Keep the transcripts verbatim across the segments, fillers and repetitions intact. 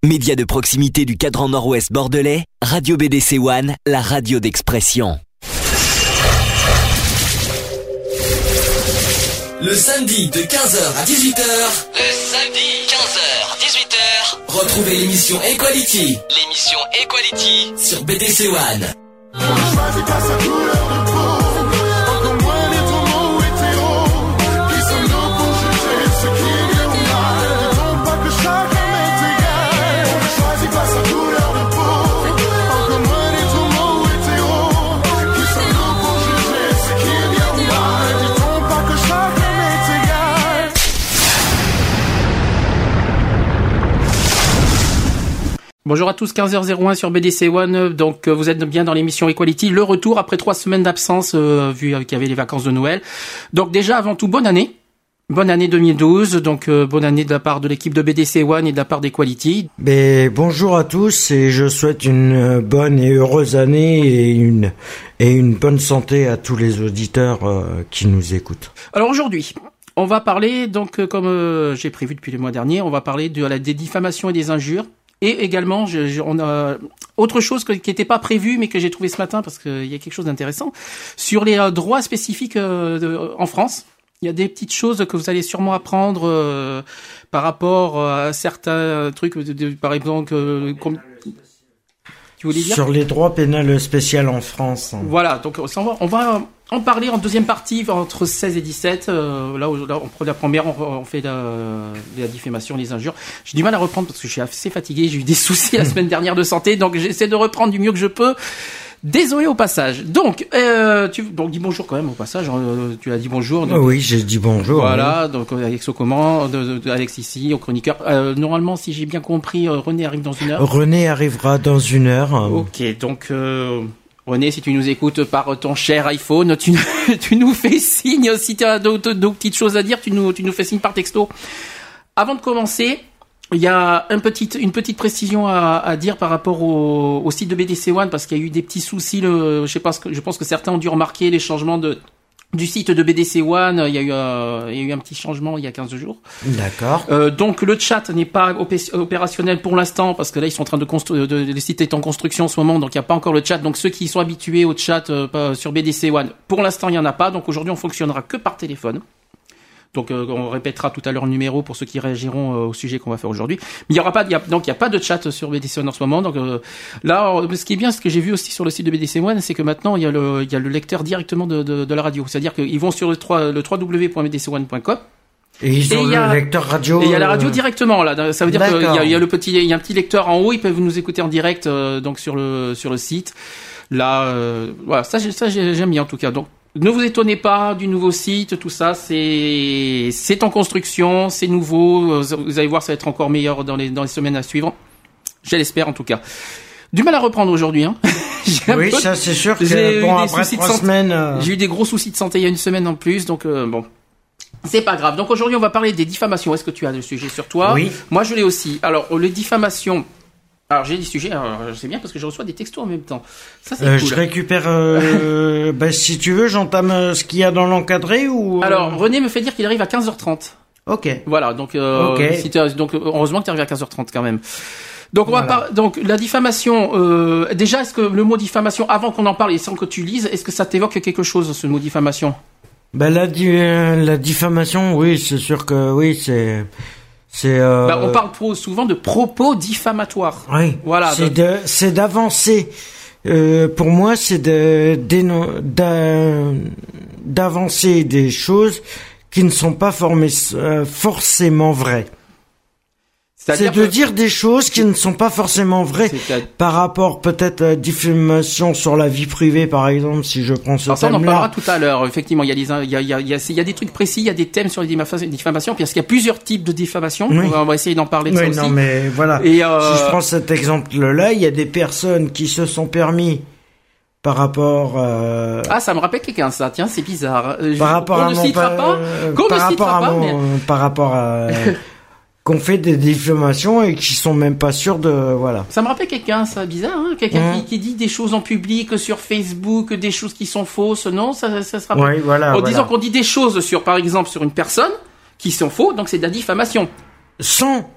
Média de proximité du Cadran Nord-Ouest bordelais, Radio B D C One, la radio d'expression. Le samedi de quinze heures à dix-huit heures. Le samedi quinze heures dix-huit heures. Retrouvez l'émission Equality. L'émission Equality sur B D C One. Bonjour à tous, quinze heures zéro un sur B D C One, donc euh, vous êtes bien dans l'émission Equality, le retour après trois semaines d'absence, euh, vu qu'il y avait les vacances de Noël. Donc déjà, avant tout, bonne année, bonne année deux mille douze, donc euh, bonne année de la part de l'équipe de B D C One et de la part d'Equality. Ben, bonjour à tous et je souhaite une bonne et heureuse année et une, et une bonne santé à tous les auditeurs euh, qui nous écoutent. Alors aujourd'hui, on va parler, donc euh, comme euh, j'ai prévu depuis le mois dernier, on va parler de la des diffamations et des injures. Et également, je, je, on a autre chose que, qui n'était pas prévu, mais que j'ai trouvé ce matin parce qu'il y a quelque chose d'intéressant sur les euh, droits spécifiques euh, de, en France. Il y a des petites choses que vous allez sûrement apprendre euh, par rapport à certains trucs, de, de, par exemple. Euh, comme, tu voulais dire ? Sur les droits pénals spéciaux en France. Voilà, donc on va, on va en parler en deuxième partie entre seize et dix-sept. Euh, là, là, on prend la première, on, on fait la, la diffamation, les injures. J'ai du mal à reprendre parce que je suis assez fatigué. J'ai eu des soucis la semaine dernière de santé, donc j'essaie de reprendre du mieux que je peux. Désolé au passage. Donc, euh, tu donc dis bonjour quand même au passage. Euh, tu as dit bonjour. Donc, oui, j'ai dit bonjour. Voilà, oui. Donc Alex au comment, de, de, de Alex ici, au chroniqueur. Euh, normalement, si j'ai bien compris, euh, René arrive dans une heure. René arrivera dans une heure. Ok, donc. Euh, René, si tu nous écoutes par ton cher iPhone, tu, tu nous fais signe. Si tu as d'autres, d'autres petites choses à dire, tu nous, tu nous fais signe par texto. Avant de commencer, il y a un petit, une petite précision à, à dire par rapport au, au site de B D C One, parce qu'il y a eu des petits soucis. Le, je sais pas, je pense que certains ont dû remarquer les changements de du site de B D C One. Il y a eu, euh, il y a eu un petit changement il y a quinze jours. D'accord. Euh, donc le chat n'est pas opé- opérationnel pour l'instant parce que là ils sont en train de construire, le site est en construction en ce moment, donc il n'y a pas encore le chat. Donc ceux qui sont habitués au chat euh, sur B D C One, pour l'instant il n'y en a pas. Donc aujourd'hui on fonctionnera que par téléphone. Donc euh, on répétera tout à l'heure le numéro pour ceux qui réagiront euh, au sujet qu'on va faire aujourd'hui. Mais il y aura pas, il y a, donc il y a pas de chat sur B D C One en ce moment. Donc euh, là, ce qui est bien, ce que j'ai vu aussi sur le site de B D C One, c'est que maintenant il y a le, il y a le lecteur directement de, de, de la radio. C'est-à-dire qu'ils vont sur le, le w w w point b d c one point com. Et ils ont et le a, lecteur radio. Et il y a la radio directement là. Ça veut dire D'accord. qu'il y a, il y a le petit, il y a un petit lecteur en haut. Ils peuvent nous écouter en direct euh, donc sur le sur le site. Là, euh, voilà, ça, ça j'aime bien en tout cas. Donc ne vous étonnez pas du nouveau site, tout ça, c'est c'est en construction, c'est nouveau. Vous allez voir, ça va être encore meilleur dans les dans les semaines à suivre. Je l'espère en tout cas. Du mal à reprendre aujourd'hui, hein. Oui, ça c'est sûr que j'ai bon eu après des trois de semaines. Euh... J'ai eu des gros soucis de santé il y a une semaine en plus, donc euh, bon. C'est pas grave. Donc aujourd'hui, on va parler des diffamations. Est-ce que tu as le sujet sur toi ? Oui. Moi, je l'ai aussi. Alors, les diffamations. Alors, j'ai des sujets. Alors, je sais bien parce que je reçois des textos en même temps. Ça, c'est euh, cool. Je récupère. Euh, bah, si tu veux, j'entame euh, ce qu'il y a dans l'encadré ou. Euh... Alors, René me fait dire qu'il arrive à quinze heures trente. Ok. Voilà. Donc, euh, okay. si donc, heureusement que tu arrives à quinze heures trente quand même. Donc, on voilà. va par... donc la diffamation. Euh, déjà, est-ce que le mot diffamation, avant qu'on en parle et sans que tu lises, est-ce que ça t'évoque quelque chose, ce mot diffamation ? Bah la, euh, la diffamation, oui, c'est sûr que oui, c'est c'est. Euh... Bah, on parle trop souvent de propos diffamatoires. Oui. Voilà. C'est donc... de c'est d'avancer. Euh, pour moi, c'est de d'éno... d'a... d'avancer des choses qui ne sont pas formées, euh, forcément vraies. C'est de que... dire des choses qui ne sont pas forcément vraies par rapport peut-être à la diffamation sur la vie privée, par exemple, si je prends ce Alors ça, on en thème-là. parlera tout à l'heure. Effectivement, il y a des, il y a, il y a, il y a, il y a des trucs précis, il y a des thèmes sur les diffamations, parce qu'il y a plusieurs types de diffamation. Oui. On, va, on va essayer d'en parler de oui, ça aussi. Non, mais voilà. Et euh... si je prends cet exemple-là, il y a des personnes qui se sont permis par rapport euh... ah, ça me rappelle quelqu'un, ça. Tiens, c'est bizarre. Par je... rapport on à ne mon citera pa... pas. Qu'on par ne rapport citera à pas, mon... mais... par rapport à qu'on fait des diffamations et qui sont même pas sûrs de voilà. Ça me rappelle quelqu'un, ça, bizarre, hein, quelqu'un mmh. qui, qui dit des choses en public sur Facebook, des choses qui sont fausses, non, ça, ça se rappelle. Oui, voilà. En voilà. disant qu'on dit des choses sur, par exemple, sur une personne qui sont fausses, donc c'est de la diffamation. Sans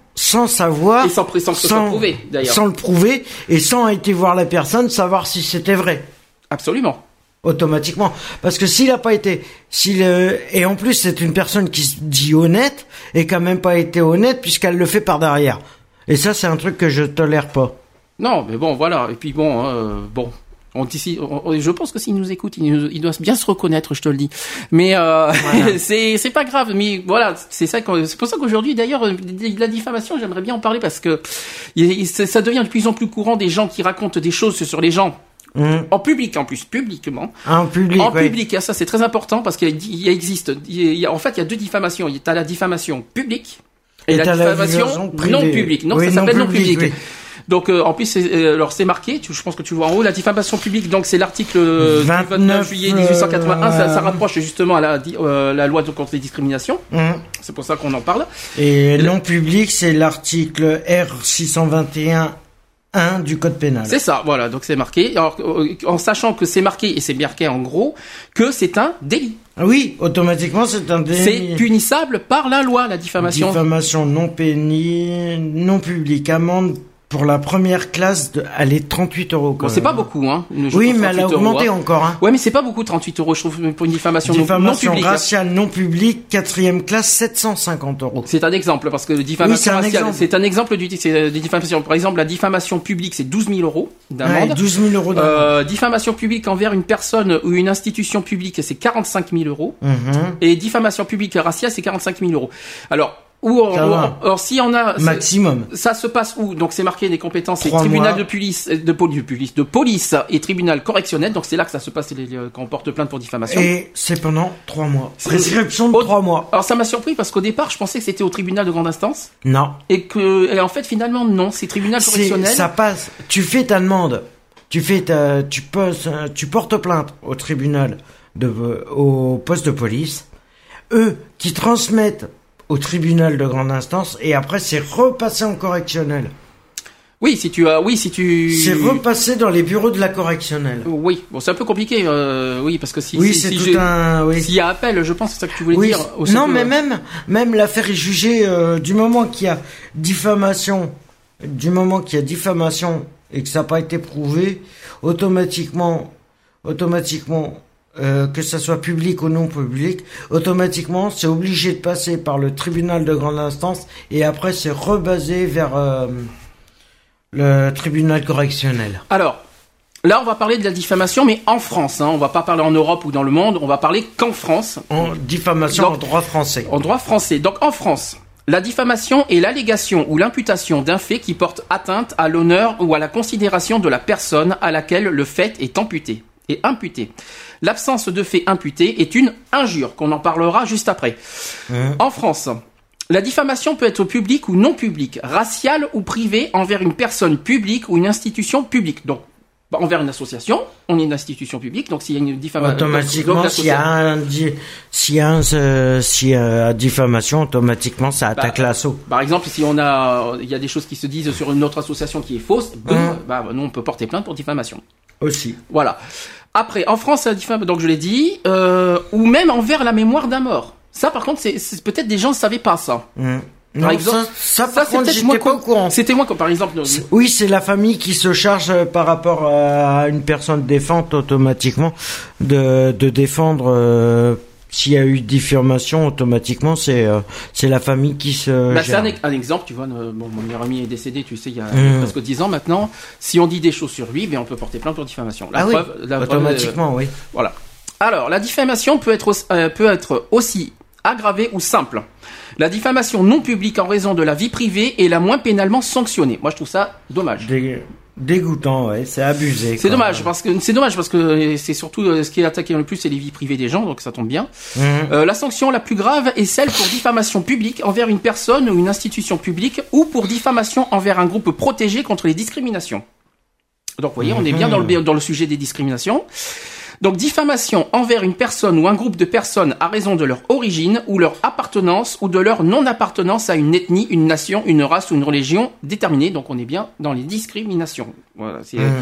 sans savoir, Et sans, sans, sans, sans prouver, d'ailleurs. Sans le prouver et sans été voir la personne, savoir si c'était vrai. Absolument. Automatiquement. Parce que s'il a pas été, s'il, euh, et en plus c'est une personne qui se dit honnête et qui a même pas été honnête puisqu'elle le fait par derrière. Et ça c'est un truc que je tolère pas. Non, mais bon, voilà. Et puis bon, euh, bon. On, ici, on, je pense que s'il nous écoute, il, nous, il doit bien se reconnaître, je te le dis. Mais euh, voilà. c'est c'est pas grave. Mais voilà, c'est ça. C'est pour ça qu'aujourd'hui, d'ailleurs, la diffamation, j'aimerais bien en parler parce que il, ça devient de plus en plus courant des gens qui racontent des choses sur les gens. Mmh. En public, en plus, publiquement. En public, En oui. public, ça c'est très important parce qu'il y a, existe, il y a, en fait, il y a deux diffamations. Il y a la diffamation publique et, et la diffamation la non publique. Non, oui, ça s'appelle non public. Non public. Oui. Donc euh, en plus, c'est, euh, alors c'est marqué. Tu, je pense que tu vois en haut la diffamation publique. Donc c'est l'article euh, vingt-neuf, du vingt-neuf juillet dix-huit cent quatre-vingt-un. Euh... Ça, ça rapproche justement à la, euh, la loi contre les discriminations. Mmh. C'est pour ça qu'on en parle. Et non public, c'est l'article R six cent vingt et un. un du code pénal. C'est ça, voilà, donc c'est marqué. Alors, en sachant que c'est marqué, et c'est marqué en gros, que c'est un délit. Oui, automatiquement c'est un délit. C'est punissable par la loi, la diffamation. Diffamation non pénible, non publique, amende pour la première classe, de, elle est trente-huit euros. Bon, c'est pas beaucoup, hein. Oui, mais elle a augmenté euros, hein. encore, hein. Ouais, mais c'est pas beaucoup, trente-huit euros, je trouve, pour une diffamation, diffamation non publique. raciale non publique, quatrième classe, sept cent cinquante euros. C'est un exemple, parce que diffamation oui, c'est raciale, exemple. c'est un exemple du, c'est des diffamations. Par exemple, la diffamation publique, c'est douze mille euros d'amende. Ouais, douze mille euros d'amende. Euh, diffamation publique envers une personne ou une institution publique, c'est quarante-cinq mille euros. Mm-hmm. Et diffamation publique raciale, c'est quarante-cinq mille euros. Alors, Ou alors si on a maximum. Ça se passe où? Donc c'est marqué des compétences, c'est tribunal de police, de police, de police et tribunal correctionnel. Donc c'est là que ça se passe les, les, quand on porte plainte pour diffamation. Et c'est pendant trois mois. Prescription de trois mois. Alors ça m'a surpris parce qu'au départ je pensais que c'était au tribunal de grande instance. Non. Et que et en fait finalement non, c'est tribunal correctionnel. Ça passe. Tu fais ta demande. Tu fais ta, tu poses, tu portes plainte au tribunal de, au poste de police. Eux qui transmettent au tribunal de grande instance et après c'est repassé en correctionnel. Oui, si tu as, oui, si tu. C'est repassé dans les bureaux de la correctionnelle. Oui, bon, c'est un peu compliqué, euh, oui, parce que si. Oui, si, c'est si tout j'ai, un. Oui. S'il y a appel, je pense, c'est ça que tu voulais oui, dire. Aussi non, que... mais même, même l'affaire est jugée euh, du moment qu'il y a diffamation, du moment qu'il y a diffamation et que ça n'a pas été prouvé, automatiquement, automatiquement. Euh, que ça soit public ou non public, automatiquement c'est obligé de passer par le tribunal de grande instance et après c'est rebasé vers euh, le tribunal correctionnel. Alors, là on va parler de la diffamation mais en France, hein. On va pas parler en Europe ou dans le monde, on va parler qu'en France. En diffamation Donc, en droit français. En droit français. Donc en France, la diffamation est l'allégation ou l'imputation d'un fait qui porte atteinte à l'honneur ou à la considération de la personne à laquelle le fait est amputé. Et imputé. L'absence de fait imputé est une injure, qu'on en parlera juste après. Mmh. En France, la diffamation peut être publique ou non publique, raciale ou privée envers une personne publique ou une institution publique. Donc, envers une association, on est une institution publique, donc s'il y a une diffamation... Automatiquement, s'il y a un, s'il y a un, euh, s'il y a diffamation, automatiquement, ça attaque bah, l'assaut. Par exemple, si on a, il y a des choses qui se disent sur une autre association qui est fausse, boum, mmh. bah, nous, on peut porter plainte pour diffamation. Aussi. Voilà. Après, en France, la diffamation, donc je l'ai dit, euh, ou même envers la mémoire d'un mort. Ça, par contre, c'est, c'est peut-être des gens ne savaient pas ça. Mmh. Par non, exemple, ça, ça, par ça, contre, j'étais pas au courant. C'était moi, comme par exemple. C'est, oui, c'est la famille qui se charge euh, par rapport à une personne défunte automatiquement de, de défendre. Euh, s'il y a eu diffamation, automatiquement, c'est euh, c'est la famille qui se. Bah, gère. C'est un, un exemple, tu vois. Euh, bon, mon meilleur ami est décédé, tu sais, il y a mmh. presque dix ans maintenant. Si on dit des choses sur lui, ben on peut porter plainte pour diffamation. La ah preuve, oui, la automatiquement, preuve, euh, oui. Voilà. Alors, la diffamation peut être euh, peut être aussi aggravée ou simple. La diffamation non publique en raison de la vie privée est la moins pénalement sanctionnée. Moi, je trouve ça dommage. Dé- dégoûtant, ouais, c'est abusé. C'est dommage même. parce que c'est dommage parce que c'est surtout euh, ce qui est attaqué le plus, c'est les vies privées des gens, donc ça tombe bien. Mmh. Euh, la sanction la plus grave est celle pour diffamation publique envers une personne ou une institution publique ou pour diffamation envers un groupe protégé contre les discriminations. Donc, vous voyez, mmh. on est bien dans le dans le sujet des discriminations. Donc, diffamation envers une personne ou un groupe de personnes à raison de leur origine ou leur appartenance ou de leur non-appartenance à une ethnie, une nation, une race ou une religion déterminée. Donc, on est bien dans les discriminations. Voilà. C'est... Mmh,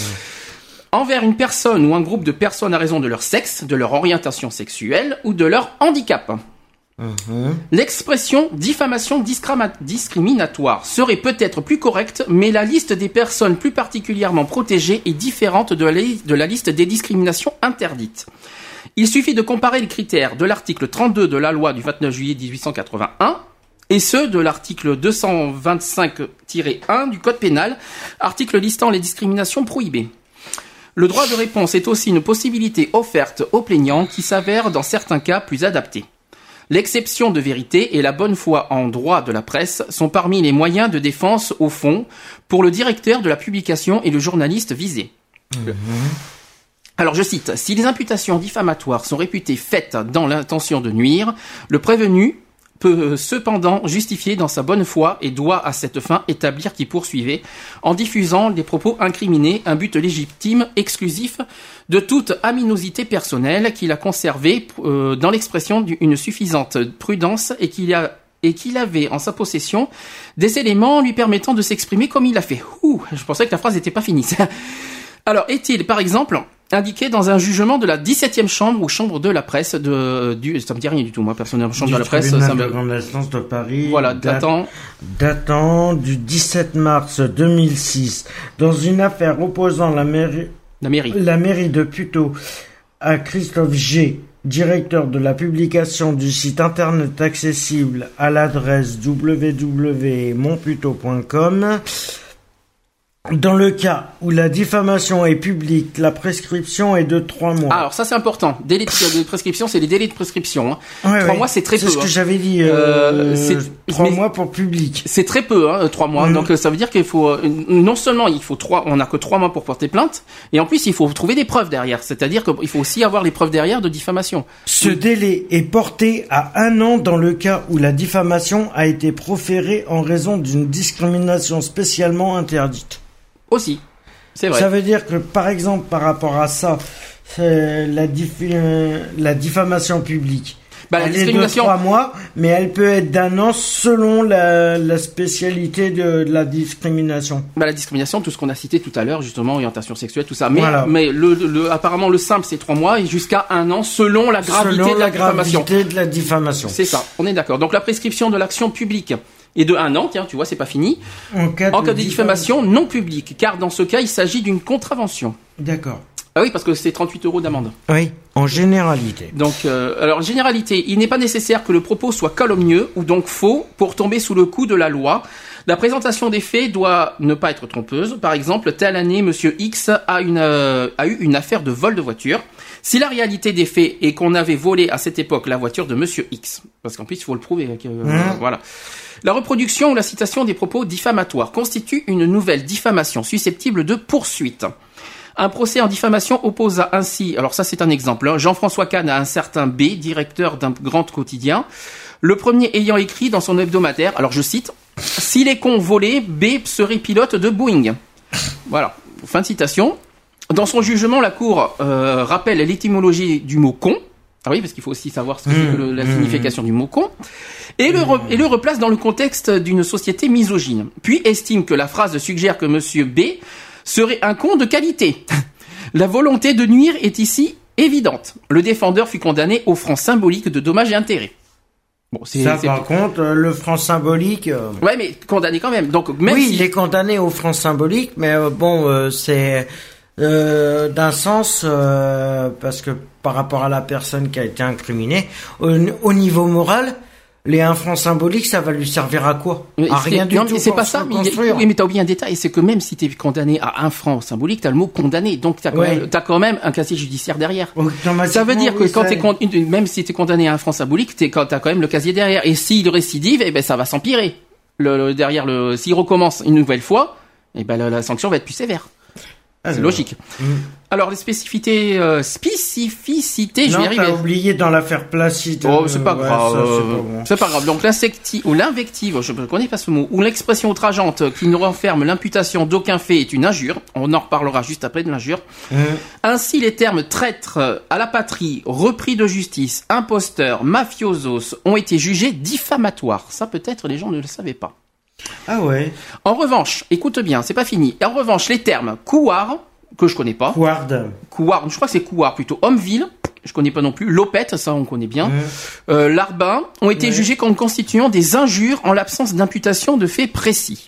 mmh. Envers une personne ou un groupe de personnes à raison de leur sexe, de leur orientation sexuelle ou de leur handicap. Mmh. L'expression diffamation discrima- discriminatoire serait peut-être plus correcte, mais la liste des personnes plus particulièrement protégées est différente de la, li- de la liste des discriminations interdites. Il suffit de comparer les critères de l'article trente-deux de la loi du vingt-neuf juillet dix-huit cent quatre-vingt-un et ceux de l'article deux cent vingt-cinq tiret un du Code pénal, article listant les discriminations prohibées. Le droit de réponse est aussi une possibilité offerte aux plaignants qui s'avère dans certains cas plus adaptée. L'exception de vérité et la bonne foi en droit de la presse sont parmi les moyens de défense au fond pour le directeur de la publication et le journaliste visé. Mmh. Alors je cite, « Si les imputations diffamatoires sont réputées faites dans l'intention de nuire, le prévenu peut cependant justifier dans sa bonne foi et doit à cette fin établir qu'il poursuivait, en diffusant des propos incriminés, un but légitime, exclusif de toute aminosité personnelle qu'il a conservé euh, dans l'expression d'une suffisante prudence et qu'il a et qu'il avait en sa possession des éléments lui permettant de s'exprimer comme il l'a fait. Ouh, je pensais que la phrase n'était pas finie. Alors, est-il, par exemple, indiqué dans un jugement de la dix-septième chambre ou chambre de la presse de du ça me dit rien du tout moi personnellement chambre du de la presse tribunal ça me... de grande instance de Paris, voilà, date, datant datant du dix-sept mars deux mille six dans une affaire opposant la mairie la mairie la mairie de Puteaux à Christophe G, directeur de la publication du site internet accessible à l'adresse w w w point mon puteaux point com. Dans le cas où la diffamation est publique, la prescription est de trois mois. Ah, alors ça c'est important. Délai de, de prescription, c'est les délais de prescription. Hein. Ouais, trois ouais. mois, c'est très c'est peu. C'est ce hein. que j'avais dit. Euh, euh, c'est trois mais... mois pour public. C'est très peu, hein, trois mois. Mmh. Donc ça veut dire qu'il faut euh, non seulement il faut trois, on n'a que trois mois pour porter plainte, et en plus il faut trouver des preuves derrière. C'est-à-dire qu'il faut aussi avoir les preuves derrière de diffamation. Ce oui. délai est porté à un an dans le cas où la diffamation a été proférée en raison d'une discrimination spécialement interdite. Aussi. C'est vrai. Ça veut dire que, par exemple, par rapport à ça, c'est la, diffi- euh, la diffamation publique. Bah, la elle discrimination... est de trois mois, mais elle peut être d'un an selon la, la spécialité de, de la discrimination. Bah, la discrimination, tout ce qu'on a cité tout à l'heure, justement, orientation sexuelle, tout ça. Mais, voilà. mais le, le, apparemment, le simple, c'est trois mois et jusqu'à un an selon la gravité selon de la, la diffamation. gravité de la diffamation. C'est ça. On est d'accord. Donc, la prescription de l'action publique et de un an, tiens, tu vois, c'est pas fini. En cas de, en cas de diffamation non publique, car dans ce cas, il s'agit d'une contravention. D'accord. Ah oui, parce que c'est trente-huit euros d'amende. Oui, en généralité. Donc, euh, alors, généralité, il n'est pas nécessaire que le propos soit calomnieux ou donc faux pour tomber sous le coup de la loi. La présentation des faits doit ne pas être trompeuse. Par exemple, telle année, Monsieur X a, une, euh, a eu une affaire de vol de voiture. Si la réalité des faits est qu'on avait volé à cette époque la voiture de Monsieur X, parce qu'en plus, il faut le prouver. Euh, mmh. Voilà. La reproduction ou la citation des propos diffamatoires constitue une nouvelle diffamation susceptible de poursuite. Un procès en diffamation opposa ainsi, alors ça c'est un exemple, hein, Jean-François Kahn à un certain B, directeur d'un grand quotidien, le premier ayant écrit dans son hebdomadaire, alors je cite, « Si les cons volaient, B serait pilote de Boeing ». Voilà, fin de citation. Dans son jugement, la Cour euh, rappelle l'étymologie du mot « con ». Ah oui, parce qu'il faut aussi savoir ce que mmh, le, la mmh, signification mmh. du mot con. Et le, re, et le replace dans le contexte d'une société misogyne. Puis estime que la phrase suggère que Monsieur B serait un con de qualité. La volonté de nuire est ici évidente. Le défendeur fut condamné au franc symbolique de dommages et intérêts. Bon, c'est, ça, c'est... par contre, euh, le franc symbolique... Euh... Ouais, mais condamné quand même. Donc, même oui, si... il est condamné au franc symbolique, mais euh, bon, euh, c'est... Euh, d'un sens, euh, parce que par rapport à la personne qui a été incriminée, au, au niveau moral, les un franc symbolique, ça va lui servir à quoi? Mais à rien du non, tout. Mais c'est pas ça. Mais oui, mais t'as oublié un détail, c'est que même si t'es condamné à un franc symbolique, t'as le mot condamné, donc t'as quand, ouais. même, t'as quand même un casier judiciaire derrière. Ça veut dire que oui, quand t'es con, même si t'es condamné à un franc symbolique, t'es, t'as quand même le casier derrière. Et s'il récidive, eh ben ça va s'empirer. Le, le derrière le, s'il recommence une nouvelle fois, eh ben la, la sanction va être plus sévère. Ah, c'est logique. Mmh. Alors les spécificités, euh, spécificités, je non, vais y arriver. T'as oublié dans l'affaire Placide. Oh, c'est pas ouais, grave. Ça, euh, c'est, pas bon. c'est pas grave. Donc l'insecti ou l'invective, je ne connais pas ce mot, ou l'expression outrageante qui ne renferme l'imputation d'aucun fait est une injure. On en reparlera juste après de l'injure. Mmh. Ainsi, les termes traître à la patrie, repris de justice, imposteur, mafiosos ont été jugés diffamatoires. Ça, peut-être, les gens ne le savaient pas. Ah ouais. En revanche, écoute bien, c'est pas fini. En revanche, les termes couard, que je connais pas. Couard. Couard, je crois que c'est couard plutôt. Hommeville, je connais pas non plus. L'opette, ça on connaît bien. Mmh. Euh, L'arbin ont été Ouais. jugés comme constituant des injures en l'absence d'imputation de faits précis.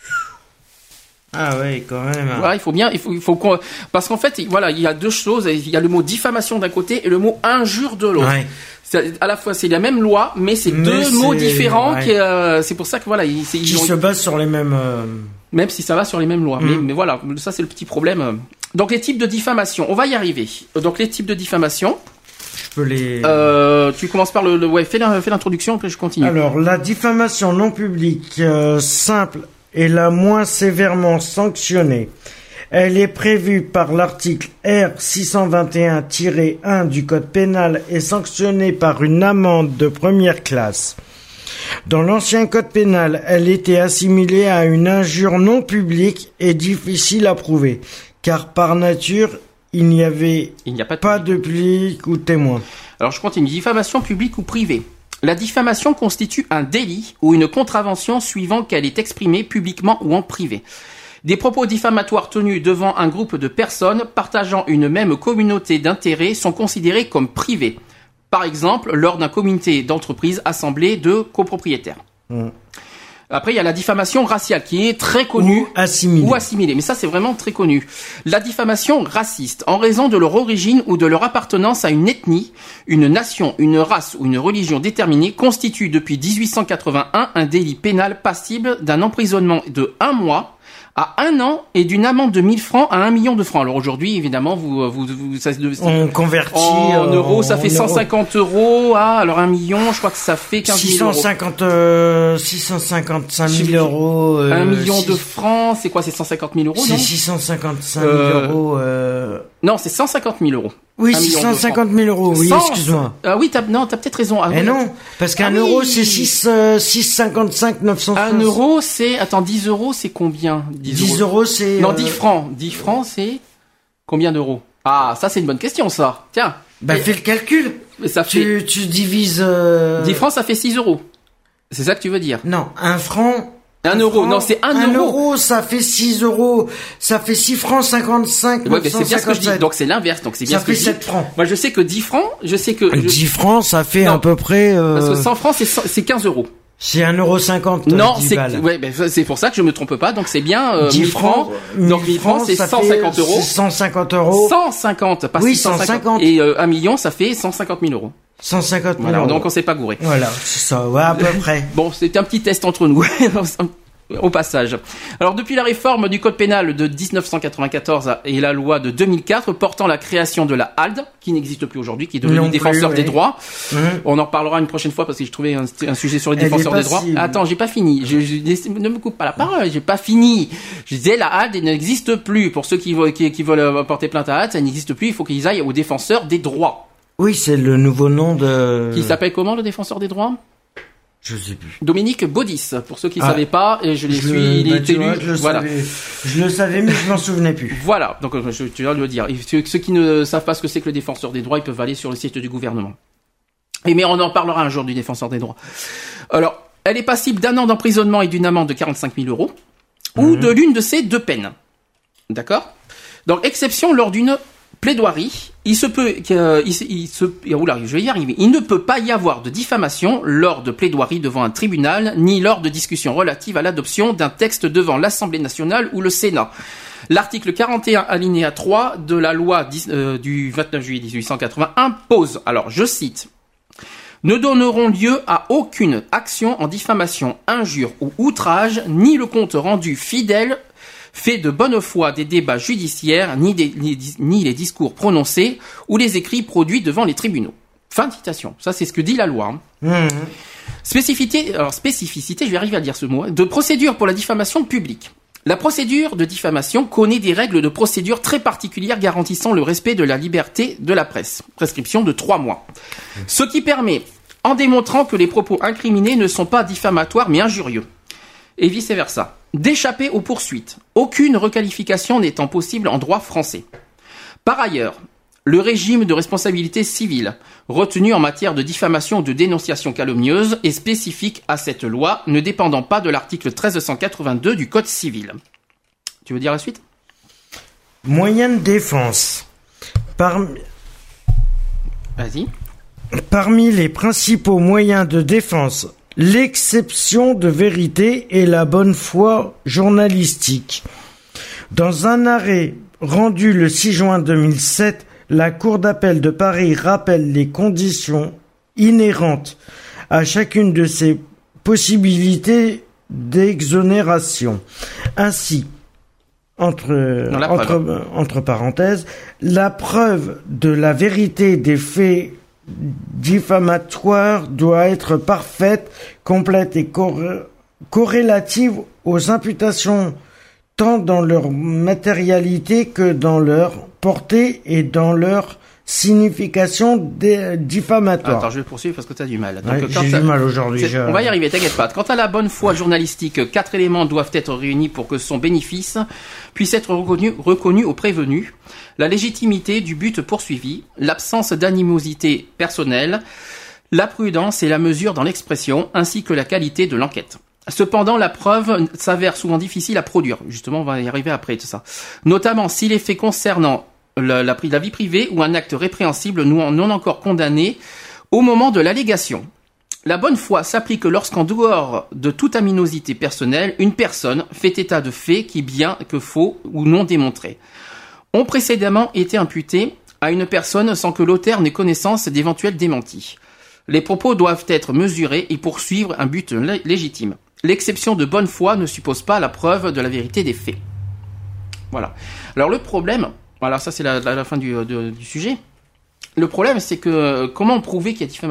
Ah ouais, quand même. Voilà, il faut bien, il faut, il faut qu'on, parce qu'en fait, voilà, il y a deux choses. Il y a le mot diffamation d'un côté et le mot injure de l'autre. Ouais. C'est, à la fois, c'est la même loi, mais c'est Mais deux c'est- mots différents. ouais. Qui, euh, c'est pour ça que voilà, ils, c'est- ils Qui ont- se base sur les mêmes. euh, même si ça va sur les mêmes lois. Mm. Mais, mais voilà, ça c'est le petit problème. Donc les types de diffamation, on va y arriver. Donc les types de diffamation. Je peux les. Euh, tu commences par le, le ouais, fais, la- fais l'introduction, après je continue. Alors, la diffamation non publique euh, simple est la moins sévèrement sanctionnée. Elle est prévue par l'article R six cent vingt et un tiret un du Code pénal et sanctionnée par une amende de première classe. Dans l'ancien Code pénal, elle était assimilée à une injure non publique et difficile à prouver, car par nature, il n'y avait Il n'y a pas de pas de public ou témoin. Alors je continue. Diffamation publique ou privée. La diffamation constitue un délit ou une contravention suivant qu'elle est exprimée publiquement ou en privé. Des propos diffamatoires tenus devant un groupe de personnes partageant une même communauté d'intérêts sont considérés comme privés. Par exemple, lors d'un comité d'entreprise assemblée de copropriétaires. Mmh. Après, il y a la diffamation raciale qui est très connue. Ou assimilée. Ou assimilée, mais ça c'est vraiment très connu. La diffamation raciste, en raison de leur origine ou de leur appartenance à une ethnie, une nation, une race ou une religion déterminée, constitue depuis dix-huit cent quatre-vingt-un un délit pénal passible d'un emprisonnement de un mois à un an et d'une amende de mille francs à un million de francs. Alors aujourd'hui, évidemment, vous, vous, vous ça, On convertit en euh, euros, ça fait en cent euros. cinquante euros. Ah, alors un million, je crois que ça fait quinze mille euros. six cent cinquante, euh, six cent cinquante-cinq mille euros. Euh, Un million six- de francs, c'est quoi? C'est cent cinquante mille euros, C'est non? six cent cinquante-cinq mille Euh, euros. Euh... Non, c'est cent cinquante mille euros. Oui, Un six million de cent francs. cinquante mille euros. Oui, cent excuse-moi. Ah oui, t'as, non, t'as peut-être raison. Ah, Eh oui. non, parce qu'un Ah euro, oui. c'est six, euh, six cinquante-cinq neuf cent Un euro, c'est, attends, dix euros, c'est combien? dix euros, c'est... Non, euh, dix francs. dix francs, c'est combien d'euros? Ah, ça, c'est une bonne question, ça. Tiens. Bah, Et- fais le calcul. mais ça fait, Tu, tu divises... Euh... dix francs, ça fait six euros. C'est ça que tu veux dire? Non, un franc... Un euro. franc, Non, c'est un Un euro. euro, ça fait six euros. Ça fait six francs cinquante-cinq Ouais, mais c'est bien ce que je dis. neuf cent cinquante-sept. Donc, c'est l'inverse. Donc, c'est bien Ça ce que fait je dis. sept francs. Moi, je sais que dix francs, je sais que, je- dix francs, ça fait Non. à peu près... Euh... parce que cent francs, c'est, cent- c'est quinze euros. C'est un euro cinquante. Non, dix c'est, balles. ouais, ben, c'est pour ça que je me trompe pas. Donc, c'est bien, euh, dix mille francs. Donc, mille francs, c'est ça cent fait cinquante euros. cent cinquante euros. cent cinquante, pas Oui, six cent cinquante. cent cinquante. Et euh, un million, ça fait cent cinquante mille euros. cent cinquante mille Voilà, euros. donc on s'est pas gouré. Voilà, c'est ça, ouais, à peu près. Bon, c'est un petit test entre nous, au passage. Alors, depuis la réforme du Code pénal de dix-neuf cent quatre-vingt-quatorze et la loi de deux mille quatre portant la création de la H A L D, qui n'existe plus aujourd'hui, qui est devenue Non plus, défenseur oui. des droits. Hum. On en reparlera une prochaine fois parce que j'ai trouvé un, un sujet sur les Elle défenseurs est des droits. passible. Attends, j'ai pas fini. Je, je- ne me coupe pas la parole, j'ai pas fini. Je disais, la H A L D n'existe plus. Pour ceux qui, veulent- qui, qui veulent porter plainte à H A L D, ça n'existe plus. Il faut qu'ils aillent aux défenseurs des droits. Oui, c'est le nouveau nom de... Qui s'appelle comment, le défenseur des droits? Je sais plus. Dominique Baudis, pour ceux qui ne Ah. savaient pas, et je l'ai Je su, le- il bah, est tu élu. vois, je le Voilà. savais. Je le savais, mais je m'en souvenais plus. Voilà, donc euh, je, tu viens de le dire. Et ceux, ceux qui ne savent pas ce que c'est que le défenseur des droits, ils peuvent aller sur le site du gouvernement. Et mais on en parlera un jour du défenseur des droits. Alors, elle est passible d'un an d'emprisonnement et d'une amende de quarante-cinq mille euros, ou de l'une de ces deux peines. D'accord? Donc, exception lors d'une plaidoirie, il se peut que, il, se- il se, oula, je vais y arriver. Il ne peut pas y avoir de diffamation lors de plaidoirie devant un tribunal, ni lors de discussions relatives à l'adoption d'un texte devant l'Assemblée nationale ou le Sénat. L'article quarante et un alinéa trois de la loi dix, euh, du vingt-neuf juillet mille huit cent quatre-vingt-un pose, alors je cite, ne donneront lieu à aucune action en diffamation, injure ou outrage, ni le compte rendu fidèle fait de bonne foi des débats judiciaires, ni, des, ni, ni les discours prononcés ou les écrits produits devant les tribunaux. Fin de citation. Ça, c'est ce que dit la loi. Hein. Mmh. Spécificité, alors spécificité, je vais arriver à dire ce mot, hein, de procédure pour la diffamation publique. La procédure de diffamation connaît des règles de procédure très particulières garantissant le respect de la liberté de la presse. Prescription de trois mois. Ce qui permet, en démontrant que les propos incriminés ne sont pas diffamatoires mais injurieux, et vice-versa, d'échapper aux poursuites, aucune requalification n'étant possible en droit français. Par ailleurs, le régime de responsabilité civile, retenu en matière de diffamation ou de dénonciation calomnieuse, est spécifique à cette loi, ne dépendant pas de l'article treize cent quatre-vingt-deux du Code civil. Tu veux dire la suite ? Moyen de défense. Parmi... Vas-y. Parmi les principaux moyens de défense, l'exception de vérité et la bonne foi journalistique. Dans un arrêt rendu le six juin deux mille sept, la Cour d'appel de Paris rappelle les conditions inhérentes à chacune de ces possibilités d'exonération. Ainsi, entre, entre, entre parenthèses, la preuve de la vérité des faits diffamatoires doit être parfaite, complète et corr- corrélative aux imputations tant dans leur matérialité que dans leur portée et dans leur signification dé- diffamatoire. Attends, je vais poursuivre parce que tu as du mal. Donc, ouais, j'ai du mal aujourd'hui. Je... On va y arriver, t'inquiète pas. Quant à la bonne foi journalistique, quatre éléments doivent être réunis pour que son bénéfice puisse être reconnu, reconnu au prévenu. La légitimité du but poursuivi, l'absence d'animosité personnelle, la prudence et la mesure dans l'expression, ainsi que la qualité de l'enquête. Cependant, la preuve s'avère souvent difficile à produire. Justement, on va y arriver après tout ça. Notamment si les faits concernant la, la, la vie privée ou un acte répréhensible non, non encore condamné au moment de l'allégation. La bonne foi s'applique lorsqu'en dehors de toute aminosité personnelle, une personne fait état de faits qui, bien que faux ou non démontrés, ont précédemment été imputés à une personne sans que l'auteur n'ait connaissance d'éventuels démentis. Les propos doivent être mesurés et poursuivre un but lé- légitime. L'exception de bonne foi ne suppose pas la preuve de la vérité des faits. Voilà. Alors le problème, voilà, ça c'est la, la, la fin du, de, du sujet. Le problème, c'est que comment prouver qu'il y a diffamation ?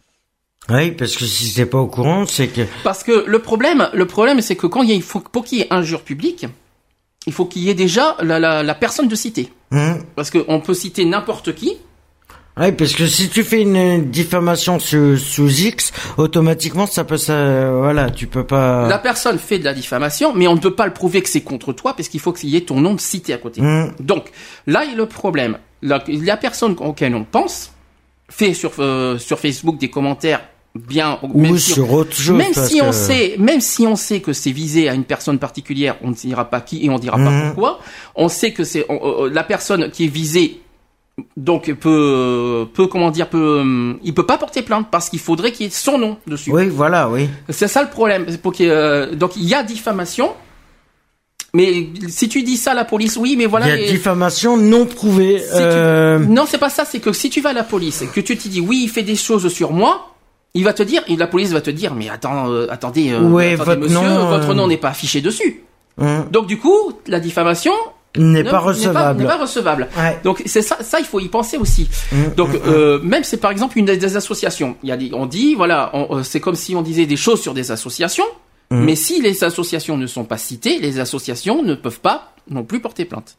Oui, parce que si t'es pas au courant, c'est que... Parce que le problème, le problème, c'est que quand il y a, il faut, pour qu'il y ait injure publique, il faut qu'il y ait déjà la, la, la personne de citer. Mmh. Parce qu'on peut citer n'importe qui. Oui, parce que si tu fais une diffamation sous, sous X, automatiquement, ça peut, ça, voilà, tu peux pas... La personne fait de la diffamation, mais on ne peut pas le prouver que c'est contre toi, parce qu'il faut qu'il y ait ton nom cité à côté. Mmh. Donc, là, il y a le problème. La, la personne auquel on pense fait sur, euh, sur Facebook des commentaires bien... Ou même sur si on, autre chose. Même si que... on sait, même si on sait que c'est visé à une personne particulière, on ne dira pas qui et on ne dira mmh. pas pourquoi. On sait que c'est on, euh, la personne qui est visée... Donc peut peut comment dire peut il peut pas porter plainte parce qu'il faudrait qu'il y ait son nom dessus. Oui, voilà, oui. C'est ça le problème. C'est pour qu'il y ait, euh, donc il y a diffamation. Mais si tu dis ça à la police, oui, mais voilà. Il y a et... diffamation non prouvée. Si euh... tu... Non, c'est pas ça. C'est que si tu vas à la police et que tu te dis oui, il fait des choses sur moi, il va te dire, et la police va te dire, mais attends, euh, attendez, euh, ouais, attendez votre monsieur, nom, votre euh... nom n'est pas affiché dessus. Hum. Donc du coup, la diffamation n'est pas recevable. N'est pas, n'est pas recevable. Ouais. Donc c'est ça, ça il faut y penser aussi. Mmh, Donc mmh, euh, même c'est par exemple une des associations. Il y a des, on dit voilà, on, c'est comme si on disait des choses sur des associations, mmh. mais si les associations ne sont pas citées, les associations ne peuvent pas non plus porter plainte.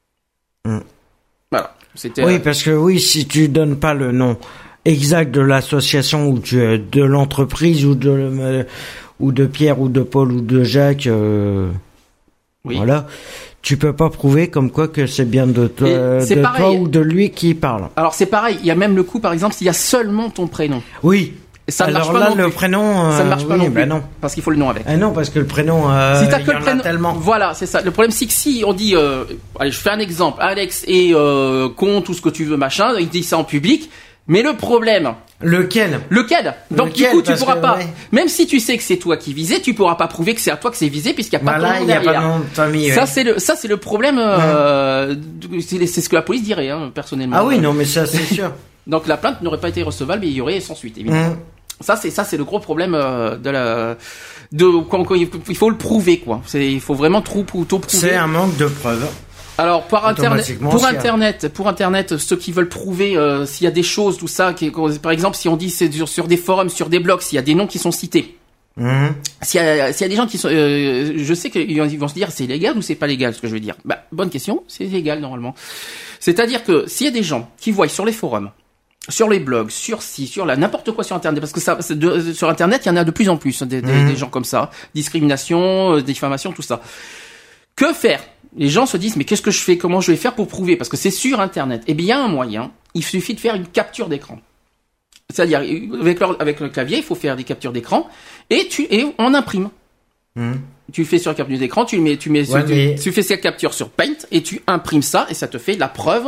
Mmh. Voilà. C'était. Oui, euh... parce que oui, si tu donnes pas le nom exact de l'association ou de, de l'entreprise ou de euh, ou de Pierre ou de Paul ou de Jacques, euh, oui. voilà. Tu peux pas prouver comme quoi que c'est bien de, toi, de toi ou de lui qui parle. Alors c'est pareil, il y a même le coup par exemple s'il y a seulement ton prénom. Oui. Ça Alors ne marche là pas non le plus. prénom euh, ça ne marche pas oui, non plus. Ben non. Parce qu'il faut le nom avec. Ah non parce que le prénom euh, si t'as il que y le en prénom, a tellement. Voilà, c'est ça. Le problème c'est que si on dit euh, allez, je fais un exemple, Alex et euh, con tout ce que tu veux machin, il dit ça en public. Mais le problème, lequel Lequel Donc lequel, du coup, tu pourras que, pas. Ouais. Même si tu sais que c'est toi qui visais, tu pourras pas prouver que c'est à toi que c'est visé puisqu'il y a pas bah de nom derrière. Il y a pas de nom de famille. Ça ouais. c'est le, ça c'est le problème. Euh, ouais. c'est, c'est ce que la police dirait, hein, personnellement. Ah oui, non, mais ça c'est sûr. Donc la plainte n'aurait pas été recevable et il y aurait sans suite, évidemment. Mmh. Ça c'est ça c'est le gros problème euh, de la de quand, quand il faut le prouver quoi. C'est il faut vraiment tout tout prouver. C'est un manque de preuves. Alors par internet, pour internet, pour internet, ceux qui veulent prouver euh, s'il y a des choses, tout ça, qui, par exemple, si on dit c'est sur, sur des forums, sur des blogs, s'il y a des noms qui sont cités, mmh. s'il y a, s'il y a des gens qui sont, euh, je sais qu'ils vont se dire c'est légal ou c'est pas légal, ce que je veux dire. Bah bonne question, c'est légal normalement. C'est-à-dire que s'il y a des gens qui voient sur les forums, sur les blogs, sur si, sur la n'importe quoi sur internet, parce que ça, de, sur internet, il y en a de plus en plus des, des, mmh. des gens comme ça, discrimination, euh, diffamation, tout ça. Que faire? Les gens se disent mais qu'est-ce que je fais? Comment je vais faire pour prouver? Parce que c'est sur internet. Eh bien, il y a un moyen. Il suffit de faire une capture d'écran. C'est-à-dire avec, leur, avec le clavier, il faut faire des captures d'écran et tu et on imprime. Mmh. Tu fais sur la capture d'écran, tu mets, tu mets, ouais, tu, mais... tu fais cette capture sur Paint et tu imprimes ça et ça te fait la preuve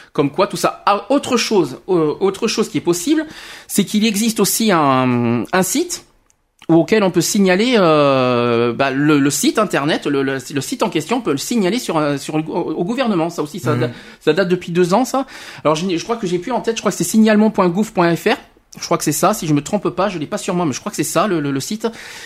Comme quoi, tout ça. Ah, autre chose, euh, autre chose qui est possible, c'est qu'il existe aussi un, un site auquel on peut signaler euh, bah, le, le site internet, le, le, le site en question, on peut le signaler sur, sur au, au gouvernement. Ça aussi, ça, mmh. date, ça date depuis deux ans, ça. Alors, je, je crois que j'ai plus en tête. Je crois que c'est signalement point gouv point f r. Je crois que c'est ça. Si je me trompe pas, je l'ai pas sur moi, mais je crois que c'est ça le, le, le site.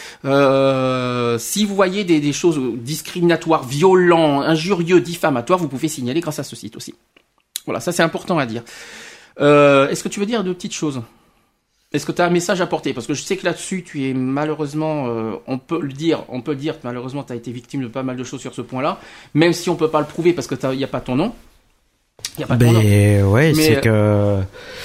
Euh, si vous voyez des, des choses discriminatoires, violents, injurieux, diffamatoires, vous pouvez signaler grâce à ce site aussi. Voilà, ça c'est important à dire. Euh, est-ce que tu veux dire deux petites choses ? Est-ce que tu as un message à porter ? Parce que je sais que là-dessus, tu es malheureusement, euh, on peut le dire, on peut le dire, malheureusement, tu as été victime de pas mal de choses sur ce point-là, même si on peut pas le prouver parce que il y a pas ton nom. Il y a pas ton nom. Mais ouais, Mais, c'est que.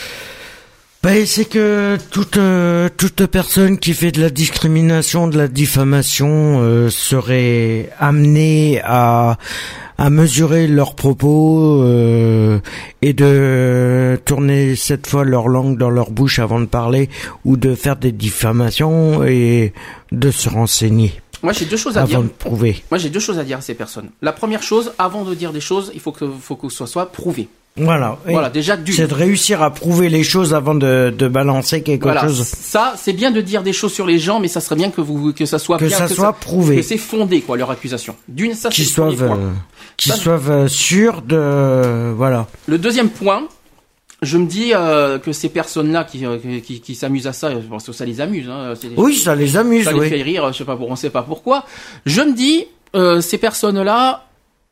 Ben, c'est que toute euh, toute personne qui fait de la discrimination, de la diffamation, euh, serait amenée à à mesurer leurs propos euh, et de tourner cette fois leur langue dans leur bouche avant de parler ou de faire des diffamations et de se renseigner. Moi, j'ai deux choses à avant dire. de prouver. Moi, j'ai deux choses à dire à ces personnes. La première chose, avant de dire des choses, il faut que faut que ce soit prouvé. Voilà. Voilà, déjà d'une. C'est de réussir à prouver les choses avant de, de balancer quelque voilà. chose. Ça, c'est bien de dire des choses sur les gens, mais ça serait bien que vous que ça soit que bien, ça que soit ça, prouvé, que c'est fondé quoi leur accusation. D'une, ça qu'ils c'est soient euh, qu'ils soient sûrs de voilà. Le deuxième point, je me dis euh, que ces personnes-là qui, euh, qui qui s'amusent à ça, parce que ça les amuse. Hein, c'est, oui, ça les amuse. Ça oui. les fait rire. Je sais pas pour, on sait pas pourquoi. Je me dis, euh, ces personnes-là,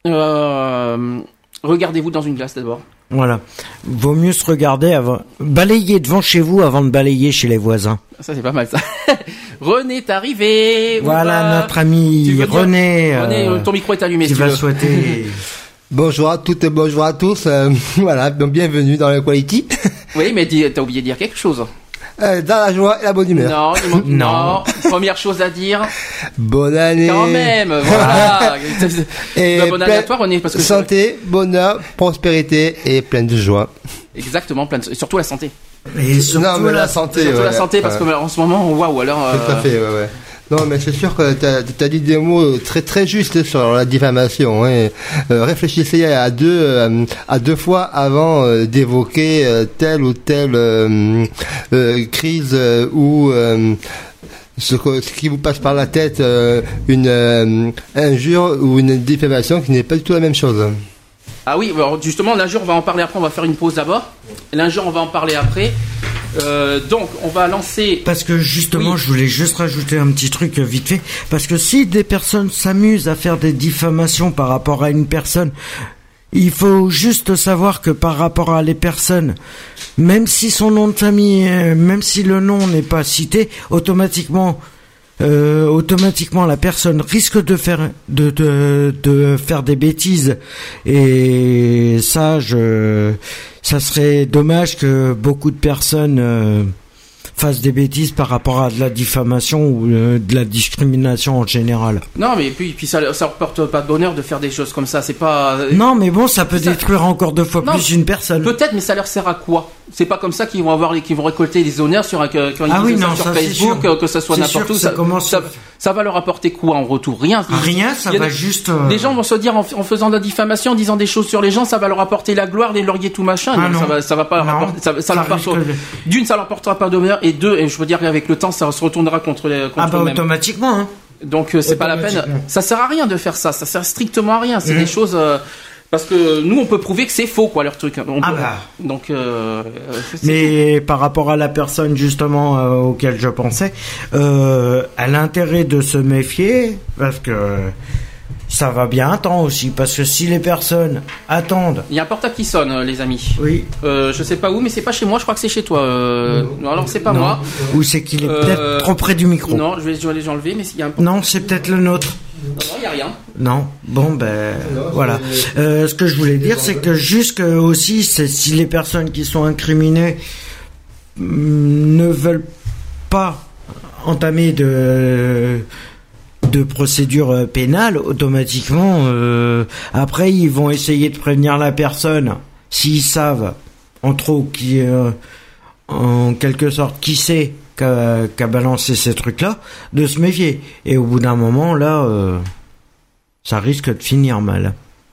euh, regardez-vous dans une glace d'abord. Voilà. Vaut mieux se regarder avant, balayer devant chez vous avant de balayer chez les voisins. Ça c'est pas mal ça. René est arrivé. Voilà notre ami René. Dire... René, euh, ton micro est allumé. Qui si va tu veux. souhaiter. Bonjour à toutes et bonjour à tous. Euh, voilà, bienvenue dans l'Equality. Oui, mais dis, t'as oublié de dire quelque chose. Euh, dans la joie et la bonne humeur. Non, il manque... non. non. Première chose à dire. Bonne année. Quand même, voilà. Et bonne année à toi, René, parce que santé, bonheur, prospérité et plein de joie. Exactement, plein de... surtout la santé. Et surtout non, mais la, la santé. Surtout ouais, la santé, parce ouais. que en ce moment, waouh, alors. Tout euh... à fait, ouais, ouais. Non, mais c'est sûr que t'as, t'as dit des mots très très justes sur la diffamation. Hein. Euh, réfléchissez à deux euh, à deux fois avant euh, d'évoquer euh, telle ou telle euh, euh, crise euh, ou euh, ce, que, ce qui vous passe par la tête, euh, une euh, injure ou une diffamation qui n'est pas du tout la même chose. Ah oui, alors justement, l'injure, on va en parler après. On va faire une pause d'abord. L'injure, on va en parler après. Euh, donc, on va lancer... Parce que justement, oui. je voulais juste rajouter un petit truc vite fait. Parce que si des personnes s'amusent à faire des diffamations par rapport à une personne, il faut juste savoir que par rapport à les personnes, même si son nom de famille, même si le nom n'est pas cité, automatiquement... Euh, automatiquement la personne risque de faire de, de de faire des bêtises et ça je ça serait dommage que beaucoup de personnes euh, fassent des bêtises par rapport à de la diffamation ou euh, de la discrimination en général. Non, mais puis puis ça ça porte pas de bonheur de faire des choses comme ça, c'est pas Non, mais bon, ça peut ça... détruire encore deux fois non, plus une personne. Peut-être, mais ça leur sert à quoi? C'est pas comme ça qu'ils vont avoir les, qu'ils vont récolter des honneurs sur un, quand ils ah disent oui, ça non, sur ça, Facebook, que, que ça soit c'est n'importe où. Ça, ça, commence... ça, ça va leur apporter quoi en retour? Rien. Rien, ça va des, juste. Euh... Les gens vont se dire en, en faisant de la diffamation, en disant des choses sur les gens, ça va leur apporter la gloire, les lauriers, tout machin. Ah non. Ça va, ça va pas. Non, leur apporter, ça, ça, ça leur apporte. De... D'une, ça leur portera pas d'honneur, et deux, et je veux dire qu'avec le temps, ça se retournera contre les. Contre ah bah eux-mêmes. automatiquement. Hein. Donc euh, c'est pas la peine. Ça sert à rien de faire ça. Ça sert strictement à rien. C'est mmh. des choses. Euh, Parce que nous, on peut prouver que c'est faux, quoi, leur truc. On ah peut... bah. Donc. Euh, Mais par rapport à la personne justement euh, auquel je pensais, euh, elle a intérêt de se méfier parce que ça va bien un temps aussi. Parce que si les personnes attendent, il y a un portable qui sonne, euh, les amis. Oui. Euh, je sais pas où, mais c'est pas chez moi. Je crois que c'est chez toi. Euh... Non, alors c'est pas non. moi. Ou c'est qu'il est euh... peut-être trop près du micro. Non, je vais, je vais aller enlever, mais s'il y a un. Non, c'est peut-être le nôtre. Non, il y a rien. Non, bon ben voilà. Euh, ce que je voulais dire, c'est que jusque aussi, c'est si les personnes qui sont incriminées ne veulent pas entamer de de procédure pénale, automatiquement, euh, après ils vont essayer de prévenir la personne s'ils savent en trop qui, euh, en quelque sorte, qui sait. Qu'a, qu'a balancé ces trucs-là, de se méfier. Et au bout d'un moment, là, euh, ça risque de finir mal.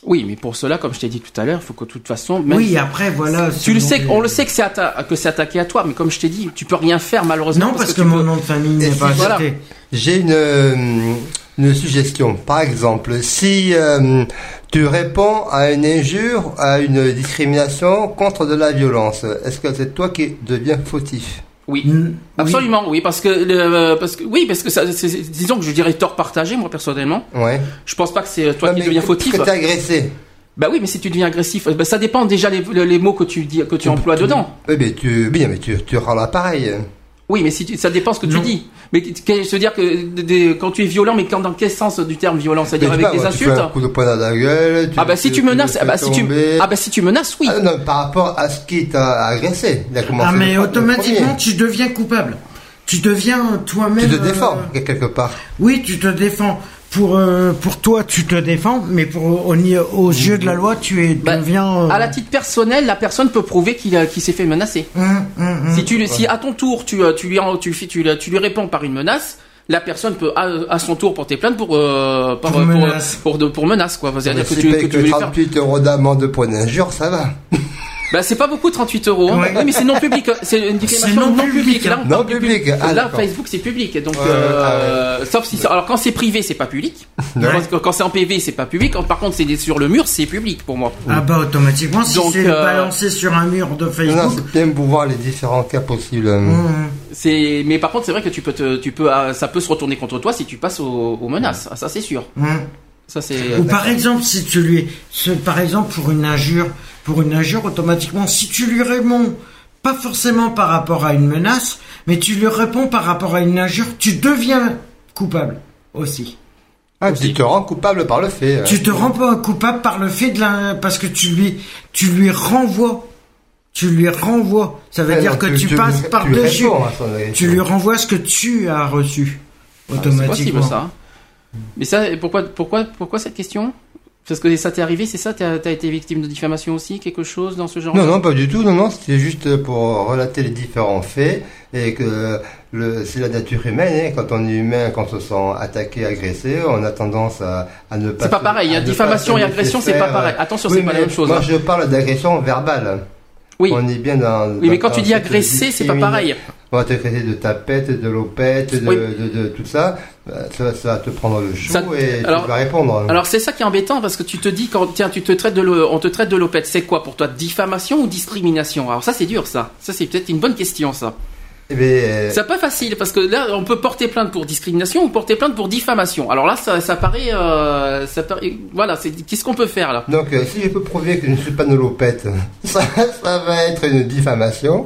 Oui, mais pour cela, comme je t'ai dit tout à l'heure, il faut que de toute façon... Même oui, après, voilà... Tu le sais, les... on le sait que c'est, atta- que c'est attaqué à toi, mais comme je t'ai dit, tu peux rien faire malheureusement. Non, parce, parce que, que mon peux... nom de famille n'est si pas voilà. accepté. J'ai une, euh, une suggestion. Par exemple, si euh, tu réponds à une injure, à une discrimination contre de la violence, est-ce que c'est toi qui deviens fautif? Oui, Mm, absolument, oui, parce que, le, parce que oui, parce que ça, c'est, c'est, disons que je dirais tort partagé, moi personnellement. Ouais. Je pense pas que c'est toi Non, qui mais deviens que- fautif. Que t'es agressé. Bah oui, mais si tu deviens agressif, bah ça dépend déjà les, les mots que tu dis, que tu emploies dedans. Oui, mais tu, bien, mais tu, tu rends l'appareil. Oui, mais si tu, ça dépend ce que Non. tu dis. Mais que- se dire que de- de- quand tu es violent, mais quand, dans quel sens du terme violent, c'est-à-dire Mais avec je sais des pas, moi, tu fais insultes. un coup de poing dans la gueule. Tu, Ah bah si tu tu menaces, le ah bah fais si tu, tomber. ah bah si tu menaces, oui. Ah non, par rapport à ce qui t'a agressé. Il a commencé Ah, mais le automatiquement, premier. tu deviens coupable. Tu deviens toi-même... Tu te défends, euh, quelque part. Oui, tu te défends. Pour, euh, pour toi, tu te défends, mais pour, au, ni- aux yeux de la loi, tu es, Bah, deviens... euh, À la titre personnel, la personne peut prouver qu'il, a- qu'il s'est fait menacer. hum, hum, hum. Si tu, si à ton tour, tu, euh, tu lui, en- tu, fais- tu, lui- tu lui réponds par une menace, la personne peut à, à son tour porter plainte pour, euh, par- Pour pour, menace. pour, de- pour menace, quoi. Mais C'est-à-dire que si tu, payes que que tu veux lui faire. trente-huit euros d'amende pour une injure, ça va. Bah, c'est pas beaucoup, trente-huit euros. Hein. Ouais. Oui, mais c'est non public. C'est une diffamation non non, public, publique. Là, hein. on Non parle du public. public. Ah, Là, d'accord. Facebook, c'est public. Donc, Ouais, euh, sauf si, alors quand c'est privé, c'est pas public. Ouais. Quand, quand c'est en P V, c'est pas public. Quand, par contre, c'est des- sur le mur, c'est public pour moi. Ah bah automatiquement, si Donc, c'est euh, balancé sur un mur de Non, non, Facebook... c'est bien pour voir les différents cas possibles. hum, C'est, mais par contre, c'est vrai que tu peux te, tu peux, euh, ça peut se retourner contre toi si tu passes aux, aux menaces. Ah, ça, c'est sûr. hum. Ça, c'est. Ou par exemple, si tu lui, ce- par exemple pour une injure, pour une injure, automatiquement, si tu lui réponds pas forcément par rapport à une menace, mais tu lui réponds par rapport à une injure, tu deviens coupable aussi. Ah, tu te rends coupable par le fait. Tu te rends pas coupable par le fait de la, parce que tu lui, tu lui renvoies, tu lui renvoies. Ça veut Ouais, dire non, que tu- tu, tu- passes tu par dessus. réponds à son agression. Tu lui renvoies ce que tu as reçu C'est automatiquement. possible ça. Mais ça, pourquoi, pourquoi, pourquoi cette question? Parce que ça t'est arrivé, c'est ça? T'as, t'as été victime de diffamation aussi, quelque chose dans ce genre? Non, non, pas du tout. Non, non, c'était juste pour relater les différents faits et que le, c'est la nature humaine. Hein. Quand on est humain, quand on se sent attaqué, agressé, on a tendance à, à ne pas. C'est pas pareil. à Hein. ne Diffamation pas et se agression, laisser c'est pas faire. pareil. Attention, Oui, c'est pas la mais même chose. Moi, hein. je parle d'agression verbale. Oui. On est bien dans. Oui, mais dans- quand tu dans dis cette agresser, c'est pas discrimina- pareil. On va te traiter de tapette, de lopette, de, Oui. de, de, de tout ça. Ça, ça va te prendre le chou Ça- et alors- tu vas répondre. Alors c'est ça qui est embêtant parce que tu te dis quand tiens tu te traites de l'o- on te traite de lopette, c'est quoi pour toi, diffamation ou discrimination? Alors ça c'est dur ça. Ça c'est peut-être une bonne question ça. Eh bien, euh, C'est pas facile parce que là on peut porter plainte pour discrimination ou porter plainte pour diffamation. Alors là ça, ça paraît euh, ça paraît voilà, c'est qu'est-ce qu'on peut faire là? Donc, euh, si je peux prouver que je ne suis pas une lopette, ça, ça va être une diffamation.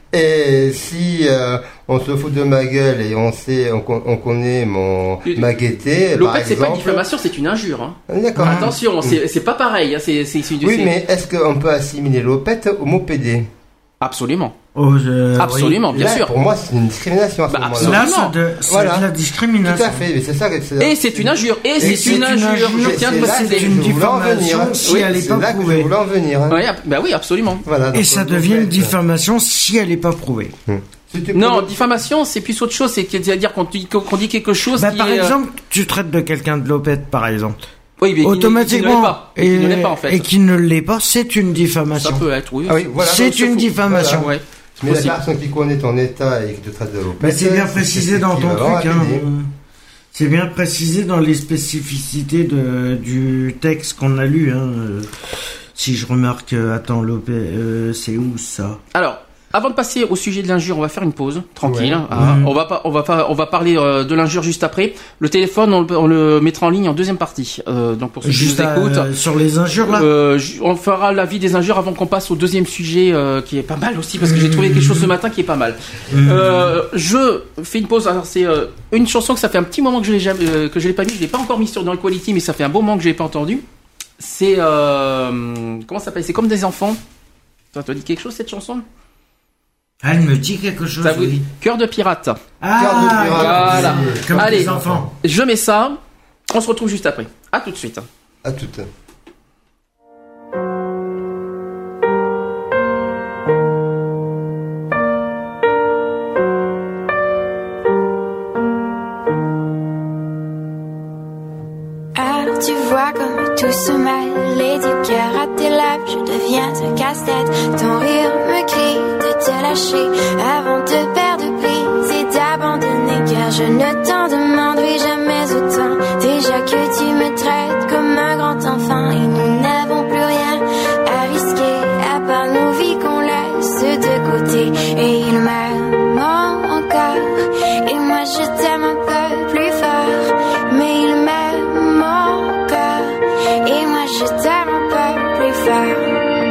Et si euh, on se fout de ma gueule et on sait, on, con- on connaît mon Le- ma gaieté, par Lopette c'est pas une exemple. diffamation, c'est une injure. Hein. D'accord. Attention, c'est c'est pas pareil. Hein. C'est c'est c'est- Oui, c'est- mais est-ce qu'on peut assimiler lopette au mot pédé? absolument, Oh, je- absolument, bien Là, sûr. Pour moi, c'est une discrimination à ce Bah, moment-là. absolument. Là, c'est de, c'est Voilà. de la Tout discrimination. à fait, mais c'est ça que c'est. Et c'est une injure. Et, c'est c'est une une injure. injure, Je tiens à c'est le là que c'est préciser. je une voulais en diffamation venir. si Oui, elle est c'est pas là que prouvée. je voulais en venir. hein. Ouais, bah oui, absolument. Voilà. Et donc, ça le devient une lopette. diffamation si elle n'est pas prouvée. Si tu Non, peux- diffamation, c'est plus autre chose. C'est à dire qu'on dit, qu'on dit quelque chose Bah, qui par est. euh, exemple, tu traites de quelqu'un de lopette, par exemple. oui, mais qui ne- qui ne l'est Automatiquement, pas. Qui ne l'est pas en fait. et qui ne l'est pas, c'est une Ça diffamation. peut être, oui. Ah oui, voilà. C'est donc, une faut- diffamation. voilà. Ouais. Mais la Possible. personne qui connaît ton état et qui te traite de lopette. Bah, c'est bien précisé dans ton équivalent truc. à Hein. pédé. C'est bien précisé dans les spécificités de, du texte qu'on a lu. Hein. Euh, Si je remarque, euh, attends, Lopé, euh, c'est où ça? Alors, avant de passer au sujet de l'injure, on va faire une pause, tranquille. Ouais. hein. Ah, Mhm. On va pas, on va pas, on va parler euh, de l'injure juste après. Le téléphone, on, le- on le mettra en ligne en deuxième partie. Euh, donc pour ceux qui Juste nous à- écoutent. sur les injures là. Euh, ju- on fera l'avis des injures avant qu'on passe au deuxième sujet euh, qui est pas mal aussi parce que j'ai trouvé quelque chose ce matin qui est pas mal. Euh, je fais une pause. Alors c'est euh, une chanson que ça fait un petit moment que je l'ai jamais, euh, que je l'ai pas mis. Je l'ai pas encore mis sur dans Equality, mais ça fait un bon moment que je l'ai pas entendu. C'est euh, comment ça s'appelle? C'est comme des enfants. Ça te dit quelque chose cette chanson? Ah, elle me dit quelque chose. Ça vous oui. Cœur de pirate. Ah, Cœur de pirate, Voilà. comme Allez. des enfants. Je mets ça. On se retrouve juste après. À tout de suite. À tout. Alors tu vois comme tout se mêler du cœur à tes lèvres. Je deviens un casse-tête. Ton rire me crie de te lâcher avant de perdre prise et d'abandonner. Car je ne t'en demanderai jamais autant. Déjà que tu me traites comme un grand enfant. Et nous n'avons plus rien à risquer à part nos vies qu'on laisse de côté. Et il m'aime encore. Et moi je t'aime un peu plus fort. Mais il m'aime encore. Et moi je t'aime un peu plus fort.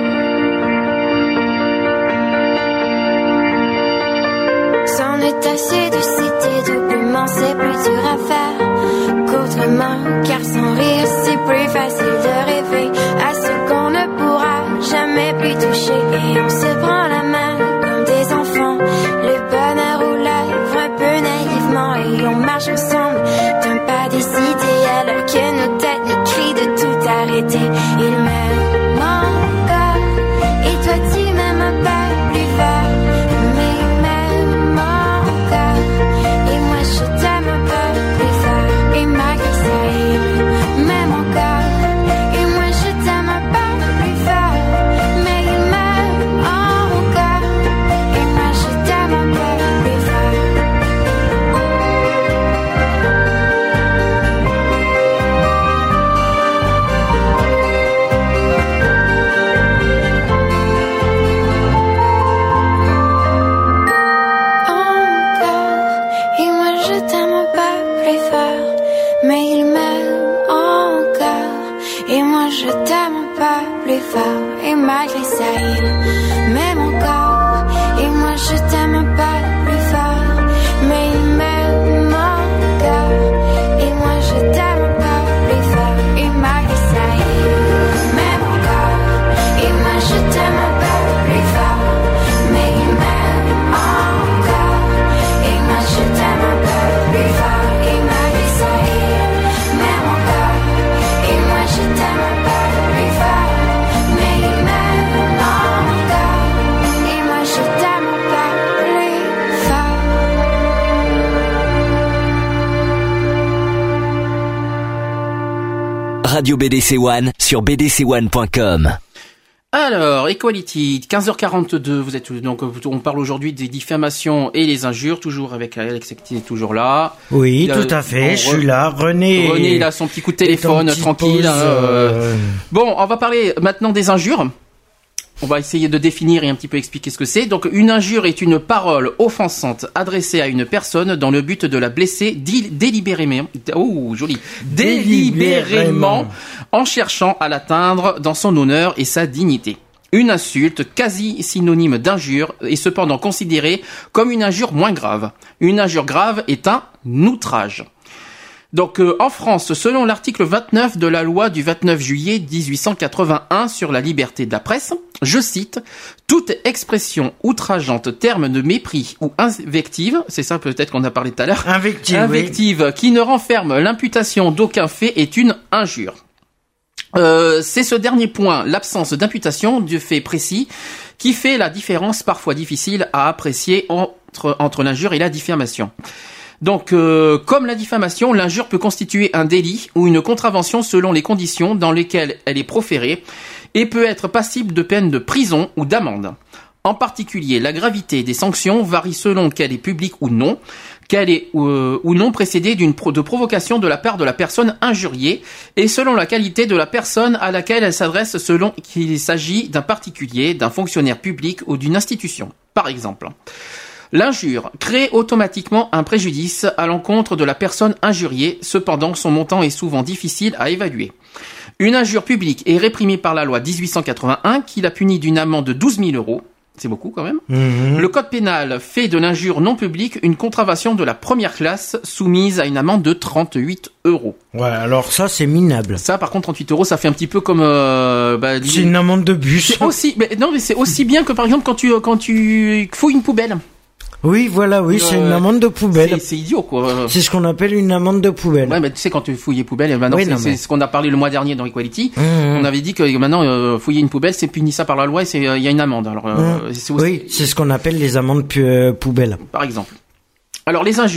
C'en est assez de citer doublement, c'est plus dur à faire qu'autrement. Car sans rire c'est plus facile de rêver à ce qu'on ne pourra jamais plus toucher. Et on se prend la main comme des enfants, le bonheur aux lèvres un peu naïvement. Et on marche ensemble d'un pas décidé alors que nos têtes nous crient de tout arrêter. Il m'aime encore et toi tu m'aimes un peu plus fort. Mais il m'aime encore et moi je t'aime un peu plus fort. Et malgré ça il m'aime encore et moi je t'aime un peu plus fort. Mais il m'aime encore et moi je t'aime un peu plus fort. Et malgré ça il m'aime encore et moi je t'aime un peu plus fort. Mais il m'aime encore et moi je t'aime un peu plus fort. Et malgré ça il m'aime encore et moi je t'aime un peu plus fort. Mais il m'aime encore et moi je t'aime un peu plus fort. Et malgré ça il m'aime encore et moi je t'aime un peu plus fort. Radio B D C One sur b d c one point com. Alors, Equality, quinze heures quarante-deux, vous êtes, donc, on parle aujourd'hui des diffamations et les injures, toujours avec Alex qui est toujours là. Oui, a, tout à fait, bon, je suis là, René. René, il a son petit coup de téléphone, tranquille. Pause, hein, euh... Bon, on va parler maintenant des injures. On va essayer de définir et un petit peu expliquer ce que c'est. Donc, une injure est une parole offensante adressée à une personne dans le but de la blesser délibérément, oh, joli, délibérément, en cherchant à l'atteindre dans son honneur et sa dignité. Une insulte, quasi synonyme d'injure, est cependant considérée comme une injure moins grave. Une injure grave est un outrage. Donc euh, en France, selon l'article vingt-neuf de la loi du vingt-neuf juillet dix-huit cent quatre-vingt-un sur la liberté de la presse, je cite, « Toute expression outrageante, terme de mépris ou invective, c'est ça peut-être qu'on a parlé tout à l'heure, invective, invective oui. qui ne renferme l'imputation d'aucun fait est une injure. Euh, c'est ce dernier point, l'absence d'imputation du fait précis, qui fait la différence parfois difficile à apprécier entre, entre l'injure et la diffamation. Donc, euh, comme la diffamation, l'injure peut constituer un délit ou une contravention selon les conditions dans lesquelles elle est proférée et peut être passible de peine de prison ou d'amende. En particulier, la gravité des sanctions varie selon qu'elle est publique ou non, qu'elle est euh, ou non précédée d'une pro- de provocation de la part de la personne injuriée et selon la qualité de la personne à laquelle elle s'adresse selon qu'il s'agit d'un particulier, d'un fonctionnaire public ou d'une institution. Par exemple, l'injure crée automatiquement un préjudice à l'encontre de la personne injuriée, cependant son montant est souvent difficile à évaluer. Une injure publique est réprimée par la loi dix-huit cent quatre-vingt-un qui la punit d'une amende de douze mille euros. C'est beaucoup quand même. Mmh. Le code pénal fait de l'injure non publique une contravention de la première classe soumise à une amende de trente-huit euros. Ouais, alors ça c'est minable. Ça par contre trente-huit euros, ça fait un petit peu comme euh, bah, c'est une amende de bus. C'est aussi mais non mais c'est aussi bien que par exemple quand tu quand tu fouilles une poubelle. Oui, voilà, oui, euh, c'est une amende de poubelle. C'est, c'est idiot, quoi. C'est ce qu'on appelle une amende de poubelle. Ouais, mais tu sais, quand tu fouilles les poubelles, maintenant, oui, c'est, mais... c'est ce qu'on a parlé le mois dernier dans Equality. Mmh, on avait dit que maintenant, euh, fouiller une poubelle, c'est puni ça par la loi et c'est, il euh, y a une amende. Alors, euh, mmh. c'est aussi... Oui, c'est ce qu'on appelle les amendes pu- euh, poubelles. Par exemple. Alors, les injures.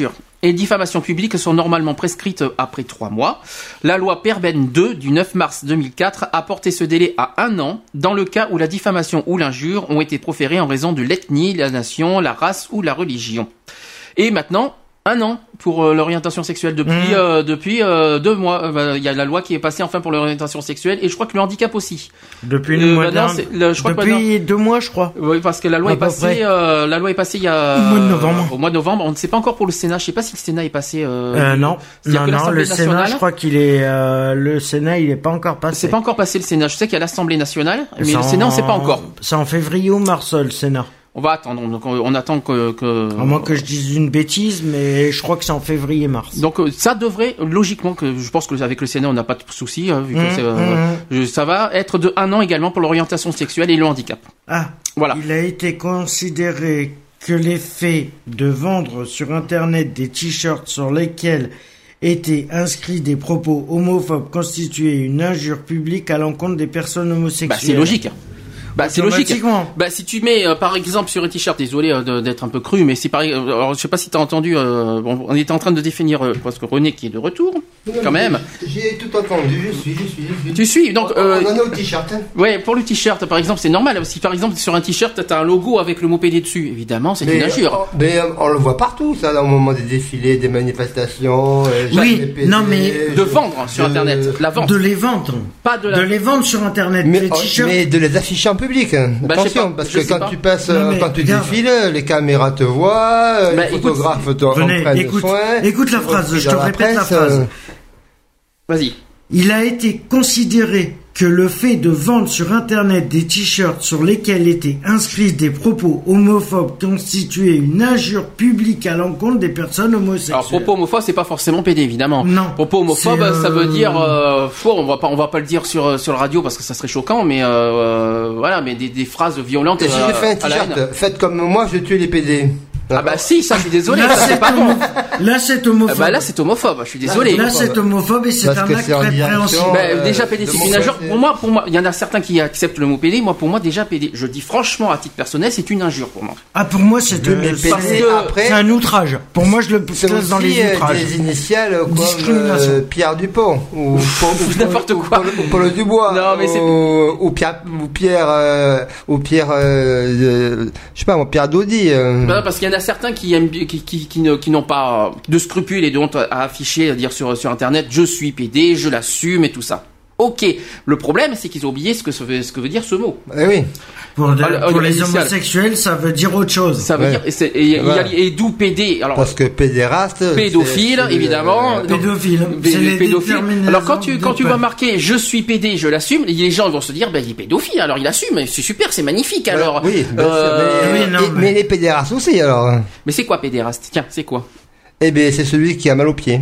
et diffamation publique sont normalement prescrites après trois mois. La loi Perben deux du neuf mars deux mille quatre a porté ce délai à un an dans le cas où la diffamation ou l'injure ont été proférées en raison de l'ethnie, la nation, la race ou la religion. Et maintenant, un an pour euh, l'orientation sexuelle depuis mmh. euh, depuis euh, deux mois. Il euh, y a la loi qui est passée enfin pour l'orientation sexuelle et je crois que le handicap aussi. Depuis le euh, mois bah, non, le, je crois depuis que deux mois, je crois. Oui, parce que la loi à est passée. Euh, la loi est passée il y a au mois de novembre. Euh, au mois de novembre. On ne sait pas encore pour le Sénat. Je sais pas si le Sénat est passé. Euh, euh, non, non, non. Le nationale, Sénat, je crois qu'il est. Euh, le Sénat, il est pas encore passé. C'est pas encore passé le Sénat. Je sais qu'il y a l'Assemblée nationale, mais ça le Sénat, en... on ne sait pas encore. C'est en février ou mars, le Sénat. On va attendre, donc on, on attend que, que... À moins que je dise une bêtise, mais je crois que c'est en février-mars. Donc ça devrait, logiquement, que je pense que avec le Sénat on n'a pas de souci, hein, vu que mmh, c'est, euh, mmh. ça va être de un an également pour l'orientation sexuelle et le handicap. Ah, voilà. Il a été considéré que l'effet de vendre sur Internet des t-shirts sur lesquels étaient inscrits des propos homophobes constituait une injure publique à l'encontre des personnes homosexuelles. Bah c'est logique. Bah c'est logique. Bah si tu mets euh, par exemple sur un t-shirt, désolé euh, de, d'être un peu cru, mais si par euh, alors je sais pas si t'as entendu, euh, bon, on était en train de définir euh, parce que René qui est de retour, non, quand même. J'ai tout entendu, je suis, je suis, je suis. Tu suis donc. Euh, on en a au t-shirt. Hein. Ouais, pour le t-shirt par exemple, c'est normal. Si par exemple sur un t-shirt t'as un logo avec le mot P D dessus, évidemment c'est mais, une injure. Oh, mais on le voit partout, ça, au moment des défilés, des manifestations. Euh, oui, P D, non mais de vendre sur de... internet, la vente. De les vendre. Pas de la. De les vendre sur internet. Mais, les t-shirts. mais de les afficher en public. Bah, Attention, pas, parce que quand pas. tu passes, non, quand tu regarde. défiles, les caméras te voient, bah, les photographes te prennent écoute, soin. Écoute la phrase, je te répète presse, la phrase. Euh... Vas-y. Il a été considéré que le fait de vendre sur Internet des t-shirts sur lesquels étaient inscrits des propos homophobes constituait une injure publique à l'encontre des personnes homosexuelles. Alors propos homophobes, c'est pas forcément P D évidemment. Non. Propos homophobes, euh... ça veut dire, euh, faux, on va pas, on va pas le dire sur sur la radio parce que ça serait choquant, mais euh, voilà, mais des, des phrases violentes. Et si euh, je fais un t-shirt, faites comme moi, je tue les P D. Ah bah si, ça je suis désolé, là, ça c'est pas bon. Là c'est homophobe. Ah bah là c'est homophobe, je suis désolé. Là c'est homophobe et c'est parce un acte répréhensible. Bah, euh, déjà P D c'est une injure. Pour moi, pour moi, il y en a certains qui acceptent le mot P D. Moi, pour moi déjà P D, je dis franchement à titre personnel, c'est une injure pour moi. Ah pour moi c'est euh, que... après c'est un outrage. Pour moi je le place dans les outrages. Des initiales comme euh, Pierre Dupont ou, ou, ou n'importe quoi. Ou Paul Dubois. Non mais c'est ou, ou Pierre ou Pierre euh, ou Pierre euh, je sais pas moi Pierre Dodi. Euh. Bah, parce qu'il y en a certains qui aiment Qui, qui, qui, ne, qui n'ont pas de scrupules et de honte à afficher, à dire sur, sur internet, je suis P D, je l'assume et tout ça. Ok. Le problème, c'est qu'ils ont oublié ce que, ce, ce que veut dire ce mot. Eh oui. Pour, de, alors, pour les homosexuels, ça veut dire autre chose. Ça veut ouais. dire, et, c'est, et, ouais. et, et d'où P D? Alors, parce que pédéraste. Pédophile, c'est, c'est Euh, évidemment. Donc, pédophile. C'est les pédophile. Alors, quand tu, quand tu vas marquer, je suis P D, je l'assume, les gens vont se dire, ben, il est pédophile, alors il assume, c'est super, c'est magnifique, alors. Ouais, oui, ben, euh, mais, oui, non, et, mais... mais les pédérastes aussi, alors. Mais c'est quoi pédéraste? Tiens, c'est quoi? Eh ben, c'est celui qui a mal aux pieds.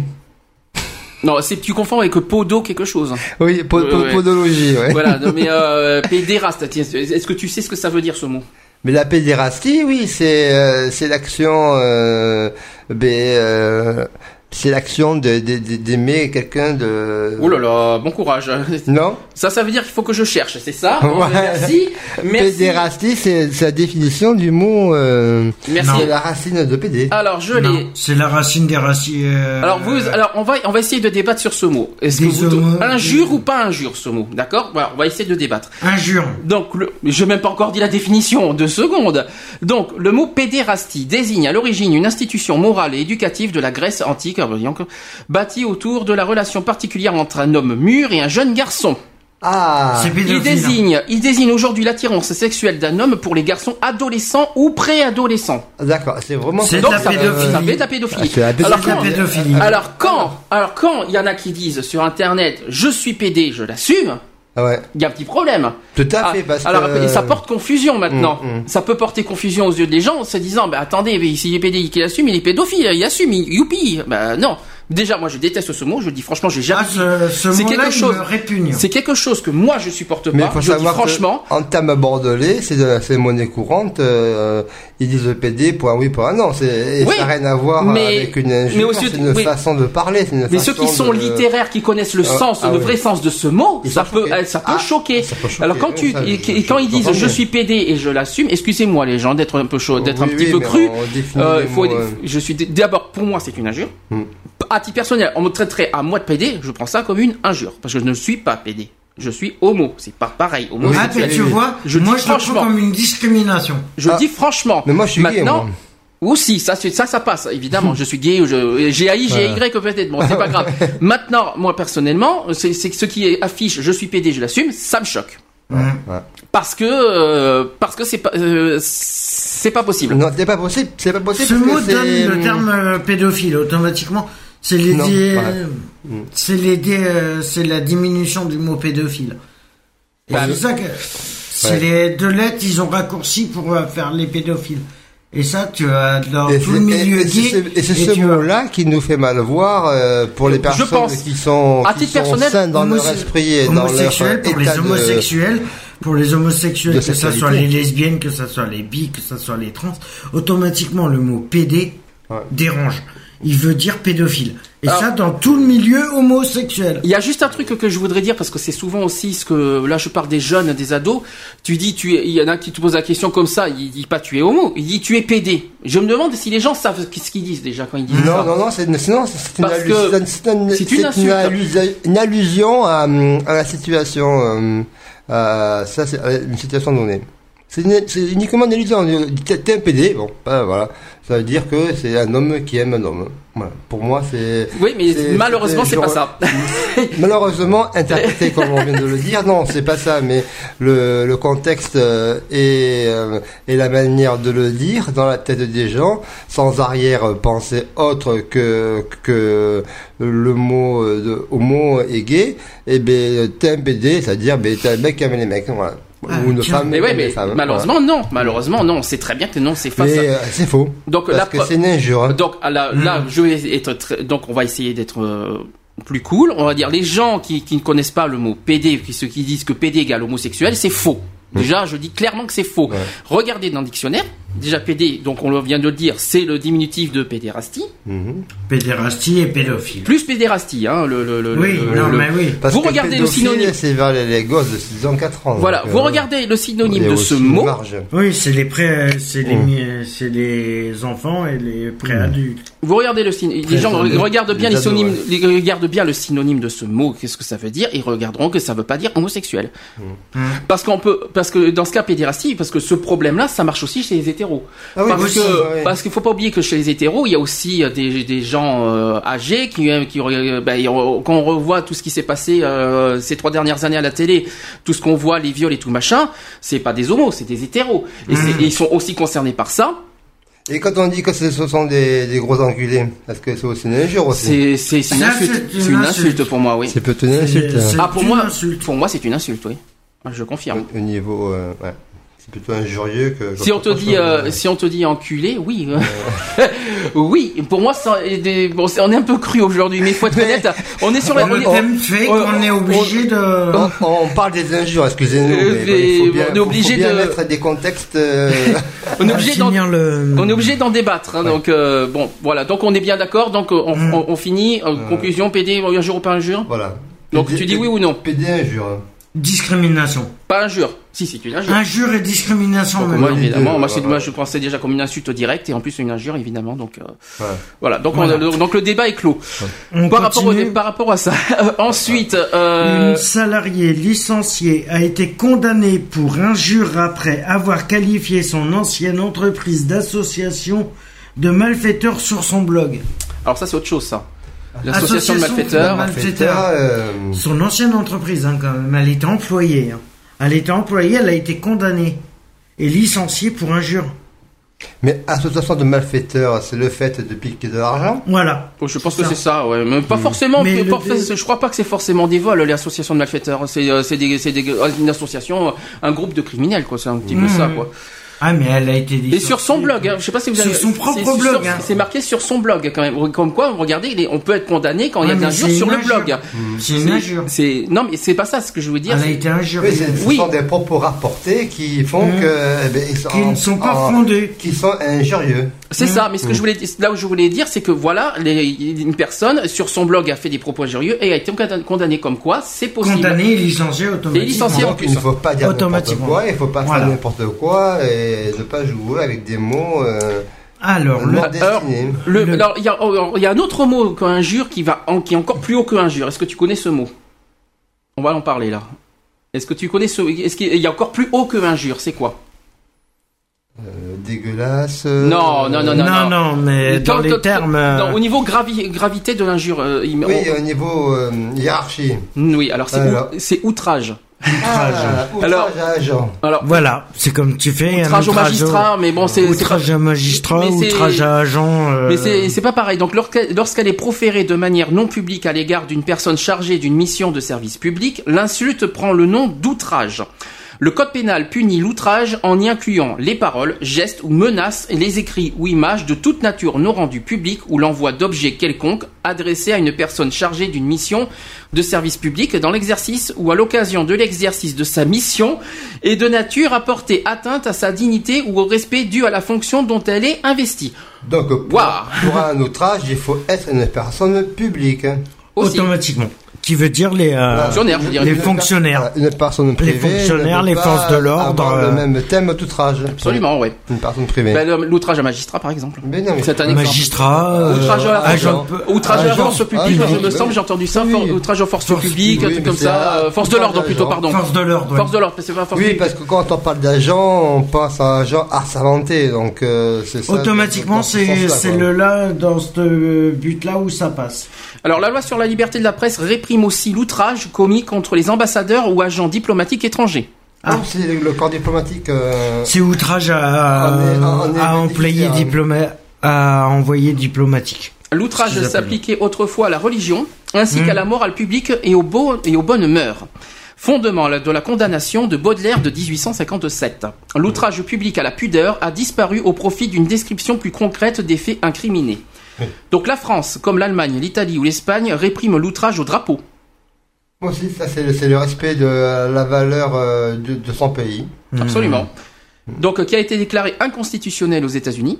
Non, c'est tu confonds avec podo quelque chose. Oui, po- po- ouais. podologie, ouais. Voilà, non, mais euh, pédéraste, tiens, est-ce que tu sais ce que ça veut dire ce mot? Mais la pédérastie, oui, c'est euh, c'est l'action euh, ben, euh, c'est l'action de, de, de, d'aimer quelqu'un de... Oh là là, bon courage. Non. Ça, ça veut dire qu'il faut que je cherche, c'est ça? Ouais. Merci. Merci. Pédérastie, c'est, c'est la définition du mot... Euh, Merci. C'est la racine de pédé. Alors, je non, l'ai... c'est la racine des racines... Euh... Alors, vous, alors on, va, on va essayer de débattre sur ce mot. Est-ce que vous... Homos... Injure ou pas injure, ce mot? D'accord? Voilà, on va essayer de débattre. Injure. Donc, le... je n'ai même pas encore dit la définition, deux secondes. Donc, le mot pédérastie désigne à l'origine une institution morale et éducative de la Grèce antique, bâtie autour de la relation particulière entre un homme mûr et un jeune garçon. Ah, c'est pédophile. Il désigne, il désigne aujourd'hui l'attirance sexuelle d'un homme pour les garçons adolescents ou préadolescents. D'accord, c'est vraiment... C'est donc la ça, pédophilie. ça fait de la pédophilie. Ah, c'est la pédophilie. Alors, quand, la pédophilie. alors quand, alors quand il y en a qui disent sur internet, je suis pédé, je l'assume. Ah ouais. Il y a un petit problème. Tout à fait, ah, parce alors, que... Alors, ça porte confusion maintenant. Mmh, mmh. Ça peut porter confusion aux yeux des gens en se disant, bah attendez, s'il est pédé, qu'il assume, il est pédophile, il assume, il, youpi. Bah non. Déjà, moi, je déteste ce mot. Je dis franchement, j'ai jamais. Ah, ce, ce c'est mot-là, quelque il chose. me répugne. C'est quelque chose que moi, je supporte Mais pas. faut Je dis savoir franchement. que, en termes bordelais, c'est de c'est monnaie courante. Euh, ils disent le P D pour un oui, pour un non. C'est, et Oui, ça n'a rien à voir mais- avec une injure. mais aussi- c'est une oui. façon de parler. C'est une Mais ceux façon qui sont de- littéraires, qui connaissent le Ah, sens, ah le oui. vrai sens de ce mot, Ils ça sont peut, choqués. ça peut Ah, choquer. ça peut choquer. Alors quand tu, Ça, je- et, je- et quand je ils disent comprends je bien. suis P D et je l'assume, excusez-moi les gens d'être un peu chaud, d'être Oui, un petit oui, peu mais cru. on définit Euh, les faut, mots, euh. je suis d'abord pour moi c'est une injure. Hmm. À titre personnel, on me traiterait à moi de P D, je prends ça comme une injure parce que je ne suis pas P D. Je suis homo, c'est pas pareil. Ah, Homosexuel. mais tu vois, Je moi dis je le prends franchement. comme une discrimination. Je Ah. dis franchement. Mais moi, je suis gay, Maintenant, moi. aussi, ça, c'est- ça, ça passe. Évidemment, je suis gay, je, G A I, G A Y, peut-être. Bon, c'est pas grave. Maintenant, moi, personnellement, c'est, c'est que ce qui affiche, je suis P D, je l'assume, ça me choque. Ouais. Parce que, euh, parce que c'est pas, euh, c'est pas possible. Non, c'est pas possible. C'est pas possible. Ce parce mot que c'est- donne le terme euh, pédophile automatiquement. C'est les, Non, dé- ouais. c'est les, dé- euh, c'est la diminution du mot pédophile. Et Bah, c'est ça que, c'est Ouais. les deux lettres, ils ont raccourci pour euh, faire les pédophiles. Et ça, tu as dans Et tout c'est- le milieu et- et c'est gay. ce- et c'est et ce tu as- mot-là qui nous fait mal voir euh, pour les Je personnes pense. qui sont, À qui titre sont personnel, saines dans leur homose- esprit et dans leur homosexuels, pour les état de- homosexuels, pour les homosexuels, de que ça sexualité. soit les lesbiennes, que ça soit les bi, que ça soit les trans, automatiquement le mot P D Ouais. dérange. Il veut dire pédophile. Et Alors- ça dans tout le milieu homosexuel. Il y a juste un truc que je voudrais dire parce que c'est souvent aussi ce que là je parle des jeunes, des ados. Tu dis tu es, il y en a qui te posent la question comme ça. Il dit pas tu es homo, il dit tu es P D. Je me demande si les gens savent ce qu'ils disent déjà quand ils disent Non, ça. non, non, c'est, sinon, c'est une, Parce allu- que c'est une, c'est une- c'est une c'est insulte. allusion, une allusion à, à la situation, euh, à, ça, c'est à une situation donnée. C'est, une- c'est uniquement une allusion. T'es t'es un P D, bon, bah, voilà. Ça veut dire que c'est un homme qui aime un homme. Voilà. Pour moi, c'est... Oui, mais c'est- malheureusement c'est pas genre- ça. Malheureusement, interprété comme on vient de le dire, non, c'est pas ça, mais le, le contexte euh, et, euh, et la manière de le dire dans la tête des gens, sans arrière-pensée autre que, que le mot euh, de homo et gay, et ben, t'es un P D, c'est-à-dire, ben, t'es un mec qui aime les mecs, voilà. Ah, Ou une tiens. femme Mais qui ouais, aime les mais femmes. malheureusement non, malheureusement non. C'est très bien que non, c'est Voilà. face. Mais à... euh, c'est faux. Donc parce la que pro- c'est une injure. hein. Donc à la- là, je vais être très- donc on va essayer d'être euh, plus cool. On va dire les gens qui, qui ne connaissent pas le mot P D, qui ceux qui disent que P D égale homosexuel, c'est faux. Déjà, je dis clairement que c'est faux. Ouais. Regardez dans le dictionnaire. Déjà P D, donc on vient de le dire, c'est le diminutif de pédérastie, Mhm. Pédérastie et pédophile. plus pédérastie, hein, le, le, le, Oui, le- non, le- mais oui. Parce Vous que regardez le pédophile, synonyme. c'est vers les, les gosses de six ans, quatre ans. Voilà, donc, vous euh, regardez le synonyme il y a de aussi ce une mot. marge. Oui, c'est les pré, c'est les, Mm. mi- c'est les enfants et les préadultes. Vous regardez le synonyme. Les gens ados. regardent bien Les les ados, synonymes, les- regardent bien le synonyme de ce mot. Qu'est-ce que ça veut dire? Ils regarderont que ça veut pas dire homosexuel. Mm. Parce qu'on peut, parce que dans ce cas pédérastie, parce que ce problème-là, ça marche aussi chez les hétéros. Ah oui, parce aussi, que, ouais. parce qu'il faut pas oublier que chez les hétéros, il y a aussi euh, des, des gens euh, âgés qui, euh, qui, euh, ben, ils- quand on revoit tout ce qui s'est passé euh, ces trois dernières années à la télé, tout ce qu'on voit, les viols et tout machin, c'est pas des homos, c'est des hétéros. Et, c'est- et ils sont aussi concernés par ça. Et quand on dit que ce ce sont des, des gros enculés, parce que c'est aussi une injure aussi. C'est, c'est, c'est une Ça, insulte. c'est une C'est une insulte. insulte pour moi, oui. C'est plutôt une insulte. C'est- hein. Ah, pour une moi, insulte. pour moi, c'est une insulte, oui. Ah, Je confirme. Au, au niveau, euh, ouais. C'est plutôt injurieux que. Si on te dit, euh, si on te dit enculé, oui, oui. Pour moi, ça, est des- bon, c'est- on est un peu cru aujourd'hui, mais il faut être honnête. On est sur la. Le on est- thème fait on- qu'on est obligé de... On, on parle des injures, excusez-nous. Euh, mais, bon, il faut mais bien, on est obligé faut bien de- mettre des contextes. euh, on est obligé d'en, finir le... on est obligé d'en débattre. Hein, donc euh, bon, voilà. Donc on est bien d'accord. Donc on, Mm. on, on finit. Euh, conclusion, P D, injure ou pas injure? voilà. Donc P D tu dis oui ou non? P D injure. Discrimination. Pas injure. Si, si, c'est une injure. Injure et discrimination. Donc, même. moi, les évidemment, deux, moi, c'est, ouais, moi, ouais. je pensais déjà comme une insulte directe et en plus une injure, évidemment. Donc euh, Ouais. voilà. Donc, Voilà. On, donc le débat est clos. On Par rapport, au, continue. par rapport à ça. Ensuite, euh, Une salariée licenciée a été condamnée pour injure après avoir qualifié son ancienne entreprise d'association de malfaiteurs sur son blog. alors ça c'est autre chose ça. L'association de Association malfaiteurs. de malfaiteurs. Malfaiteurs, euh, Son ancienne entreprise, hein, quand même, elle était employée. hein. Elle était employée, elle a été condamnée et licenciée pour injure. Mais association de malfaiteurs, c'est le fait de piquer de l'argent. Voilà. Oh, je pense que Ça. c'est ça, ouais. Mais pas forcément. Mais mais le pas- dé- Je crois pas que c'est forcément des vols, les associations de malfaiteurs. C'est, euh, c'est des, c'est des, une association, un groupe de criminels, quoi. C'est un petit peu Mmh. ça, quoi. Ah, mais elle a été Et sur son blog, hein, je sais pas si vous avez... Sur son propre c'est, blog, sur, hein. C'est marqué sur son blog, quand même. Comme quoi, regardez, il est- on peut être condamné quand il y a Ouais, de mais l'injure c'est sur une le injure. blog. C'est une injure. C'est, non, mais c'est pas ça, ce que je veux dire. Elle a c'est- été injuriée. Oui, c'est- ce Oui. sont des propos rapportés qui font Mmh. que eh ben, ils sont Qui en- ne sont pas en- fondés. qui sont injurieux. C'est ça, mais ce que je voulais, là où je voulais dire, c'est que voilà, les, une personne sur son blog a fait des propos injurieux et a été condamnée comme quoi, c'est possible. Condamné et licencié automatiquement. Et licencié en Donc plus. il ne faut pas dire n'importe Automatiquement. quoi, il ne faut pas Voilà. faire n'importe quoi et ne pas jouer avec des mots euh, Alors, le, non Alors, destinés. le, Le- alors, il y a, oh, il y a un autre mot qu'injure qui va, en- qui est encore plus haut que injure. Est-ce que tu connais ce mot? On va en parler là. Est-ce que tu connais ce, est-ce qu'il y a encore plus haut que injure? C'est quoi? Euh, dégueulasse. euh, Non, non, non, non. non, non, mais dans Quand- les quand- termes... dans- euh, au niveau gravi- gravité de l'injure, euh, il- Oui, on- au niveau euh, hiérarchie. oui, alors c'est, Alors. ou- c'est outrage. Ah, Alors- outrage à agent. Alors, Voilà, c'est comme tu fais outrage au un magistrat, mais bon, c'est, c'est pas, outrage à magistrat, mais c'est- outrage à agent. euh, mais c'est, c'est pas pareil. Donc, lorsqu'elle, lorsqu'elle est proférée de manière non publique à l'égard d'une personne chargée d'une mission de service public, l'insulte prend le nom d'outrage. Le code pénal punit l'outrage en y incluant les paroles, gestes ou menaces et les écrits ou images de toute nature non rendus publics ou l'envoi d'objets quelconques adressés à une personne chargée d'une mission de service public dans l'exercice ou à l'occasion de l'exercice de sa mission et de nature à porter atteinte à sa dignité ou au respect dû à la fonction dont elle est investie. Donc, pour, Waouh. pour un outrage, il faut être une personne publique. hein. Aussi. automatiquement. Qui veut dire les, euh, Fonctionnaire, je veux dire. les Une- fonctionnaires. Une personne privée. fonctionnaires, ne peut les pas forces de l'ordre, avoir euh, le même thème d'outrage. Absolument, ouais. Une personne privée. Ben, le- l'outrage à magistrat, par exemple. Mais non, mais- C'est un exemple. Magistrat, euh, Outrage à la agent, force, outrage à la agent- force publique, agent- il me oui. semble, j'ai entendu ça, Oui. for- outrage aux forces Force- publiques, un oui, truc mais comme c'est ça, un- euh, force de outrage l'ordre plutôt, d'agent. pardon. force de l'ordre. ouais. Force de l'ordre, c'est pas force Oui, publique. parce que quand on parle d'agent, on pense à un agent assermenté, donc euh, c'est ça. Automatiquement, dans ce c'est sens-là, c'est quoi. le là dans ce but-là où ça passe. Alors, la loi sur la liberté de la presse réprime aussi l'outrage commis contre les ambassadeurs ou agents diplomatiques étrangers. Ah. Oh, c'est le corps diplomatique. euh, C'est outrage à, On est- on est à employé bénéficiaire. diploma- à envoyé diplomatique. L'outrage Ce qu'ils appellent. s'appliquait autrefois à la religion, ainsi Mmh. qu'à la morale publique et aux, beaux, et aux bonnes mœurs. Fondement de la condamnation de Baudelaire de dix-huit cent cinquante-sept. L'outrage public à la pudeur a disparu au profit d'une description plus concrète des faits incriminés. Donc la France, comme l'Allemagne, l'Italie ou l'Espagne, répriment l'outrage au drapeau. Moi aussi, ça c'est le, c'est le respect de la valeur euh, de, de son pays. Absolument. Donc, euh, qui a été déclaré inconstitutionnel aux États-Unis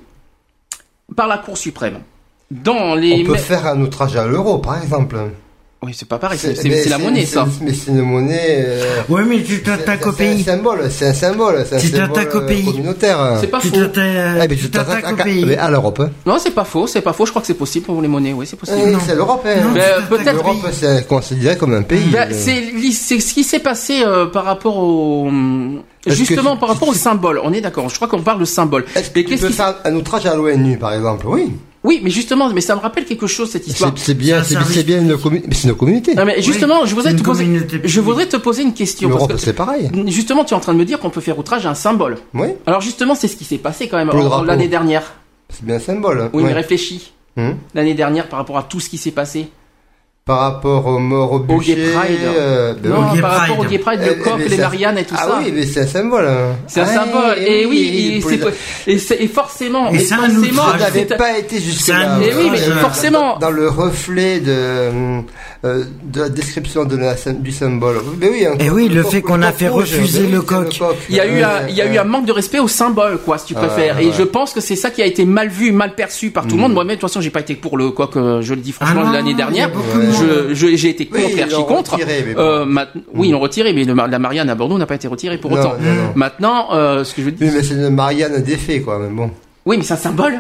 par la Cour suprême. Dans les. On peut me- faire un outrage à l'euro, par exemple. Oui, c'est pas pareil, c'est, c'est, mais c'est la monnaie, c'est- ça. Mais c'est une monnaie. euh, Ouais, mais tu c'est- t'attaques au c'est un pays. symbole, c'est un symbole, c'est un Tu symbole t'attaques au euh, pays. communautaire. C'est pas Tu faux. t'attaques Ah, mais tu tu t'attaques t'attaques au pays. mais à l'Europe. hein. Non, c'est pas faux, c'est pas faux. Je crois que c'est possible pour les monnaies, oui, c'est possible. Eh, Non. c'est l'Europe. hein. Non, Ben, tu t'attaques peut-être- au L'Europe, pays. c'est considéré comme un pays. Ben, Euh, c'est, li- c'est ce qui s'est passé euh, par rapport au. Est-ce Justement, que- par rapport au symbole. On est d'accord, je crois qu'on parle de symbole. Est-ce que Mais tu qu'est-ce peux qui. faire un outrage à l'ONU, par exemple? Oui. Oui, mais justement, mais ça me rappelle quelque chose, cette histoire. C'est c'est bien, C'est un c'est c'est bien une, commu- mais c'est une communauté. Non, mais justement, je voudrais c'est te une poser, communauté je voudrais te poser une question. Parce L'Europe, que, c'est pareil. justement, tu es en train de me dire qu'on peut faire outrage à un symbole. Oui, Alors justement, c'est ce qui s'est passé quand même Pour le en- drapeau. l'année dernière. c'est bien un symbole. Oui, Ouais. mais réfléchis. Hum. L'année dernière, par rapport à tout ce qui s'est passé. Par rapport aux morts au bûcher. Gay Pride. euh, ben Non, oui. Gay par rapport Pride. au Gay Pride, Eh, le eh, coq, mais les c'est- Mariannes et tout ah ça. oui, mais c'est un symbole. hein. C'est un Ah, symbole. Et oui, pour c'est les- pas- et, c'est- et forcément, Et et c'est un forcément, outrage. Je n'avais c'est- pas été jusque C'est là. un Eh oui, mais Euh, forcément. Dans, dans le reflet de, euh, de la description de la, du symbole. Mais oui, un Eh coq- oui, le coq- fait qu'on a coq fait rouge, refuser mais le oui, c'est coq. il y a eu Euh, un, il y a eu un manque de respect au symbole, quoi, si tu préfères. ouais, Et ouais. je pense que c'est ça qui a été mal vu, mal perçu par tout le monde. Moi-même, de toute façon, j'ai pas été pour le coq, euh, je le dis franchement, Ah non, l'année il y a dernière. beaucoup de Je, je- j'ai été Oui, contre, ils archi l'ont contre. retiré, mais bon. Euh, maintenant- oui, ils l'ont retiré, mais le, la Marianne à Bordeaux n'a pas été retirée pour Non, autant. non, non. Maintenant, euh, ce que je veux dire. Oui, mais c'est une Marianne défait, quoi. Mais bon. Oui, mais c'est un symbole.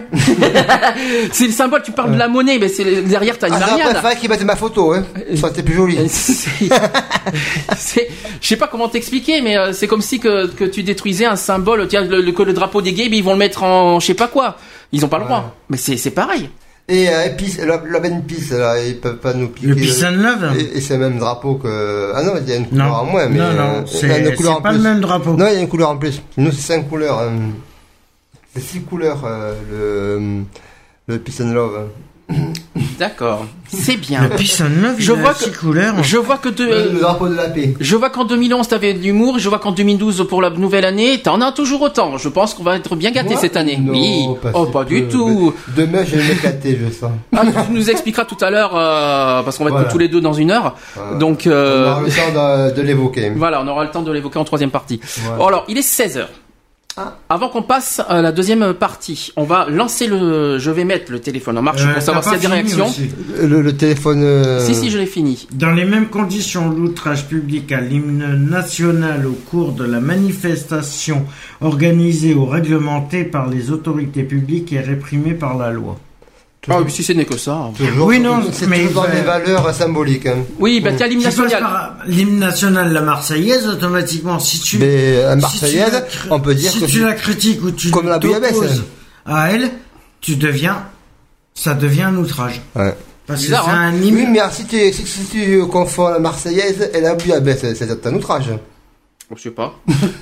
C'est le symbole. Tu parles de la monnaie, mais c'est le- derrière t'as une Ah, ça, Marianne. après, fallait qu'ils mettent ma photo, hein. Ça aurait été plus joli. C'est- c'est- je sais pas comment t'expliquer, mais euh, c'est comme si que, que tu détruisais un symbole. Tiens, le, le, que le drapeau des gays, ben, ils vont le mettre en je sais pas quoi. Ils ont pas le Ouais. droit. Mais c'est c'est pareil. Et, euh, et puis, la, la Ben Peace, là, ils peuvent pas nous piquer. Le Peace and Love. Et, et c'est le même drapeau que. Ah non, il y a une couleur Non, en moins, mais. non, euh, non, il y a c'est une couleur c'est en pas plus. le même drapeau. Non, il y a une couleur en plus. Nous, c'est cinq couleurs. euh, C'est six couleurs, euh, le, le Peace and Love. D'accord. C'est bien. Le Peace and Love, Je il vois a que- six couleurs. Je vois que de, Le drapeau de la paix. je vois qu'en deux mille onze t'avais de l'humour, et je vois qu'en deux mille douze pour la nouvelle année, t'en as toujours autant. Je pense qu'on va être bien gâtés Moi cette année. Non, oui. Oh, si pas peu. du tout. Mais Demain, je vais m'éclater, je sens. Ah, tu nous expliqueras tout à l'heure, euh, parce qu'on va être Voilà. tous les deux dans une heure. Voilà. Donc, On euh, aura le temps de, de l'évoquer. voilà, on aura le temps de l'évoquer en troisième partie. Voilà. Bon, alors, il est seize heures. Ah. Avant qu'on passe à la deuxième partie, on va lancer le, je vais mettre le téléphone en marche Euh, pour savoir t'as s'il y a pas des fini réactions. aussi. Le, le téléphone. euh, Si, si, je l'ai fini. Dans les mêmes conditions, l'outrage public à l'hymne national au cours de la manifestation organisée ou réglementée par les autorités publiques est réprimé par la loi. Ah, oui, si ce n'est que ça. Toujours, Oui, non, c'est mais- toujours dans des valeurs symboliques. Hein. Oui, bah, tiens, l'hymne Tu passes national. par l'hymne national, la Marseillaise, automatiquement, si tu, Mais la si tu Marseillaise, la cr- on peut dire si que tu c'est la critiques ou tu comme la bouillabaisse, t'opposes hein. à elle, tu deviens, ça devient un outrage. Ouais. Parce Bizarre, que c'est hein. un hymne. Oui, mais alors, si tu, si, si tu confonds la Marseillaise et la bouillabaisse, c'est c'est un outrage. Je sais pas.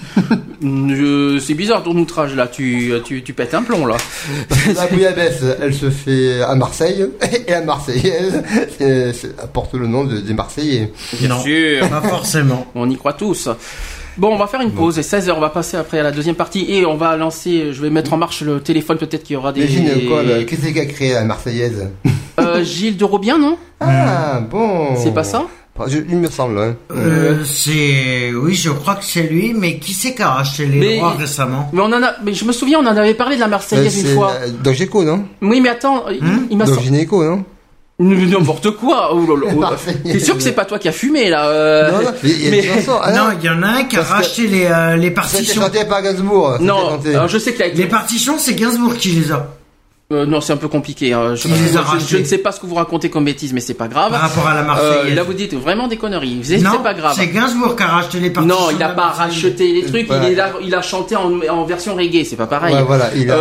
Je- C'est bizarre ton outrage là. Tu, tu, tu pètes un plomb là. La bouillabaisse, elle se fait à Marseille, et la Marseillaise, c'est- c'est- porte le nom de, des Marseillais. Non, sûr. pas forcément. On y croit tous. Bon, on va faire une pause. Et seize heures, on va passer après à la deuxième partie et on va lancer. Je vais mettre en marche le téléphone. Peut-être qu'il y aura des. Imagine quoi, là, qu'est-ce qui a créé la Marseillaise? Euh, Gilles de Robien, non? Ah, bon. C'est pas ça? Je- Il me semble, hein. Euh, c'est, oui, je crois que c'est lui, mais qui c'est qui a racheté les Mais- droits récemment? Mais on en a. Mais je me souviens, on en avait parlé de la Marseillaise Euh, une c'est, fois. euh, Doc Gynéco, non? Oui, mais attends, il- il m'a Doc sorti. Gynéco, non? N'importe quoi. Oh là là. Marseillaise. T'es sûr que c'est pas toi qui as fumé là? euh, Non, non, mais il y a mais- une chanson. Ah, non, il y en a un qui a Parce que- racheté les, euh, les C'était partitions. chanté par Gainsbourg. c'était Non, chanté. alors je sais qu'il a été. Les partitions, c'est Gainsbourg qui les a. Euh, non, c'est un peu compliqué. hein. Je, Il les a je- rachetés. je ne sais pas ce que vous racontez comme bêtises, mais c'est pas grave. Par rapport à la Euh, Marseillaise. là, vous dites vraiment des conneries. C'est non, c'est pas grave. c'est Gainsbourg qui a racheté les partitions. Non, il de a la pas Marseillaise. racheté les trucs. Voilà. Il, est là, il a chanté en, en version reggae. C'est pas pareil. Ouais, voilà, il a.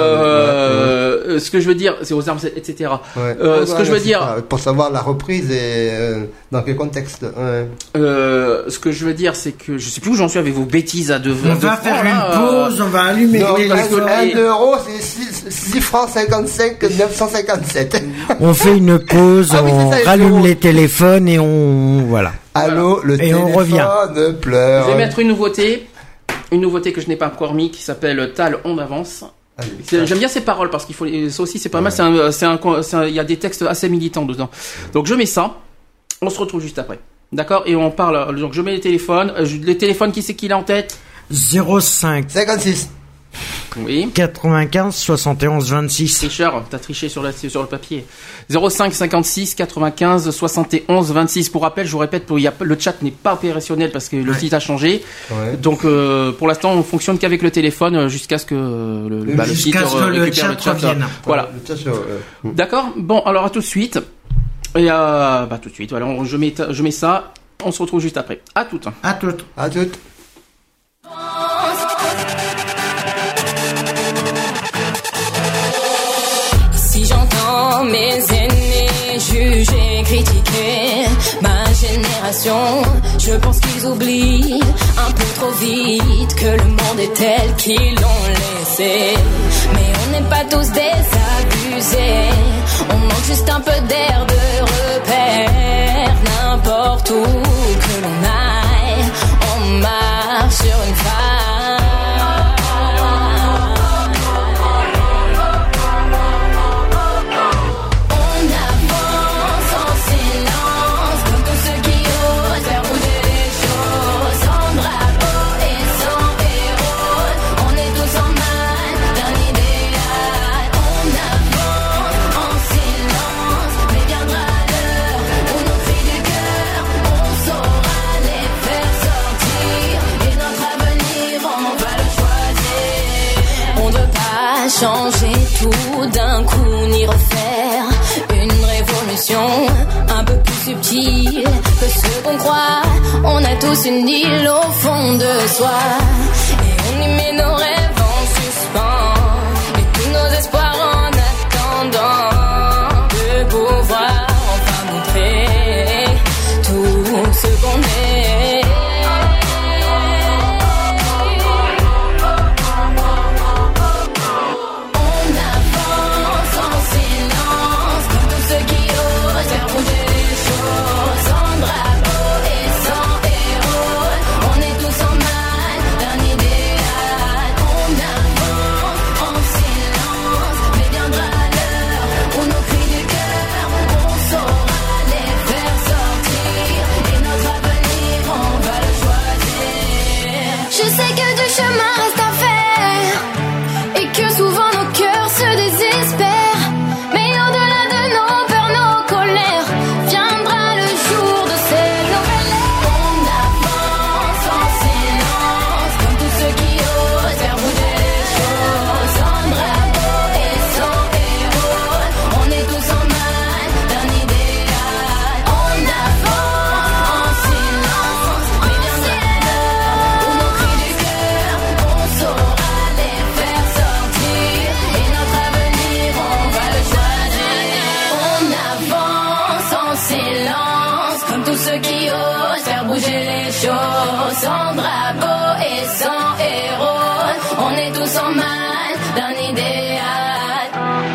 Euh, euh, ce que je veux dire, c'est aux armes, et cetera. ouais. Ouais. euh, Ouais, ce que ouais, je veux c'est dire- pas- Pour savoir la reprise et euh, dans quel contexte. Ouais. Euh, ce que je veux dire, c'est que je sais plus où j'en suis avec vos bêtises à deux. On à deux va francs, faire là, une euh, pause, on va allumer Non, le parce que téléphone. un euro, c'est six francs cinquante-cinq, neuf cent cinquante-sept. On fait une pause, Ah oui, on c'est ça, les rallume euros. les téléphones et on, voilà. Allô, le Et téléphone on revient. pleure. Je vais mettre une nouveauté, une nouveauté que je n'ai pas encore mis, qui s'appelle Tal, on avance. Ah oui, C'est- ça. J'aime bien ces paroles parce qu'il faut, les- ça aussi c'est pas mal. C'est un, c'est un, c'est un- il y a des textes assez militants dedans. Donc je mets ça. On se retrouve juste après. D'accord? Et on parle. Donc je mets les téléphones. Euh, je- Les téléphones, qui c'est qu'il a en tête? zéro cinq cinquante-six. Oui. quatre-vingt-quinze soixante et onze vingt-six. Tricheur, t'as triché sur, la, sur le papier. zéro cinq cinquante-six quatre-vingt-quinze soixante et onze vingt-six. Pour rappel, je vous répète, pour- il y a, le chat n'est pas opérationnel parce que le Ouais. site a changé. Ouais. Donc euh, pour l'instant, on fonctionne qu'avec le téléphone euh, jusqu'à ce que euh, le, bah, le site Jusqu'à ce que euh, le récupère chat revienne. Voilà. Le chat, euh, D'accord. Bon, alors à tout de suite. Et euh, bah tout de suite. Voilà, on- je mets, je mets ça. On se retrouve juste après. À toutes. À toutes. À toutes. Si j'entends mes aînés juger, critiquer ma génération, je pense qu'ils oublient un peu trop vite que le monde est tel qu'ils l'ont laissé. Mais on n'est pas tous des abusés, on manque juste un peu d'air de repère. N'importe où que l'on aille, on marche sur une faille. On avance en silence, comme tous ceux qui osent faire bouger les choses. Sans drapeau et sans héros, on est tous en mal d'un idéal. On avance en silence, mais viendra l'heure où nos cris du cœur, on saura les faire sortir. Et notre avenir, on va le choisir. On ne veut pas changer tout d'un coup, ni refaire une révolution un peu plus subtile que ce qu'on croit. On a tous une île au fond de soi et on y met nos rêves en suspens et tous nos espoirs en attendant de pouvoir enfin montrer tout ce qu'on est. On avance en silence, comme tous ceux qui osent Je sais que du chemin reste à faire et que souvent nos cœurs se désespèrent. Mais au-delà de nos peurs, nos colères, viendra le jour de cette nouvelle ère. On avance en silence, comme tous ceux qui osent faire bouger les choses. Sans drapeau et sans héros, on est tous en mal d'un idéal. On avance en silence, mais viendra l'heure où nos cris du cœur, on saura les faire sortir. Et notre avenir, on va le choisir. On avance en silence, comme tous ceux qui osent faire bouger les choses. Sans drapeau et sans héros, on est tous en mal d'un idéal.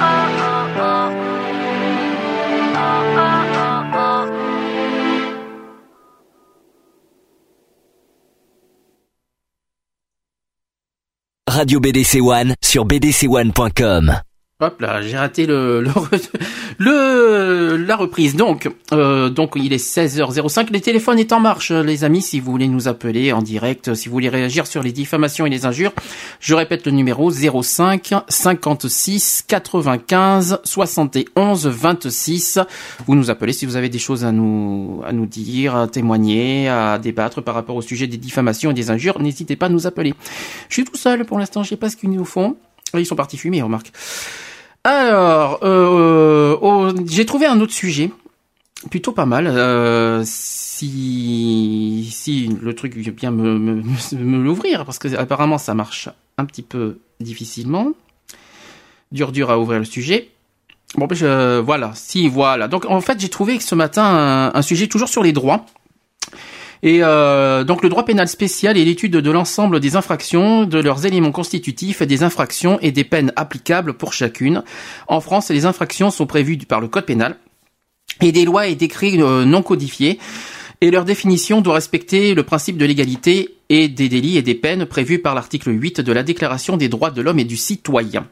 Radio B D C One sur b d c one point com. Hop là, j'ai raté le, le, le la reprise. Donc, euh, donc il est seize heures zéro cinq. Les téléphones est en marche, les amis. Si vous voulez nous appeler en direct, si vous voulez réagir sur les diffamations et les injures, je répète le numéro zéro cinq cinquante-six quatre-vingt-quinze soixante et onze vingt-six. Vous nous appelez si vous avez des choses à nous à nous dire, à témoigner, à débattre par rapport au sujet des diffamations et des injures. N'hésitez pas à nous appeler. Je suis tout seul pour l'instant. Je sais pas ce qu'ils nous font. Ils sont partis fumer, remarque. Alors, euh, oh, j'ai trouvé un autre sujet, plutôt pas mal. Euh, si si le truc vient bien me, me, me l'ouvrir, parce que apparemment ça marche un petit peu difficilement. Dur dur à ouvrir le sujet. Bon, ben je, voilà, si voilà. Donc en fait j'ai trouvé ce matin un, un sujet toujours sur les droits. Et euh, donc le droit pénal spécial est l'étude de l'ensemble des infractions, de leurs éléments constitutifs, des infractions et des peines applicables pour chacune. En France, les infractions sont prévues par le code pénal et des lois et décrets euh, non codifiés. Et leur définition doit respecter le principe de l'égalité et des délits et des peines prévus par l'article huit de la Déclaration des droits de l'homme et du citoyen.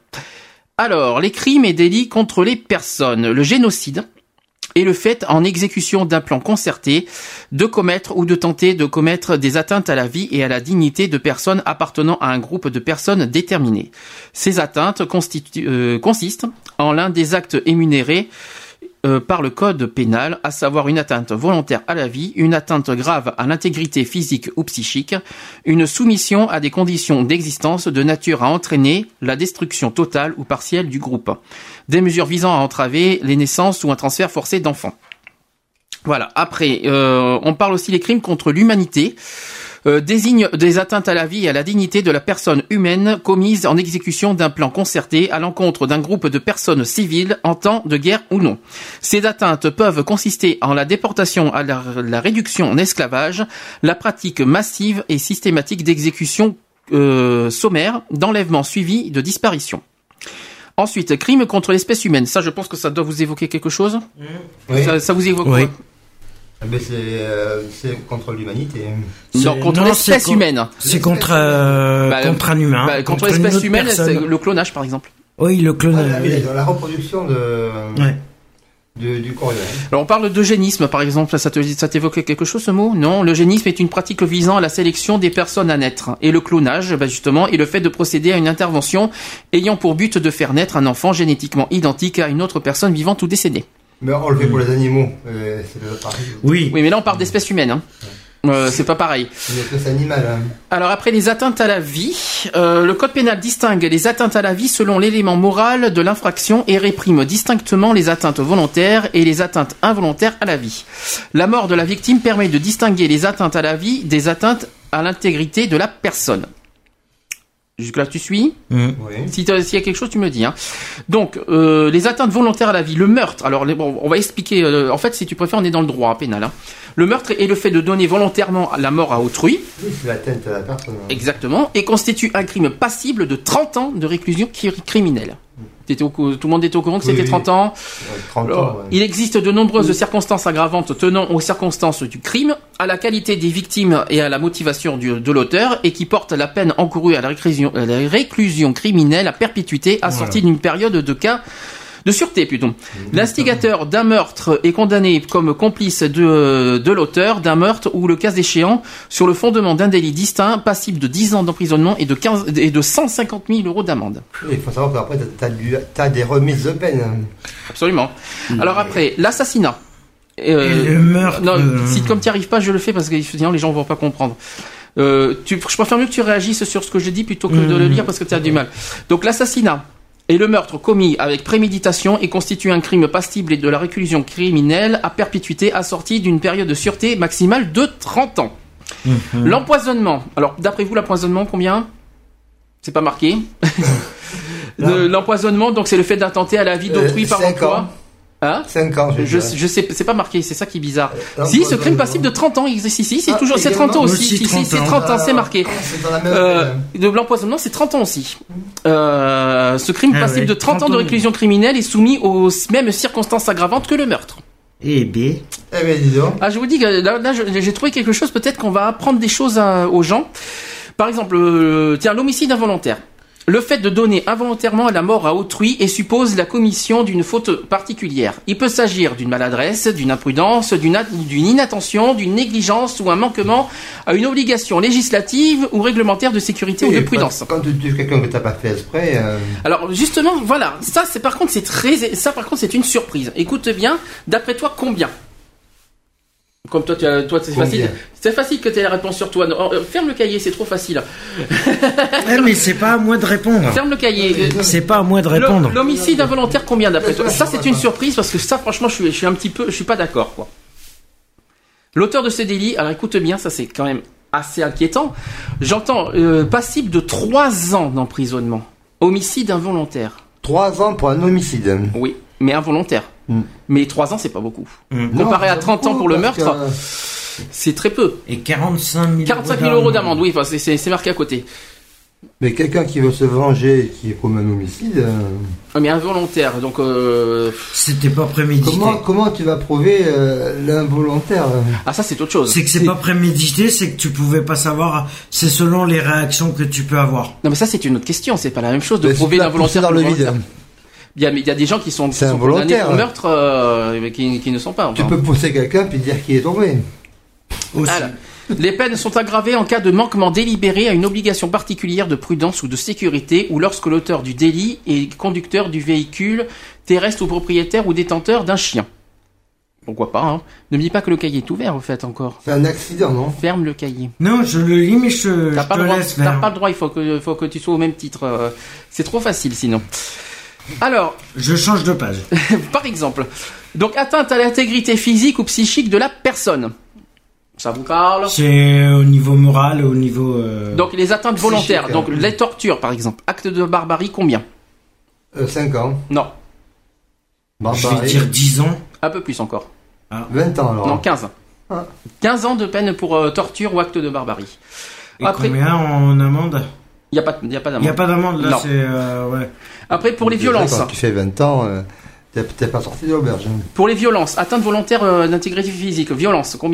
Alors, les crimes et délits contre les personnes. Le génocide et le fait, en exécution d'un plan concerté, de commettre ou de tenter de commettre des atteintes à la vie et à la dignité de personnes appartenant à un groupe de personnes déterminées. Ces atteintes constitu- euh, consistent en l'un des actes énumérés euh, par le code pénal, à savoir une atteinte volontaire à la vie, une atteinte grave à l'intégrité physique ou psychique, une soumission à des conditions d'existence de nature à entraîner la destruction totale ou partielle du groupe, des mesures visant à entraver les naissances ou un transfert forcé d'enfants. Voilà. Après, euh, on parle aussi des crimes contre l'humanité. Euh, désigne des atteintes à la vie et à la dignité de la personne humaine commises en exécution d'un plan concerté à l'encontre d'un groupe de personnes civiles en temps de guerre ou non. Ces atteintes peuvent consister en la déportation à la, la réduction en esclavage, la pratique massive et systématique d'exécution euh, sommaire, d'enlèvement suivi de disparition. Ensuite, crime contre l'espèce humaine. Ça, je pense que ça doit vous évoquer quelque chose. Mmh. Oui. Ça, ça vous évoque oui. quoi? Mais c'est, euh, c'est contre l'humanité. Non, contre non, l'espèce c'est humaine. C'est contre, euh, bah, contre un humain. Bah, contre, contre l'espèce humaine, c'est le clonage, par exemple. Oui, le clonage. Ah, oui, dans la reproduction de, ouais. de, du corps humain. Alors, on parle d'eugénisme, par exemple. Ça, te, ça t'évoque quelque chose, ce mot? Non, l'eugénisme est une pratique visant à la sélection des personnes à naître. Et le clonage, bah, justement, est le fait de procéder à une intervention ayant pour but de faire naître un enfant génétiquement identique à une autre personne vivante ou décédée. Mais on le fait pour les animaux. Euh, c'est le pareil. Oui. Oui, mais là on parle d'espèces humaines. Hein. Ouais. Euh, c'est pas pareil. C'est une espèce animale. Hein. Alors après les atteintes à la vie, euh, le code pénal distingue les atteintes à la vie selon l'élément moral de l'infraction et réprime distinctement les atteintes volontaires et les atteintes involontaires à la vie. La mort de la victime permet de distinguer les atteintes à la vie des atteintes à l'intégrité de la personne. Jusque-là, tu suis ? Mmh. Oui. Si s'il y a quelque chose, tu me dis. Hein. Donc, euh, les atteintes volontaires à la vie, le meurtre. Alors, les, bon, on va expliquer. Euh, en fait, si tu préfères, on est dans le droit pénal. Hein. Le meurtre est le fait de donner volontairement la mort à autrui. Oui, c'est l'atteinte à la personne. Exactement. Et constitue un crime passible de trente ans de réclusion criminelle. T'étais au, tout le monde était au courant que c'était oui, trente ans. Ouais, trente Alors, ans ouais. Il existe de nombreuses oui. circonstances aggravantes tenant aux circonstances du crime, à la qualité des victimes et à la motivation du, de l'auteur, et qui portent la peine encourue à la réclusion, à la réclusion criminelle à perpétuité assortie voilà. d'une période de cas de sûreté plutôt. L'instigateur d'un meurtre est condamné comme complice de, de l'auteur d'un meurtre ou le cas échéant sur le fondement d'un délit distinct, passible de dix ans d'emprisonnement et de quinze et de cent cinquante mille euros d'amende. Il faut savoir qu'après, t'as, t'as, t'as des remises de peine. Absolument. Alors après, l'assassinat. Euh, et le meurtre. Non, euh... si comme tu n'y arrives pas, je le fais parce que sinon les gens vont pas comprendre. Euh, tu, je préfère mieux que tu réagisses sur ce que je dis plutôt que mmh. de le lire parce que tu as du mal. Donc l'assassinat et le meurtre commis avec préméditation et constitue un crime passible de la réclusion criminelle à perpétuité assorti d'une période de sûreté maximale de trente ans. Mmh. L'empoisonnement. Alors d'après vous, l'empoisonnement combien ? C'est pas marqué. Le, l'empoisonnement, donc c'est le fait d'attenter à la vie d'autrui euh, par emploi. Hein cinq ans, je, je, je sais, c'est pas marqué, c'est ça qui est bizarre. Euh, si, ce crime passible de trente ans, si, si, si, c'est ah, toujours, c'est trente ans aussi, si, si, c'est trente ans, c'est marqué. C'est dans la même euh, de l'empoisonnement, c'est trente ans aussi. Euh, ce crime ah, passible ouais, de trente ans de réclusion criminelle est soumis aux mêmes circonstances aggravantes que le meurtre. Eh bien. Eh bien, dis donc. Ah, je vous dis que là, là j'ai trouvé quelque chose, peut-être qu'on va apprendre des choses à, aux gens. Par exemple, euh, tiens, l'homicide involontaire. Le fait de donner involontairement la mort à autrui et suppose la commission d'une faute particulière. Il peut s'agir d'une maladresse, d'une imprudence, d'une, a- d'une inattention, d'une négligence ou un manquement à une obligation législative ou réglementaire de sécurité oui, ou de prudence. Quand tu tues quelqu'un que t'as pas fait exprès. Euh... Alors justement, voilà, ça c'est par contre c'est très, ça par contre c'est une surprise. Écoute bien, d'après toi combien ? Comme toi, tu as, toi c'est Combien ? facile. C'est facile que tu aies la réponse sur toi. Non, euh, ferme le cahier, c'est trop facile. Eh, mais c'est pas à moi de répondre. Ferme le cahier. C'est pas à moi de répondre. Le, l'homicide involontaire, combien d'après toi ? Ça, c'est une surprise parce que ça, franchement, je suis, je suis un petit peu, je suis pas d'accord, quoi. L'auteur de ce délit, alors écoute bien, ça c'est quand même assez inquiétant. J'entends euh, passible de trois ans d'emprisonnement. Homicide involontaire. Trois ans pour un homicide. Oui, mais involontaire. Mm. Mais trois ans, c'est pas beaucoup. Mm. Comparé non, à trente ans pour le meurtre, que... c'est très peu. Et quarante-cinq mille quarante-cinq mille euros d'amende, oui, enfin, c'est, c'est, c'est marqué à côté. Mais quelqu'un qui veut se venger, qui commet un homicide... Euh... Mais involontaire, donc... Euh... C'était pas prémédité. Comment, comment tu vas prouver euh, l'involontaire ? Ah, ça, c'est autre chose. C'est que c'est, c'est pas prémédité, c'est que tu pouvais pas savoir... C'est selon les réactions que tu peux avoir. Non, mais ça, c'est une autre question. C'est pas la même chose de mais prouver l'involontaire dans le vide. Il y, a, il y a des gens qui sont, qui sont condamnés pour meurtre, euh, mais qui, qui ne sont pas. Enfin. Tu peux pousser quelqu'un puis dire qu'il est tombé. Aussi. Alors, les peines sont aggravées en cas de manquement délibéré à une obligation particulière de prudence ou de sécurité, ou lorsque l'auteur du délit est conducteur du véhicule terrestre ou propriétaire ou détenteur d'un chien. Pourquoi pas, hein. Ne me dis pas que le cahier est ouvert, au fait, encore. C'est un accident, non ? Ferme le cahier. Non, je le lis, mais je, t'as je pas te le droit, laisse t'as faire. pas le droit, il faut que, faut que tu sois au même titre. Euh, c'est trop facile, sinon. Alors, je change de page. Par exemple, donc atteinte à l'intégrité physique ou psychique de la personne. Ça vous parle ? C'est au niveau moral, au niveau. Euh... Donc les atteintes psychique, volontaires, hein. donc les tortures par exemple. Acte de barbarie, combien ? euh, cinq ans. Non. Barbarie. Je vais dire dix ans. Un peu plus encore. Ah. vingt ans alors. Non, quinze. Ah. quinze ans de peine pour euh, torture ou acte de barbarie. Et Après, combien en amende ? il y a pas, il y a pas d'amende. Il y a pas d'amende là, non. c'est euh, ouais. Après pour les Déjà, violences. Quand tu fais vingt ans, euh, t'es, t'es pas sorti de l'auberge. Pour les violences, atteinte volontaire euh, d'intégrité physique, violence, combien ?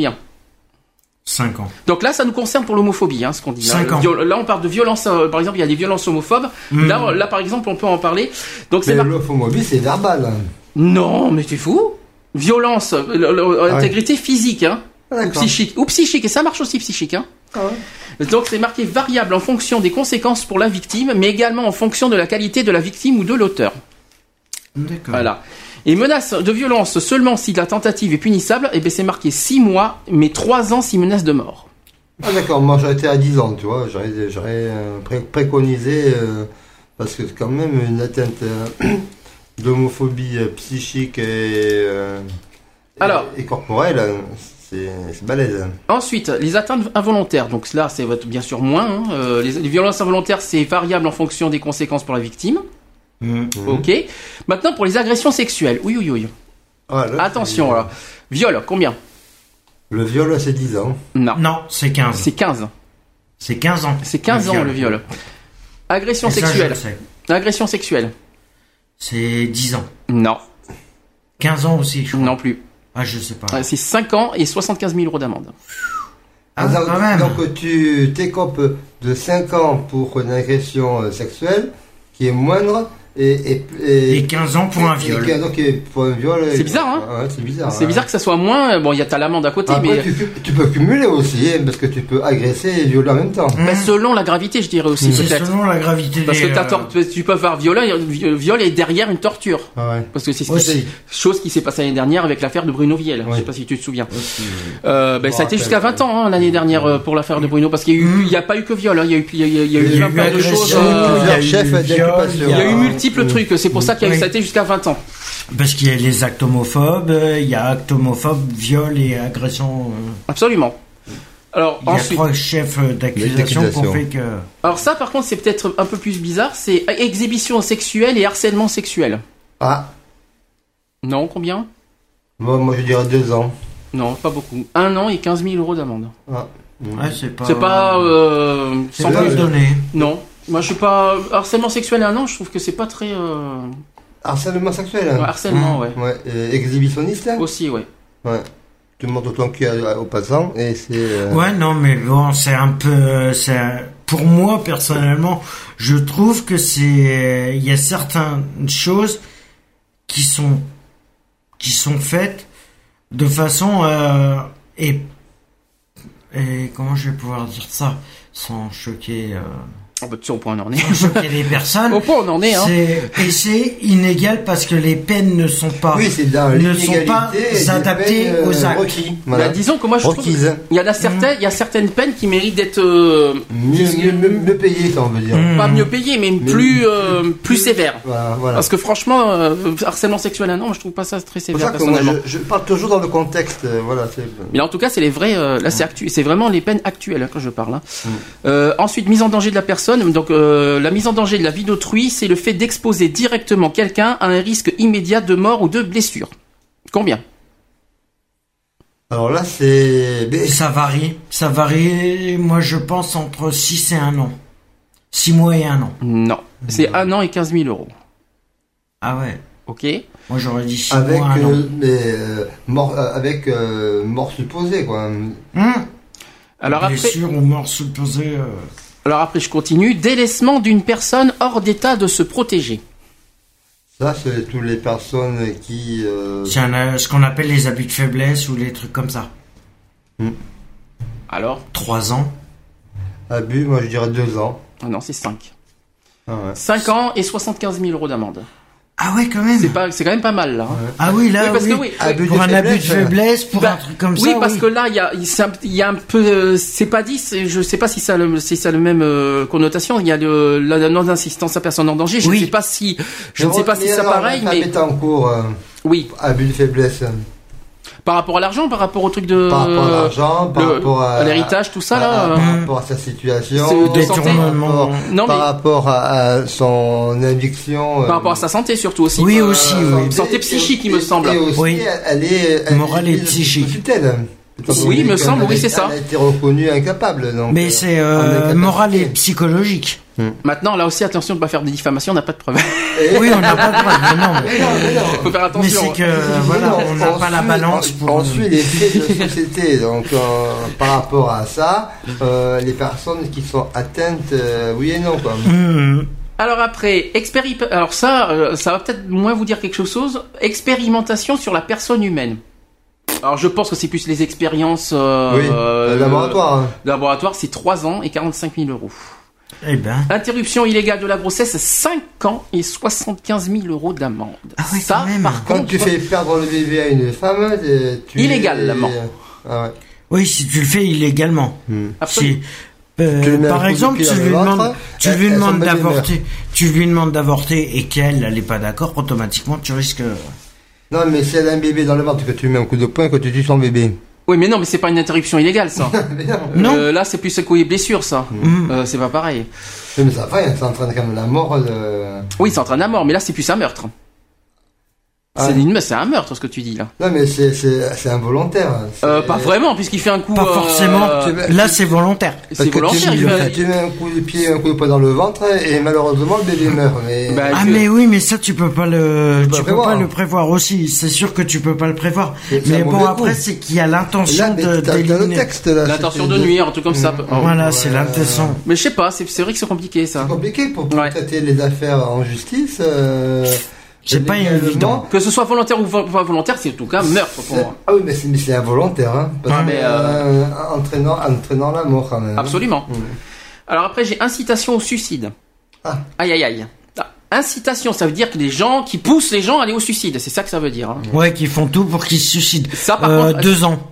cinq ans. Donc là, ça nous concerne pour l'homophobie, hein, ce qu'on dit. cinq Là, ans. Viol- là, on parle de violence. Euh, par exemple, il y a des violences homophobes. Mmh. Là, là, par exemple, on peut en parler. Donc c'est Mais mar- l'homophobie, c'est verbal. Non, mais t'es fou. Violence, euh, le- le- Ah intégrité physique, hein, Ah, ou d'accord. psychique, ou psychique, et ça marche aussi psychique, hein. Ah ouais. Donc c'est marqué variable en fonction des conséquences pour la victime, mais également en fonction de la qualité de la victime ou de l'auteur. D'accord. Voilà. Et menace de violence seulement si la tentative est punissable, et ben c'est marqué six mois, mais trois ans si menace de mort. Ah d'accord, moi j'aurais été à dix ans, tu vois, j'aurais, j'aurais euh, pré- préconisé, euh, parce que c'est quand même une atteinte euh, d'homophobie euh, psychique et, euh, Alors. et, et corporelle, euh, c'est, c'est balèze. Ensuite, les atteintes involontaires. Donc là, c'est bien sûr moins. Hein. Euh, les, les violences involontaires, c'est variable en fonction des conséquences pour la victime. Mmh. Ok. Maintenant, pour les agressions sexuelles. Oui, oui, oui. Ah, là, Attention, c'est- là. Viol, combien ? Le viol, c'est dix ans. Non. Non, c'est quinze. C'est quinze. C'est quinze ans. C'est quinze ans le viol. Agression Et ça, je sexuelle. le sais. Agression sexuelle. C'est dix ans. Non. quinze ans aussi, je crois. Non plus. Ah, je sais pas. Euh, C'est cinq ans et soixante-quinze mille euros d'amende. Ah, donc, quand même. donc tu t'écopes de cinq ans pour une agression euh, sexuelle qui est moindre Et, et, et, Et quinze ans pour un viol. Et quinze ans qui- pour un viol. C'est et- bizarre, hein. Ouais, c'est bizarre. C'est ouais. bizarre que ça soit moins. Bon, il y a t'as l'amende à côté, Après, mais tu, tu peux cumuler aussi, hein, parce que tu peux agresser et violer en même temps. bah, selon la gravité, je dirais aussi C'est peut-être. selon la gravité Parce que des, t'as euh, tor- tu peux faire viol, viol et derrière une torture. Ah ouais. Parce que c'est ce qui- Aussi. chose qui s'est passée l'année dernière avec l'affaire de Bruno Viel. Je Ouais. sais pas si tu te souviens. Aussi, Euh, ben, Je ça a me été jusqu'à rappelle. vingt ans hein, l'année dernière euh, pour l'affaire de Bruno, parce qu'il y a eu, il y a pas eu que viol, hein, il y a eu, il y a, il y a eu Il y a plein, eu plein de agression, choses. il y euh, a Plusieurs eu chefs viol, d'inculpation. Il y a eu euh, multiples trucs. C'est pour ça qu'il y a eu, Oui. ça a été jusqu'à vingt ans. Parce qu'il y a les actes homophobes, euh, il y a actes homophobes, viol et agression. euh, Absolument. Alors Il y a ensuite, trois chefs euh, d'accusation D'accusation. qu'on fait que. alors ça par contre c'est peut-être un peu plus bizarre, c'est exhibition sexuelle et harcèlement sexuel. Ah, Non, combien? moi, moi je dirais deux ans. Non, pas beaucoup. Un an et quinze mille euros d'amende. Ah. Ouais, c'est pas. C'est pas euh, C'est sans pas plus. donné. Non, moi je suis pas harcèlement sexuel et un an. Je trouve que c'est pas très euh, Harcèlement sexuel. ouais, Hein. harcèlement, ouais. Ouais. Et exhibitionniste. Hein. Aussi, ouais. Ouais. Tu montres ton cul à- au passant et c'est. euh, Ouais, non, mais bon, c'est un peu. C'est un- pour moi personnellement, je trouve que c'est. Il y a certaines choses qui sont qui sont faites de façon euh, et et comment je vais pouvoir dire ça sans choquer euh, Oh, bah, tu sais, au point on en est. sans choquer les personnes. Au point on en est, hein. C'est- et c'est inégal parce que les peines ne sont pas Oui, c'est dans ne sont pas l'inégalité des adaptées peines, euh, aux actes. requis. Voilà. Bah, disons que moi je trouve Requises. il y en a certaines, il y a certaines peines qui méritent d'être euh, Mieux, mieux, mieux, mieux payé, ça on veut dire. Mmh. pas mieux payées, mais Mais- plus euh, plus sévères. Voilà, voilà. Parce que franchement, euh, harcèlement sexuel un an, moi, je trouve pas ça très C'est pour sévère ça que moi, personnellement. je, je parle toujours dans le contexte. euh, voilà, c'est. Mais en tout cas, c'est les vrais. Euh, là, c'est actu, c'est vraiment les peines actuelles hein, quand je parle. Hein. Mm. Euh, ensuite, mise en danger de la personne. Donc, euh, la mise en danger de la vie d'autrui, c'est le fait d'exposer directement quelqu'un à un risque immédiat de mort ou de blessure. Combien? Alors là, c'est. mais- Ça varie. Ça varie, moi je pense, entre six et un an. six mois et un an. Non, c'est un an et quinze mille euros. Ah ouais. Ok. Moi j'aurais dit six Avec, mois, un an. euh, mais, euh, mort, euh, avec euh, mort supposée, quoi. Hum. Alors après, Blessure ou mort supposée. euh, alors après, je continue. Délaissement d'une personne hors d'état de se protéger. Ça, c'est toutes les personnes qui. euh, C'est un, euh, ce qu'on appelle les abus de faiblesse ou les trucs comme ça. Alors, Trois ans. abus, moi je dirais deux ans. ah non, c'est cinq. Ah ouais. cinq ans et soixante-quinze mille euros d'amende. Ah ouais, quand même. C'est pas, c'est quand même pas mal là. hein. Ah oui, là, Oui, parce oui. que oui, Abus Pour de un abus de faiblesse, faiblesse, pour Bah, un truc comme oui, ça. parce que là, il y a, il c'est un- il y a un peu, euh, c'est pas dit, c'est- je sais pas si ça, a le, si ça a le même euh, connotation. Il y a le, la non-assistance à personne en danger. Je Oui. ne sais pas si, je ne Mais sais pas si mais c'est alors, pareil, la mais femme est en cours, euh, oui. abus de faiblesse. Par rapport à l'argent, par rapport au truc de, Par rapport à l'argent, par le- rapport à, à l'héritage, tout ça à- là. à- euh, par rapport à sa situation, C'est de par santé. rapport, Non, par mais- rapport à, à son addiction. Par rapport à sa santé surtout aussi. Oui, Euh, aussi, euh, oui. Santé psychique, il me et- semble. Et aussi, Oui. elle est. elle Morale est- et psychique. sous tutelle. Étant Oui, donné me qu'elle semble, a- oui, c'est ça. Elle a été reconnue incapable. Donc, Mais euh, c'est en euh, incapacité. moral et psychologique. Maintenant, là aussi, attention de ne pas faire des diffamations, on n'a pas de preuves. Et- Oui, on n'a pas de preuve, mais non. Mais non, mais non. Faut faire Mais attention. c'est que, voilà, on n'a pas la suit- balance on, pour. on suit les faits de société. Donc, euh, par rapport à ça, euh, les personnes qui sont atteintes, euh, oui et non, quoi. Hum, Alors après, expéri... alors ça, euh, ça va peut-être moins vous dire quelque chose. Expérimentation sur la personne humaine. Alors je pense que c'est plus les expériences. Euh, Oui, euh, le laboratoire. hein. Laboratoire, c'est trois ans et quarante-cinq mille euros. Eh ben. Interruption illégale de la grossesse, cinq ans et soixante-quinze mille euros d'amende. Ah ouais, ça, quand même. par Quand contre, tu fais perdre le bébé à une femme, euh, tu Illégalement. Ah ouais. Oui, si tu le fais illégalement. absolument. Si, euh, Tu lui mets un par coup de exemple, pied tu dans lui le ventre, demandes, tu elle- lui elle demandes s'en bat les d'avorter, tu lui demandes d'avorter et qu'elle, elle est pas d'accord, automatiquement, tu risques. Non, mais si elle a un bébé dans le ventre, que tu lui mets un coup de poing, que tu tues son bébé. Oui, mais non, mais c'est pas une interruption illégale, ça. Mais non. Non. Euh, là, c'est plus secouer blessure, ça. Hum. Euh, c'est pas pareil. Mais ça va, ça entraîne quand même la mort. De... Oui, c'est en train de la mort, mais là, c'est plus un meurtre. C'est, une, c'est un meurtre ce que tu dis là. Non mais c'est, c'est, c'est involontaire. C'est... Euh, pas vraiment, puisqu'il fait un coup. Pas euh, forcément. euh, Là, c'est volontaire. Parce C'est que volontaire. tu, Il fait... tu mets un coup de pied, un coup de poing dans le ventre et malheureusement le bébé meurt. Mais... Bah, Ah tu- mais oui, mais ça tu peux pas le, Tu peux tu pas peux prévoir. pas le prévoir aussi. C'est sûr que tu peux pas le prévoir. C'est- c'est Mais un bon mauvais après coup. c'est qu'il y a Là, l'intention mais de t'as, t'as le d'éliminer. texte là. L'intention c'est- de nuire, un truc comme ça. Oh. Voilà, c'est Ouais. l'intention. Mais je sais pas, c'est, c'est vrai que c'est compliqué ça. C'est compliqué pour, pour Ouais. traiter les affaires en justice. Euh, C'est pas légalement. évident. Que ce soit volontaire ou vo- pas volontaire, c'est en tout cas meurtre pour C'est- moi. Ah oui, mais c'est, mais c'est involontaire, hein. Parce Ah, que, mais, euh, entraînant, entraînant la mort quand même. hein. Absolument. Mm. Alors après, j'ai incitation au suicide. Ah. Aïe aïe aïe. Ah, incitation, ça veut dire que les gens qui poussent les gens à aller au suicide, c'est ça que ça veut dire. hein. Ouais, qui font tout pour qu'ils se suicident. Ça, par Euh, contre, deux ans.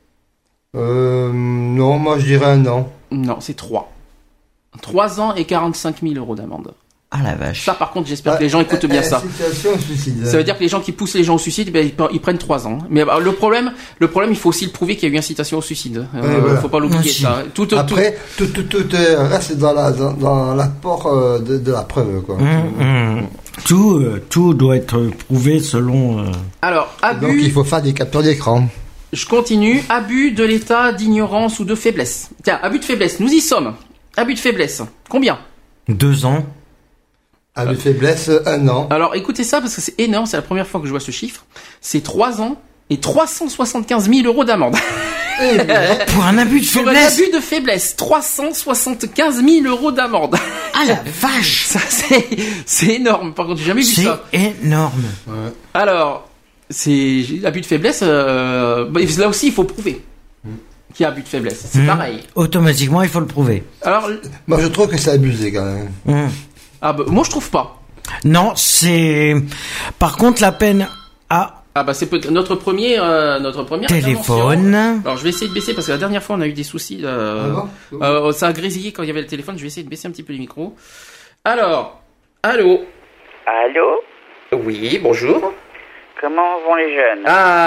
Euh, non, moi je dirais un an. Non, c'est trois. Trois ans et quarante-cinq mille euros d'amende. Ah la vache. Ça, par contre, j'espère que les gens écoutent bien ça. Situation suicide. Ça veut dire que les gens qui poussent les gens au suicide, ben, ils, pre- ils prennent trois ans. Mais bah, le problème, le problème, il faut aussi le prouver qu'il y a eu incitation au suicide. Euh, Ouais, voilà. Faut pas l'oublier Aussi. ça. Tout, tout, Après, tout, tout, tout euh, reste dans la, dans, dans l'apport euh, de, de la preuve, quoi. Hum, hum. Tout, euh, tout doit être prouvé selon. euh, Alors, Donc abus. il faut faire des captures d'écran. Je continue. Abus de l'état d'ignorance ou de faiblesse. Tiens, abus de faiblesse. Nous y sommes. Abus de faiblesse. Combien? Deux ans. À de faiblesse, un an. Alors, écoutez ça parce que c'est énorme. C'est la première fois que je vois ce chiffre. C'est trois ans et trois cent soixante-quinze mille euros d'amende. Eh bien, Pour un abus de Pour un faiblesse. abus de faiblesse. trois cent soixante-quinze mille euros d'amende. Ah la vache. Ça, c'est, c'est énorme. Par contre, j'ai jamais vu C'est ça. énorme. Alors, c'est abus de faiblesse. Euh, bah, là aussi, il faut prouver qu'il y a abus de faiblesse. C'est Hum. pareil. Automatiquement, il faut le prouver. Alors, moi je trouve que c'est abusé quand même. Hum. ah bah, moi je trouve pas. Non, c'est. Par contre, la peine à Ah bah c'est peut- notre premier, euh, notre première téléphone. intervention. Alors je vais essayer de baisser parce que la dernière fois on a eu des soucis. Euh, Ah bon euh, ça a grésillé quand il y avait le téléphone. Je vais essayer de baisser un petit peu le micro. Alors, allô. Allô? Oui, bonjour. Comment vont les jeunes?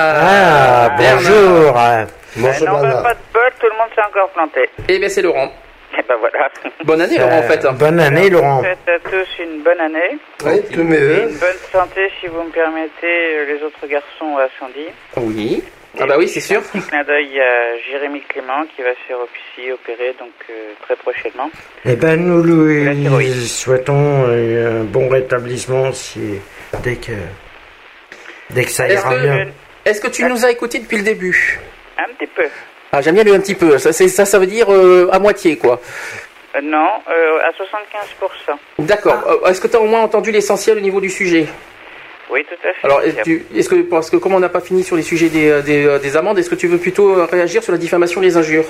Ah, bonjour. Euh, Bonjour, non, madame. bah, pas de bol, tout le monde s'est encore planté. Eh ben c'est Laurent. Et ben voilà. Bonne année Laurent en fait. Bonne année, Laurent. Je vous souhaite à tous une bonne année. Oui, tous mes Et vœux. une bonne santé, si vous me permettez, euh, les autres garçons à Sandy. Oui. Ah bah oui c'est sûr. Un petit clin d'œil à Jérémy Clément qui va se faire aussi opérer donc euh, très prochainement. Eh ben, nous La lui thyroïde. souhaitons euh, un bon rétablissement si dès que dès que ça Est-ce ira que, bien. est-ce que tu nous as écouté depuis le début? Un petit peu. Ah j'aime bien le un petit peu. Ça c'est ça ça veut dire euh, à moitié quoi. Euh, non, euh, à soixante-quinze pour cent. D'accord. Euh, Est-ce que tu as au moins entendu l'essentiel au niveau du sujet? Oui, tout à fait. Alors, est-ce, tu- est-ce que, parce que comme on n'a pas fini sur les sujets des, euh, des, euh, des amendes, est-ce que tu veux plutôt euh, réagir sur la diffamation et les injures?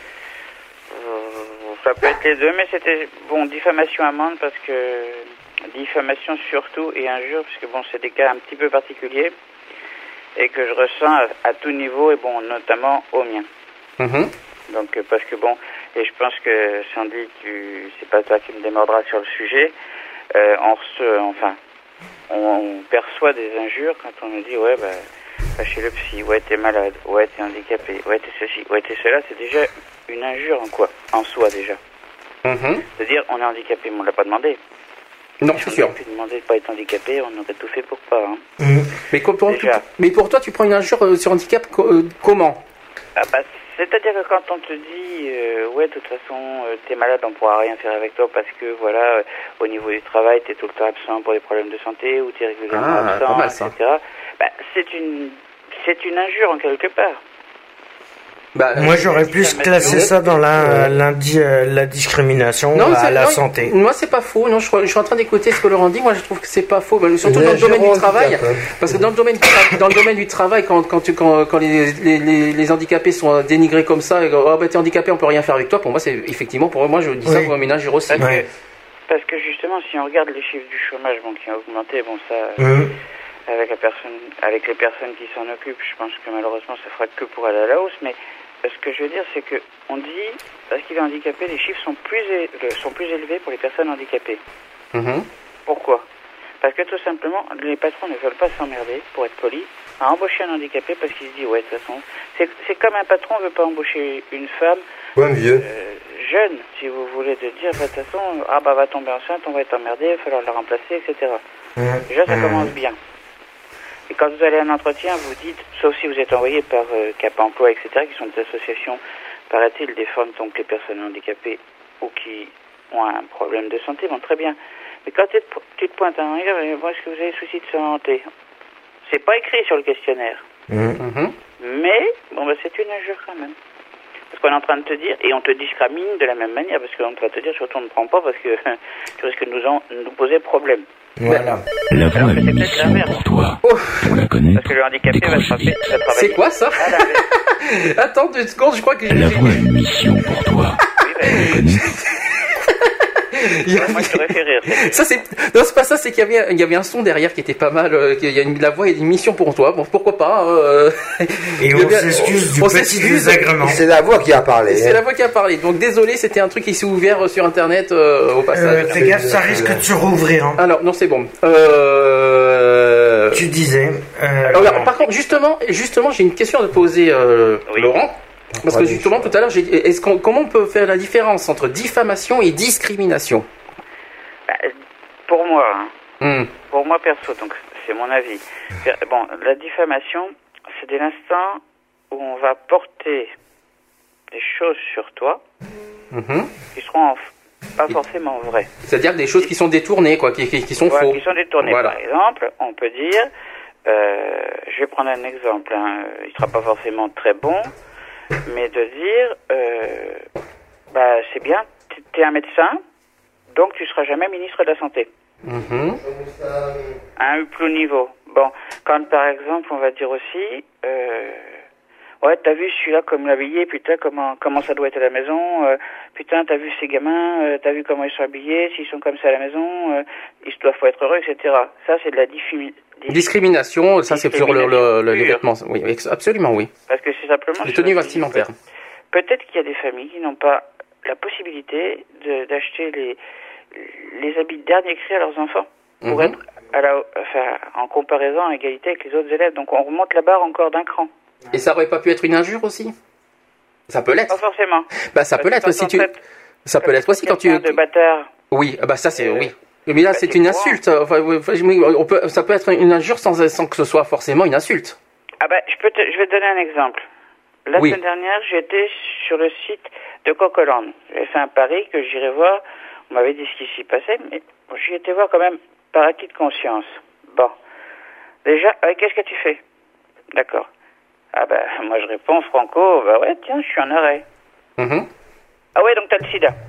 Euh, ça peut être les deux, mais c'était, bon, diffamation amende parce que, diffamation surtout et injure, parce que bon, c'est des cas un petit peu particuliers et que je ressens à, à tout niveau et bon, notamment au mien. Mhm. Donc, euh, parce que bon, et je pense que Sandy, tu, c'est pas toi qui me démordras sur le sujet, euh, on se, enfin, on, on perçoit des injures quand on nous dit, ouais, bah, va chez le psy, ouais, t'es malade, ouais, t'es handicapé, ouais, t'es ceci, ouais, t'es cela, c'est déjà une injure en quoi, en soi déjà. Mhm. C'est-à-dire, on est handicapé, mais on l'a pas demandé. Non, Si c'est on sûr. aurait pu demander de pas être handicapé, on aurait tout fait pour pas. Hein. Mais, co- pour, Déjà. mais pour toi, tu prends une injure euh, sur handicap co- euh, comment? Ah bah, c'est-à-dire que quand on te dit, euh, ouais, de toute façon, euh, t'es malade, on pourra rien faire avec toi parce que, voilà, euh, au niveau du travail, t'es tout le temps absent pour des problèmes de santé ou t'es régulièrement Ah, absent, pas mal, ça. et cetera. Bah, c'est une, c'est une injure en quelque part. Bah, Moi, j'aurais plus classé ça dans la, l'indi- euh, la discrimination non, à c'est- la non, santé. Moi, c'est pas faux. Non, je, crois- je suis en train d'écouter ce que Laurent dit. Moi, je trouve que c'est pas faux. Bah, surtout Mais dans le domaine du Jérôme, travail. tout à fait. Parce que dans le domaine, du tra- dans le domaine du travail, quand, quand, tu, quand, quand les, les, les, les handicapés sont dénigrés comme ça, et, oh, bah, t'es handicapé, on peut rien faire avec toi. Pour moi, c'est effectivement, pour moi, je dis ça Oui. pour un ménagère aussi. Parce, Ouais. que, parce que justement, si on regarde les chiffres du chômage, bon, qui ont augmenté, bon, ça, Hum. avec la personne, avec les personnes qui s'en occupent, je pense que malheureusement, ça fera que pour aller à la hausse, mais ce que je veux dire, c'est que on dit, parce qu'il est handicapé, les chiffres sont plus, é- le- sont plus élevés pour les personnes handicapées. Mhm. Pourquoi? Parce que tout simplement, les patrons ne veulent pas s'emmerder, pour être poli, à embaucher un handicapé parce qu'ils se disent, ouais, de toute façon, c'est, c'est comme un patron ne veut pas embaucher une femme Ouais, vieux. euh, jeune, si vous voulez, de dire, bah, de toute façon, ah bah va tomber enceinte, on va être emmerdé, il va falloir la remplacer, et cetera. Déjà, ça commence bien. Et quand vous allez à un entretien, vous dites, sauf si vous êtes envoyé par euh, Cap Emploi, et cetera, qui sont des associations, paraît-il, défendent donc les personnes handicapées ou qui ont un problème de santé, bon, très bien. Mais quand tu te, tu te pointes à un regard, bon, est-ce que vous avez souci de santé? C'est pas écrit sur le questionnaire. Mmh. Mais, bon, bah, c'est une injure quand même. Parce qu'on est en train de te dire, et on te discrimine de la même manière, parce qu'on est en train de te dire, surtout on ne prend pas, parce que tu risques de nous, en, nous poser problème. Voilà. La voix est une mission pour toi. Pour la connaître, Parce que le handicapé va, décroche frapper, vite. va travailler. C'est quoi ça? Ah, là, Attends deux secondes, je crois que j'ai... La voix est une mission pour toi. oui, bah, Pour la connaître, Il y a- moi, je te fait rire. c'est- Ça c'est non c'est pas ça, c'est qu'il y avait il y avait un son derrière qui était pas mal, euh, qu'il y a une, la voix et une mission pour toi, bon pourquoi pas, euh, Et il y on avait- s'excuse du on petit s'excuse. désagrément. C'est la voix qui a parlé. C'est hein. la voix qui a parlé, donc désolé, c'était un truc qui s'est ouvert euh, sur internet euh, au Euh, passage. fais gaffe, ça risque de se rouvrir. Hein. Alors non c'est bon. Euh... Tu disais. Euh, Alors, par contre justement justement j'ai une question à te poser euh, Oui. Laurent. Parce que justement tout à l'heure, j'ai, est-ce qu'on, comment on peut faire la différence entre diffamation et discrimination? Bah, pour moi, hein, Hmm. pour moi perso, donc c'est mon avis. Bon, la diffamation, c'est dès l'instant où on va porter des choses sur toi Mhm. qui seront en f- pas forcément vraies. C'est-à-dire des choses qui sont détournées, quoi, qui, qui, qui sont Voilà, faux. qui sont détournées. Voilà. Par exemple, on peut dire, euh, je vais prendre un exemple, hein, il sera pas forcément très bon, mais de dire, euh, bah c'est bien, tu es un médecin, donc tu seras jamais ministre de la Santé. Mhm. À un plus haut niveau. Bon, quand par exemple, on va dire aussi, euh, ouais, t'as vu celui-là comme l'habillé, putain, comment comment ça doit être à la maison, euh, putain, t'as vu ces gamins, euh, t'as vu comment ils sont habillés, s'ils sont comme ça à la maison, euh, ils doivent pas être heureux, et cetera. Ça, c'est de la diffi- dis- Discrimination, ça c'est sur le, le, le- les Pure. vêtements. Oui, ex- absolument, oui. Parce que c'est simplement... Les sur tenues la- vestimentaires. Peut-être qu'il y a des familles qui n'ont pas la possibilité de- d'acheter les, les habits de dernier cri à leurs enfants pour Mhm. être à la, enfin, en comparaison, à égalité avec les autres élèves. Donc on remonte la barre encore d'un cran. Et ça aurait pas pu être une injure aussi? Ça peut Pas l'être. forcément. Bah ça peut Parce que l'être quand si on tu. traite Ça peut l'être aussi quand tu. quelqu'un de bâtard. Oui, ah bah ça c'est Euh, oui. Mais là bah, c'est c'est une courant. insulte. Enfin, oui, enfin, oui, on peut, ça peut être une injure sans, sans que ce soit forcément une insulte. Ah ben, je peux te, je vais te donner un exemple. La Oui. semaine dernière, j'étais sur le site de Coqueland. J'avais fait un pari que j'irais voir. On m'avait dit ce qui s'y passait, mais bon, j'y étais voir quand même par acquis de conscience. Bon. Déjà, euh, qu'est-ce que tu fais? D'accord. Ah ben, moi je réponds, Franco, bah ouais, tiens, je suis en arrêt. Mhm. Ah ouais, donc t'as le sida.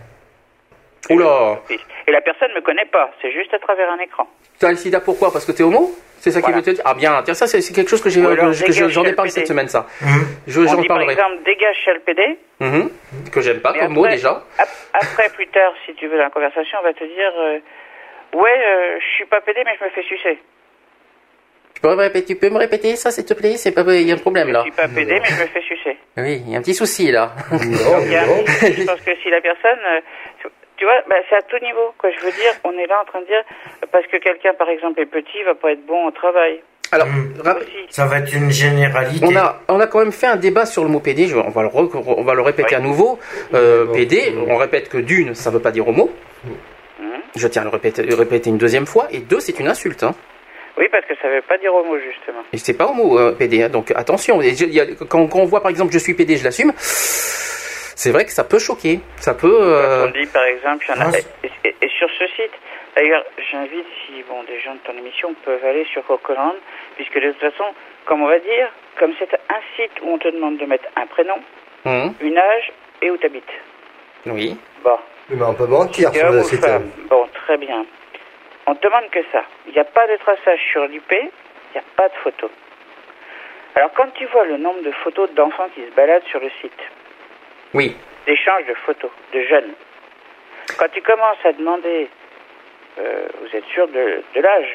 Oula. Et la personne me connaît pas, c'est juste à travers un écran. T'as le sida pourquoi? Parce que t'es homo? C'est ça qui Voilà. veut te dire? Ah bien, tiens, ça c'est c'est quelque chose que j'ai, Ou alors, que je- j'en ai dégage parlé chez cette le P D. semaine, ça. Hum. Je, On j'en dit par parlerai. exemple, dégage chez le P D. Mhm. Que j'aime pas Et comme mot après- déjà. ap- Après, plus tard, si tu veux, dans la conversation, on va te dire euh, ouais, euh, je suis pas pédé, mais je me fais sucer. Tu peux me répéter, tu peux me répéter ça, s'il te plaît? C'est pas, il y a un problème là. Je suis pas pédé, mais je me fais sucer. Oui, il y a un petit souci là. Donc, il y a un petit- je pense que si la personne, euh, tu- tu vois, bah, c'est à tout niveau. Quoi, je veux dire, on est là en train de dire parce que quelqu'un, par exemple, est petit, va pas être bon au travail. Alors, Hum. rap- Aussi. Ça va être une généralité. on a, on a quand même fait un débat sur le mot P D. Je- on va le, re- on va le répéter à nouveau. Euh, P D, on répète que d'une, ça veut pas dire homo. Mhm. Je tiens à le répéter, le répéter une deuxième fois. Et deux, c'est une insulte. Hein. Oui, parce que ça veut pas dire homo, justement. Et c'est pas homo, euh, P D. Hein. Donc attention. Et je- il y a- quand, quand on voit par exemple, je suis P D, je l'assume. C'est vrai que ça peut choquer. Ça peut. euh, On dit, par exemple, il y en a. Ah, Et, et- et sur ce site, d'ailleurs, j'invite, si bon, des gens de ton émission peuvent aller sur Coqueland, puisque de toute façon, comme on va dire, comme c'est un site où on te demande de mettre un prénom, hum, une âge et où tu habites. oui. Bon. Mais on peut mentir Et sur homme le ou site. femme. Bon, très bien. On te demande que ça. Il n'y a pas de traçage sur l'I P, il n'y a pas de photos. Alors, quand tu vois le nombre de photos d'enfants qui se baladent sur le site, Oui. d'échanges de photos de jeunes, quand tu commences à demander, euh, vous êtes sûr de, de l'âge,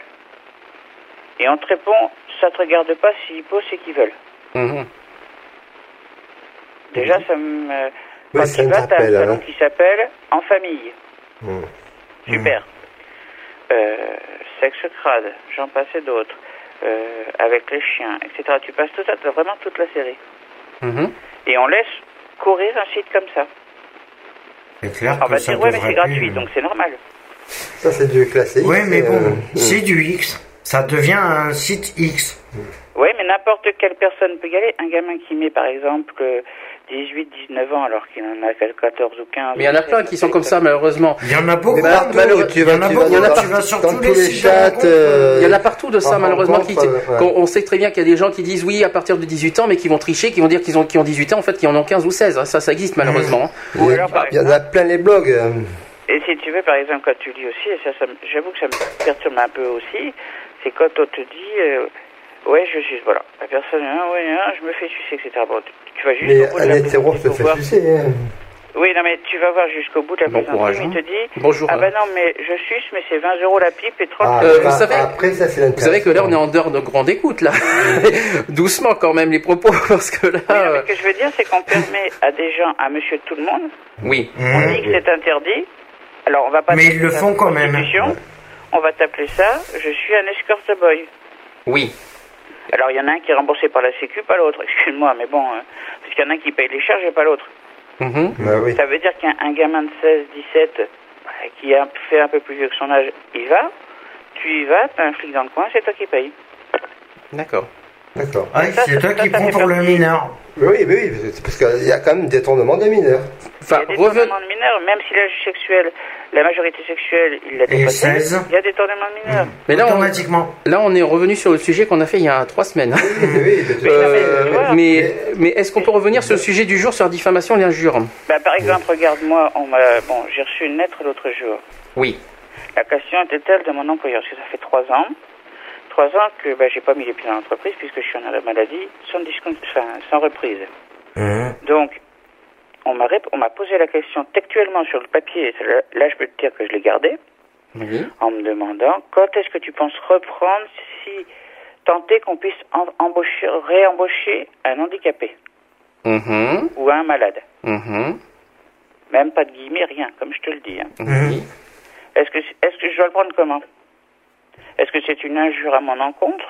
et on te répond, ça te regarde pas s'ils posent ce qu'ils veulent. Mhm. Déjà, ça me... Oui, Quand ça tu vas, t'as un m'interpelle, salon hein. qui s'appelle En famille. Hum. Super. Euh, sexe crade, j'en passais d'autres. Euh, avec les chiens, et cetera. Tu passes tout ça, t'as vraiment toute la série. Mhm. Et on laisse courir un site comme ça. C'est clair On que va ça dire, ouais, mais devrait c'est gratuit, plus. donc c'est normal. Ça, c'est du classique. Ouais, mais c'est, bon, euh, c'est du X. Ça devient un site X. Oui, mais n'importe quelle personne peut y aller. Un gamin qui met, par exemple, dix-huit, dix-neuf ans, alors qu'il en a quatorze ou quinze. Mais il y en a plein qui sont comme ça, malheureusement. Il y en a beaucoup. Mais partout, malheureux- tu vas, il y en a tu beaucoup, vas, tu tu vas vas sur dans tous tous les les sites de chats. rencontres. euh, Il y en a partout de ça, en malheureusement. Qui, rencontre, euh, qu'on- on sait très bien qu'il y a des gens qui disent oui à partir de dix-huit ans, mais qui vont tricher, qui vont dire qu'ils ont, qu'ils ont dix-huit ans, en fait, qui en ont quinze ou seize. Ça, ça existe malheureusement. Ou alors, par Il y en a plein les blogs. euh. Et si tu veux, par exemple, quand tu lis aussi, et ça, ça me- j'avoue que ça me perturbe un peu aussi, c'est quand on te dit, euh, ouais, je suis, voilà, la personne, ah, ouais, ah, je me fais sucer, et cetera. Bon, tu, tu vas juste Mais au bout de un la hétéro plaisanterie se pour fait voir. sucer. hein. Oui, non, mais tu vas voir jusqu'au bout de la Bon plaisanterie, courage, il hein. te dit, Bonjour. ah bah non, mais je suce, mais c'est vingt euros la pipe et trente. Ah, Euh, bah, vous savez- après, ça, c'est Vous savez que là, on est en dehors de grande écoute, là. Doucement, quand même, les propos, parce que là. Oui, non, euh, mais ce que je veux dire, c'est qu'on permet à des gens, à monsieur tout le monde, Oui. on dit que c'est interdit, alors on va pas Mais t'appeler ils le ça font quand même. prostitution, on va t'appeler ça, je suis un escort boy. Oui. Alors il y en a un qui est remboursé par la Sécu, pas l'autre, excuse-moi, mais bon, euh, parce qu'il y en a un qui paye les charges et pas l'autre. Mhm. Bah oui. Ça veut dire qu'un un gamin de seize, dix-sept, bah, qui a fait un peu plus vieux que son âge, il va, tu y vas, t'as un flic dans le coin, c'est toi qui payes. D'accord. D'accord. Ah, Ça, c'est ça, toi ça, qui ça prends fait pour le partie. mineur. Oui, oui, oui, c'est parce qu'il y a quand même des tournements de mineurs. Enfin, Il y a des reven- tournements de mineurs, même si l'âge sexuel, la majorité sexuelle, il l'a Et dépassé, seize. il y a des tournements de mineurs. Mais là, on, Automatiquement. là, on est revenu sur le sujet qu'on a fait il y a trois semaines. Oui, oui, de toute Euh, façon. tu vois. mais mais est-ce qu'on peut revenir sur le sujet du jour, sur la diffamation et l'injure? Bah, par exemple, regarde-moi, on m'a, bon, j'ai reçu une lettre l'autre jour. Oui. La question était telle de mon employeur, parce que ça fait trois ans, trois ans que bah, j'ai pas mis les pieds dans l'entreprise puisque je suis en arrêt maladie sans, discon- enfin, sans reprise. Hein. Donc, on m'a, rép- on m'a posé la question textuellement sur le papier, et là, là, je peux te dire que je l'ai gardé, Oui. en me demandant quand est-ce que tu penses reprendre si tenter qu'on puisse en- embaucher, réembaucher un handicapé Mhm. ou un malade. Mhm. Même pas de guillemets, rien, comme je te le dis. hein. Oui. Est-ce que, est-ce que je dois le prendre comment? Est-ce que c'est une injure à mon encontre?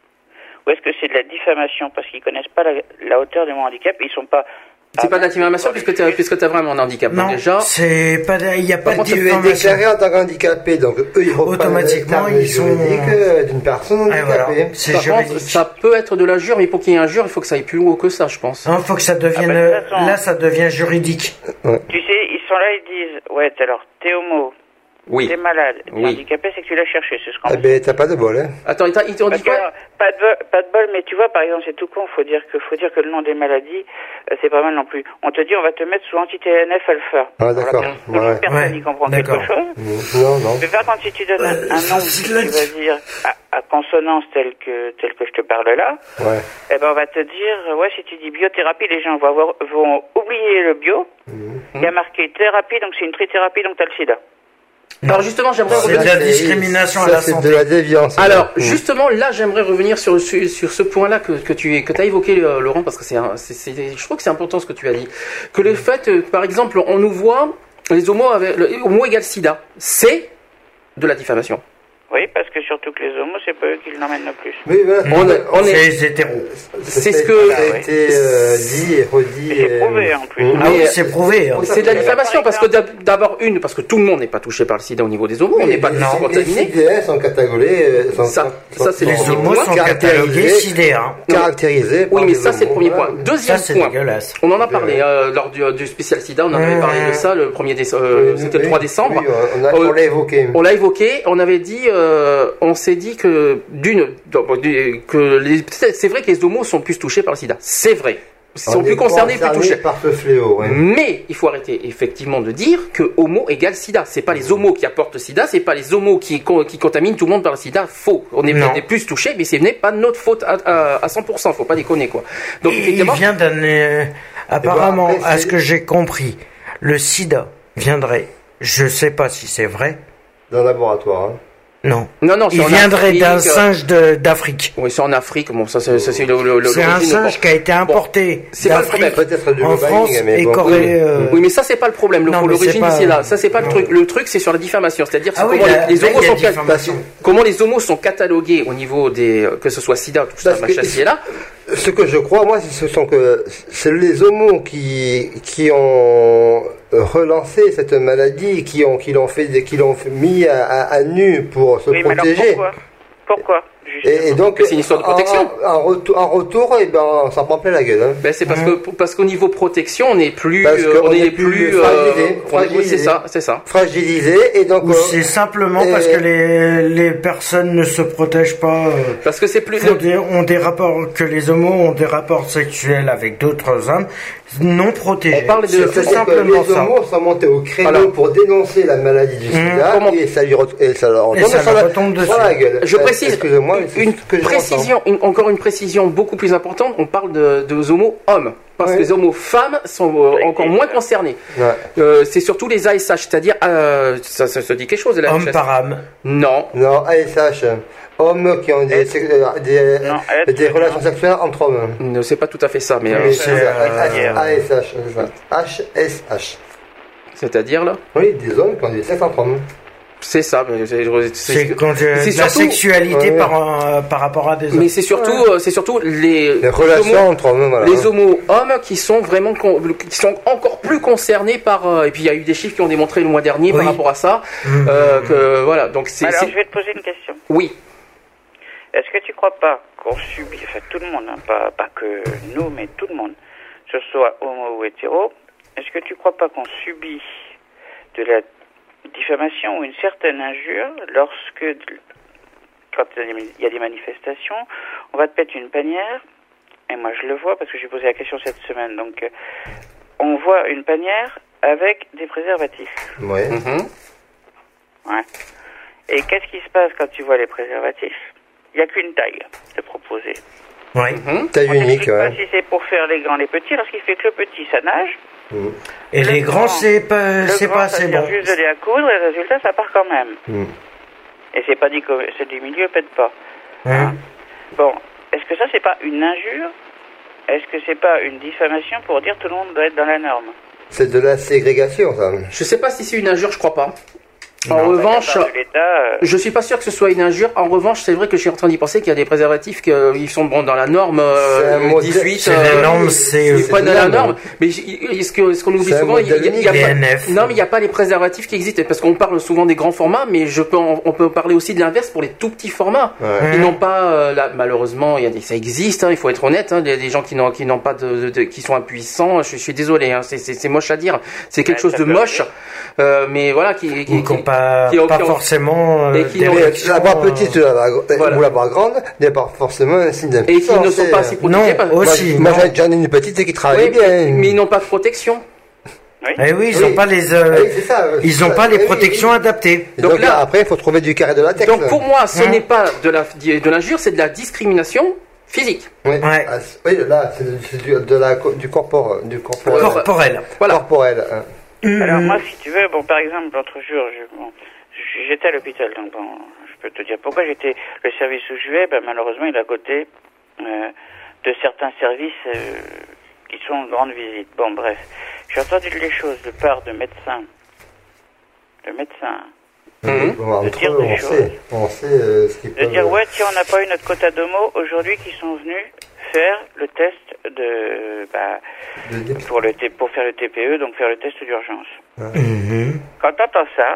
Ou est-ce que c'est de la diffamation parce qu'ils connaissent pas la, la hauteur de mon handicap et ils sont pas... C'est pas de la diffamation puisque tu puisque t'as vraiment un handicap. Donc Non, déjà, c'est pas, de- il n'y a pas de Tu es diffamation. déclaré en tant qu'handicapé, donc eux, ils reprennent Automatiquement, le terme ils sont- juridique, euh, d'une personne Ah, voilà. handicapée. C'est par juridique. contre, ça peut être de l'injure, mais pour qu'il y ait injure, il faut que ça aille plus haut que ça, je pense. Il faut que ça devienne, Ah, bah, de toute façon- là, ça devient juridique. Tu sais, ils sont là, ils disent, ouais, t'es- alors, t'es homo, Oui. t'es malade, t'es Oui. handicapé, c'est que tu l'as cherché, c'est ce qu'on Eh ben, t'as pas de bol, hein. Attends, ils t'a- ils t'ont Parce dit que, quoi? alors, pas de bol, pas de bol, mais tu vois, par exemple, c'est tout con, faut dire que, faut dire que le nom des maladies, euh, c'est pas mal non plus. On te dit, on va te mettre sous anti-T N F alpha. Ah, d'accord. Alors, Ouais, ouais. personne Ouais, n'y comprend d'accord. quelque chose. Mmh. Non, non. Mais par contre, si tu donnes un, un nom, tu vas dire, à, à consonance telle que, telle que je te parle là, Ouais. eh ben, on va te dire, euh, ouais, si tu dis biothérapie, les gens vont avoir, vont oublier le bio. Il y a marqué thérapie, donc c'est une trithérapie, donc t'as le sida. Alors justement, j'aimerais C'est de revenir. la discrimination à Ça, la c'est santé. de la déviance. Alors, Mmh. justement, là, j'aimerais revenir sur, sur, sur ce point-là que, que tu que as évoqué, euh, Laurent, parce que c'est, un- c'est, c'est, je trouve que c'est important ce que tu as dit. Que le fait, euh, par exemple, on nous voit, les homos, avec, le homo égale sida, c'est de la diffamation. Oui, parce que surtout que les homos, c'est pas eux qui l'emmènent le plus. Oui, voilà. On est- on est- C'est les hétéros. c'est Ça ce que- Ça a été euh, dit et redit. Et c'est euh, prouvé, en plus. mmh. Ah oui, Mais, c'est prouvé. hein. C'est de la diffamation Par parce que exemple- d'ab- d'abord une, parce que tout le monde n'est pas touché par le sida au niveau des homos, on n'est pas les, tous les contaminés. C D S sont catalogués. euh, sont- Ça- sont- ça, c'est Les les homos sont catalogués sidés. Hein. Caractérisés. Oui, par mais des ça c'est le homos, premier voilà. point. Deuxième Ça, c'est point. dégueulasse. On en a parlé euh, lors du, du spécial sida, on en avait Mmh. parlé de ça le premier décembre, euh, Oui, c'était le oui, trois décembre. oui, on a- Euh, on l'a évoqué. On l'a évoqué, on avait dit, euh, on s'est dit que d'une, donc, du- que les- c'est c'est vrai que les homos sont plus touchés par le sida, c'est vrai. Ils sont On plus est concernés, plus touchés. par ce fléau. Ouais. Mais il faut arrêter effectivement de dire que homo égale sida. C'est pas les homos qui apportent le sida, c'est pas les homos qui, qui contaminent tout le monde par le sida. Faux. On est, Non. on est plus touchés, mais ce n'est pas de notre faute à, à, à cent pour cent. Faut pas déconner quoi. Donc Il effectivement, vient d'un... euh, apparemment, après, à c'est- ce que j'ai compris, le sida viendrait, je sais pas si c'est vrai, Dans le laboratoire. Hein. non. non non, c'est Il en viendrait Afrique, d'un euh, singe de- d'Afrique. Oui, c'est en Afrique. Bon, ça c'est, ça, c'est le, le, le- C'est un l'origine, singe bon. qui a été importé c'est pas le d'Afrique problème. Peut-être du en lobbying, France mais et bon. Corée. euh, Oui, mais ça c'est pas le problème. Le- Non, mais L'origine c'est pas- c'est là. Ça c'est pas le non. truc. Le truc c'est sur la diffamation, c'est-à-dire c'est Ah oui, comment là- les, les là, homos il y a sont cat- diffamation. comment les homos sont catalogués au niveau des que ce soit sida, tout ça, Parce que- machin ci et là. Ce que je crois, moi, ce sont que c'est les homos qui qui ont relancé cette maladie, qui ont qui l'ont fait, qui l'ont mis à, à, à nu pour se Oui, mais alors protéger. pourquoi Pourquoi? Et, et donc, c'est une histoire de protection. En, en, retour, en retour, eh ben, on s'en prend plein la gueule. Hein. Ben, c'est parce mmh. que parce qu'au niveau protection, on n'est plus, parce euh, on, on est, est plus, plus euh, fragilisé, on est- fragilisé. c'est ça, c'est ça. Fragilisé et donc. Ou euh, c'est simplement et- parce que les, les personnes ne se protègent pas. euh, Parce que c'est plus. font des- ont des rapports que les homos ont des rapports sexuels avec d'autres hommes non protégés. On parle de- c'est tout C'est-à-dire que simplement les ça. homos sont montés au créneau Voilà. pour dénoncer la maladie du sida Comment- et ça lui re- et ça leur Et retombe ça sur, leur la, retombe sur dessus. la gueule. Je Euh, précise excusez-moi, mais c'est une ce que je précision, une- encore une précision beaucoup plus importante. On parle de, de homos hommes, parce Ouais. que les homos femmes sont euh, encore moins concernés. Ouais. Euh, c'est surtout les A S H, c'est-à-dire euh, ça, ça se dit quelque chose de la Homme par âme. Non. Non, A S H, hommes qui ont des, sex- euh, des, Non, euh, être, des non. relations sexuelles entre hommes. Ne c'est pas tout à fait ça, mais euh, Mais c'est, c'est euh, A S H, c'est ça. H S H. c'est-à-dire là, Oui, des hommes qui ont des sexes entre hommes. c'est ça. mais c'est- C'est c'est- quand euh, c'est de la surtout- sexualité Ouais. par, euh, par rapport à des hommes. Mais c'est surtout, euh, c'est surtout les, Les relations homos- entre hommes, voilà. les homos hommes qui sont vraiment con- qui sont encore plus concernés par euh, et puis il y a eu des chiffres qui ont démontré le mois dernier Oui. par rapport à ça Mmh. euh, que voilà donc c'est Alors, c'est- je vais te poser une question. oui. Est-ce que tu crois pas qu'on subit, enfin tout le monde, hein, pas, pas que nous, mais tout le monde, que ce soit homo ou hétéro, est-ce que tu crois pas qu'on subit de la diffamation ou une certaine injure lorsque, quand il y a des manifestations, on va te mettre une panière, et moi je le vois parce que j'ai posé la question cette semaine, donc euh, on voit une panière avec des préservatifs. Ouais. Mhm. Ouais. Et qu'est-ce qui se passe quand tu vois les préservatifs? Il n'y a qu'une taille de proposer. Oui. Mhm. Taille On unique, n'explique pas ouais. si c'est pour faire les grands, les petits. Lorsqu'il fait que le petit, ça nage. Mm. Et Le les grand- grands, c'est pas, Le c'est grand, pas ça assez sert bon. juste de lait à coudre et le résultat, ça part quand même. Mm. Et c'est pas dit que c'est du milieu, pète pas. Hein. Bon, est-ce que ça, c'est pas une injure? Est-ce que c'est pas une diffamation pour dire tout le monde doit être dans la norme? C'est de la ségrégation, ça. Je sais pas si c'est une injure, je crois pas. En Non. revanche, De la part de l'État, euh, je suis pas sûr que ce soit une injure. En revanche, c'est vrai que je suis en train d'y penser qu'il y a des préservatifs qui euh, sont bon, dans la norme euh, C'est un modèle- dix-huit. C'est la norme, c'est- ils c'est prennent la la norme. norme. Mais j- ce que ce qu'on oublie C'est un souvent, il y a, il y a- il y a modèle pas, unique, les N F. non mais il n'y a pas les préservatifs qui existent parce qu'on parle souvent des grands formats, mais je peux en- on peut parler aussi de l'inverse pour les tout petits formats. Ouais. Ils n'ont pas euh, là, malheureusement, il y a des, ça existe. Hein, il faut être honnête. Hein, il y a des gens qui n'ont qui n'ont pas de, de- de- qui sont impuissants. Je, je suis désolé. Hein, c'est c'est c'est moche à dire. C'est quelque Ouais, chose ça de peut moche. arriver. Euh, mais voilà qui qui, Ou qui n'ont pas, qui ont- pas qui ont- forcément euh, et qui des n'ont- réactions, La barre euh, petite la barre- Voilà. ou la barre grande n'est pas forcément un signe et qui d'impuissance. ne sont c'est- pas assez protégés. Non, parce- aussi. Moi, non. j'en- j'en ai une petite qui travaille Oui, bien. mais ils n'ont pas de protection. Eh oui, ils Oui. n'ont pas les, euh, Ah oui, c'est ça. ils n'ont pas les Oui, protections oui. adaptées. Et Donc donc, là- là, après, il faut trouver du carré de latex. Donc pour moi, ce Hein n'est pas de la de l'injure, c'est de la discrimination physique. Oui, Ouais. Ah, c'est- oui, là, c'est c'est du, de la, du corpore, du corporel. Corporel. Voilà. Corporel, hein. Alors moi, si tu veux, bon, par exemple, l'autre jour, je, bon, j'étais à l'hôpital, donc bon, je peux te dire pourquoi j'étais. Le service où je vais, ben, malheureusement, il est à côté euh, de certains services euh, qui sont de grande visite. Bon, bref, j'ai entendu les choses de part de médecins, de médecins, Mhm. Bon, De entre dire eux, des on choses. sait, on sait euh, ce qu'ils de peuvent... dire ouais, tiens, on n'a pas eu notre quota d'homo aujourd'hui, qui sont venus faire le test de, bah, de- pour le T- pour faire le T P E, donc faire le test d'urgence. Mhm. Quand t'entends ça,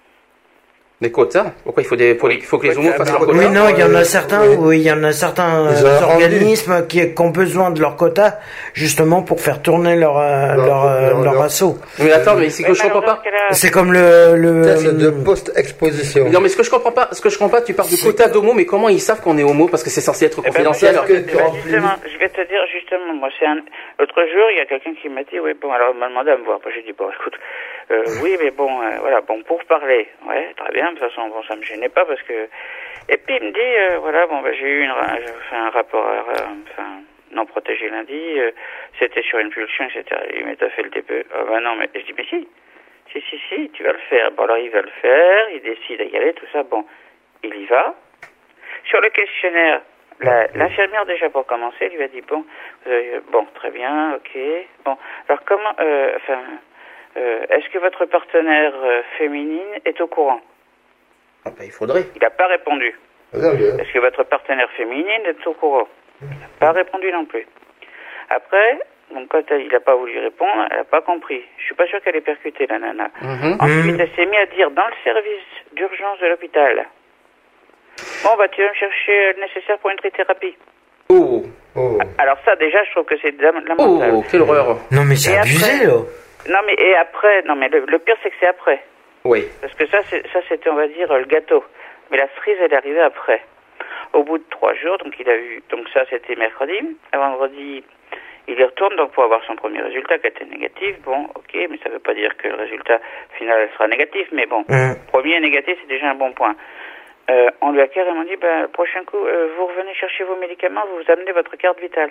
Les quotas. Pourquoi il faut des, pour les- il faut que les homos fassent leur Oui, quota. Oui, non, il y en a certains, Oui. oui, il y en a certains Ils euh, ont rendu. organismes qui, qui ont besoin de leur quota, justement pour faire tourner leur, euh, Leur- leur, euh, leur- leur leur- assaut. Mais attends, mais c'est que ouais, je mais alors, comprends dans pas. ce cas-là, C'est comme le, le, Test de post-exposition. Non, mais ce que je comprends pas, ce que je comprends pas, tu parles de quota d'homo, mais comment ils savent qu'on est homo parce que c'est censé être Eh ben, confidentiel. moi, que je- tu ben, remplis- justement, je vais te dire justement, moi c'est un l'autre jour, il y a quelqu'un qui m'a dit oui bon alors il m'a demandé à me voir. Moi, j'ai dit bon écoute euh, oui mais bon euh, voilà bon pour parler ouais très bien de toute façon bon ça me gênait pas parce que et puis il me dit euh, voilà bon bah, j'ai eu une, ra- j'ai fait un rapport euh, enfin non protégé lundi euh, c'était sur une pulsion et cetera. Il m'a dit t'as fait le T P E ah bah non mais je dis mais si si si si tu vas le faire bon alors il va le faire il décide à y aller tout ça bon il y va sur le questionnaire. La- L'infirmière, déjà pour commencer, lui a dit bon, euh, bon, très bien, ok. Bon, alors comment, euh, enfin, euh, est-ce que votre partenaire euh, féminine est au courant? Ah, bah, il faudrait. Il n'a pas répondu. Non, mais- Est-ce que votre partenaire féminine est au courant? Il n'a pas répondu non plus. Après, donc quand elle- il n'a pas voulu répondre, elle n'a pas compris. Je suis pas sûr qu'elle ait percuté la nana. Mhm. Ensuite, elle s'est mise à dire dans le service d'urgence de l'hôpital. Bon, bah, tu vas me chercher le nécessaire pour une trithérapie. Oh. Oh. Alors ça, déjà, je trouve que c'est lamentable. Oh, quelle horreur. Non, mais c'est Et abusé, après- là. Non, mais et après, non, mais le, le pire, c'est que c'est après. Oui. Parce que ça, c'est, ça, c'était, on va dire, le gâteau. Mais la cerise, elle est arrivée après. Au bout de trois jours, donc il a eu, donc ça, c'était mercredi. À vendredi, il y retourne, donc pour avoir son premier résultat qui était négatif. Bon, ok, mais ça veut pas dire que le résultat final sera négatif. Mais bon, Mmh. premier négatif, c'est déjà un bon point. Euh, on lui a carrément dit, ben, le prochain coup, euh, vous revenez chercher vos médicaments, vous vous amenez votre carte vitale.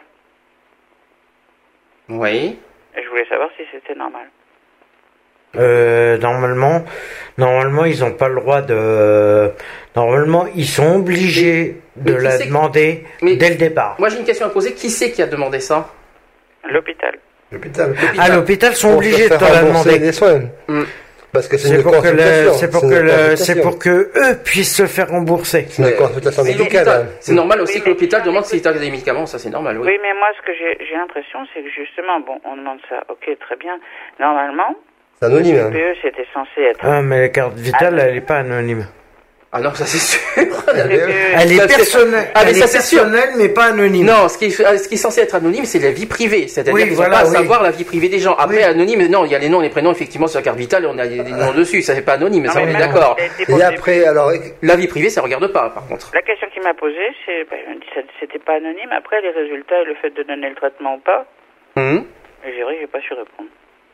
Oui. Et je voulais savoir si c'était normal. Euh, normalement, normalement, ils ont pas le droit de. Normalement, ils sont obligés Mais- de mais qui la c'est que- demander Mais- dès le départ. Moi, j'ai une question à poser. Qui c'est qui a demandé ça? L'hôpital. L'hôpital. À l'hôpital, ils sont Pour obligés se de te faire la rembourser demander. des soins. Mm. Parce que c'est C'est une pour que consultation. le, c'est pour une que le, consultation. c'est pour que eux puissent se faire rembourser. C'est une consultation C'est médicale. l'hôpital. hein. C'est normal aussi Oui, que mais- l'hôpital demande si tu as des médicaments. Ça, c'est normal, oui. Oui, mais moi, ce que j'ai, j'ai l'impression, c'est que justement, bon, on demande ça, ok, très bien. Normalement, C'est anonyme. le hein. C P E, c'était censé être... Ah, mais la carte vitale, elle est pas anonyme. Ah non, ça c'est sûr. Elle est Ça, c'est- personnelle. Ah, mais elle ça, est c'est sûr. personnelle, mais pas anonyme. Non, ce qui, est, ce qui est censé être anonyme, c'est la vie privée. C'est-à-dire Oui, qu'ils ne voilà, pas à oui. savoir la vie privée des gens. Après, Oui. anonyme, non, il y a les noms et les prénoms, effectivement, sur la carte vitale, on a des, des noms dessus. Ça, c'est pas anonyme, mais Non, ça, on mais est même- d'accord. et- et Et pour- après, alors, La vie privée, ça regarde pas, par contre. La question qu'il m'a posée, c'est, ben, il m'a dit, ça- c'était pas anonyme. Après, les résultats et le fait de donner le traitement ou pas, Hum. et j'ai dit, j'ai pas su répondre.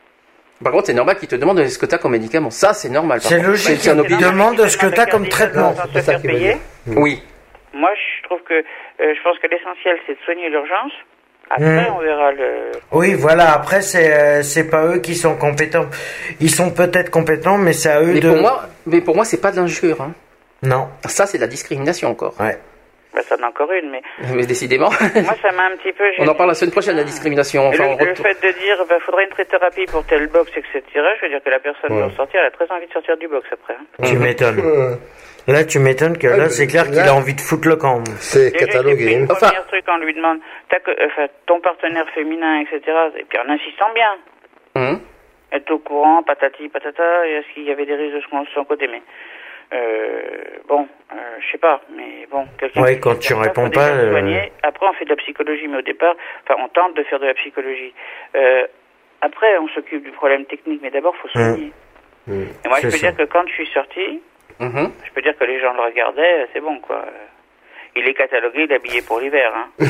Par contre, c'est normal qu'ils te demandent ce que tu as comme médicament. Ça, c'est normal. par C'est contre. logique, C'est un ils obligé. demandent ce que tu as comme traitement. Sans se C'est ça faire qu'il veut payer. dire. Oui. Moi, je trouve que, euh, je pense que l'essentiel, c'est de soigner l'urgence. Après, Mhm. on verra le... Oui, voilà. Après, c'est euh, c'est pas eux qui sont compétents. Ils sont peut-être compétents, mais c'est à eux Mais de. pour moi, mais pour moi, c'est pas de l'injure. Hein. Non. Ça, c'est de la discrimination encore. Ouais. Ben, ça en a encore une, mais Mais décidément. moi, ça m'a un petit peu... On en parle la semaine prochaine, la discrimination. Enfin, on le, le retourne- fait de dire, ben, faudrait une trithérapie pour telle box, et cetera, je veux dire que la personne Ouais. veut ressortir, elle a très envie de sortir du box après. hein. Tu m'étonnes. euh, Là, tu m'étonnes que Ouais, là, mais c'est clair qu'il là- a envie de foutre le camp. c'est Déjà, il catalogué. fait hein. le Enfin- premier truc, on lui demande t'as que- enfin, ton partenaire féminin, et cetera, et puis en insistant bien, Hum. être au courant, patati, patata, et est-ce qu'il y avait des risques de son, son côté, mais... Euh, bon, euh, je sais pas, mais bon, quelqu'un... Ouais, qui quand fait tu ça, réponds faut déjà pas, se euh, soigner. Après, on fait de la psychologie, mais au départ, enfin, on tente de faire de la psychologie. Euh, après, on s'occupe du problème technique, mais d'abord, faut soigner. Mmh. Et moi, je C'est peux ça. dire que quand je suis sorti, Mhm. je peux dire que les gens le regardaient, c'est bon, quoi. Il est catalogué, il est habillé pour l'hiver, hein.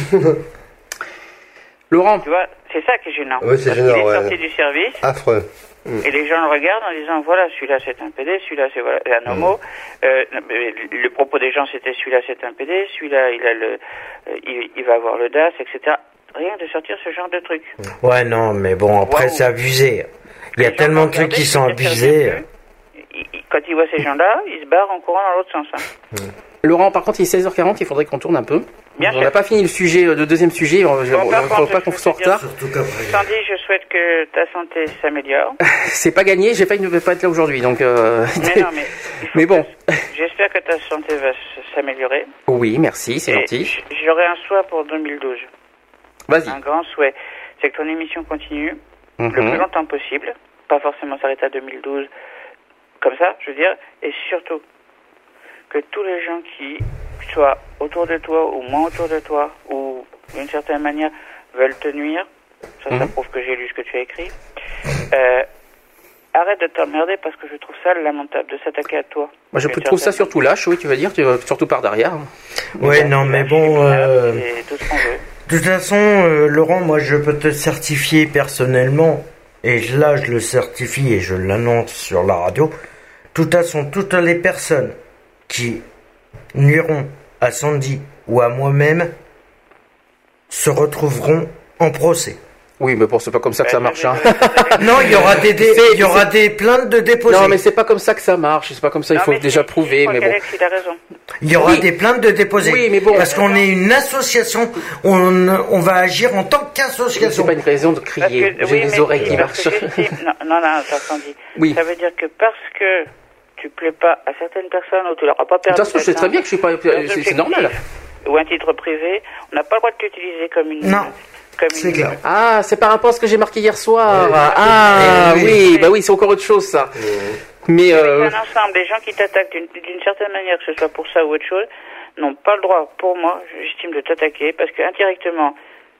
Laurent, Tu vois, c'est ça qui est gênant. Oui, c'est Parce gênant, qu'il est ouais. sorti du service, Affreux. et les gens le regardent en disant, voilà, celui-là c'est un P D, celui-là c'est voilà, un homo. Euh, le propos des gens c'était, celui-là c'est un P D, celui-là il a le, euh, il, il va avoir le D A S, et cetera. Rien de sortir ce genre de truc. Ouais, non, mais bon, après, Waouh. c'est abusé. Il y a Les gens tellement vont de trucs regarder, qui sont ils se abusés. servent plus. Ils- ils- Quand ils voient ces gens-là, ils se barrent en courant dans l'autre sens. Hein. Laurent, par contre, il est seize heures quarante, il faudrait qu'on tourne un peu. Bien on sûr. n'a pas fini le sujet, le deuxième sujet, on- je- Bon, il par ne contre, faut pas je qu'on peux soit en te dire- retard. Surtout qu'après. Sandy, je souhaite que ta santé s'améliore. C'est pas gagné, j'ai failli ne pas être là aujourd'hui, donc... euh, Mais non, mais, il faut mais bon. que- j'espère que ta santé va s- s'améliorer. Oui, merci, c'est Et gentil. j- J'aurai un souhait pour deux mille douze. Vas-y. Un grand souhait. C'est que ton émission continue le Mhm. plus longtemps possible. Pas forcément s'arrêter à deux mille douze comme ça, je veux dire. Et surtout, que tous les gens qui soient autour de toi ou moins autour de toi ou d'une certaine manière veulent te nuire, ça, ça Mhm. prouve que j'ai lu ce que tu as écrit, euh, arrête de t'emmerder parce que je trouve ça lamentable de s'attaquer à toi. Moi, je D'une trouve ça certaine surtout lâche, oui, tu vas dire, tu vas- surtout par derrière. Ouais, non, mais bon. euh, C'est tout ce qu'on veut. De toute façon, euh, Laurent, moi, je peux te certifier personnellement, et là, je le certifie et je l'annonce sur la radio. De toute façon, toutes les personnes qui nuiront à Sandy ou à moi-même se retrouveront en procès. Oui, mais bon, c'est pas comme ça que ça marche. Hein. Non, il y aura des, dé- C'est- il y aura des plaintes de déposées. Non, mais c'est pas comme ça que ça marche. C'est pas comme ça. Il Non, faut mais déjà si, prouver. je crois Mais bon. qu'Alex, il a raison. Il y aura Oui. des plaintes de déposées. Oui, mais bon. Parce qu'on est une association, on, on va agir en tant C'est qu'association. pas une raison de Parce crier. que- J'ai oui, les mais oreilles si, qui parce marchent. que j'estime- Non, non, non, attends, Sandy. Oui. Ça veut dire que parce que tu plais pas à certaines personnes ou tu leur as pas De perdu toute façon, je sais très bien que je suis pas. C'est c'est normal. ou un titre privé, on n'a pas le droit de t'utiliser comme une... Non, comme c'est une- clair. Ah, c'est par rapport à ce que j'ai marqué hier soir. Ouais. Ah, Eh oui. oui, bah oui, c'est encore autre chose ça. Mais euh... un ensemble, des gens qui t'attaquent d'une, d'une certaine manière, que ce soit pour ça ou autre chose, n'ont pas le droit, pour moi, j'estime, de t'attaquer, parce que indirectement,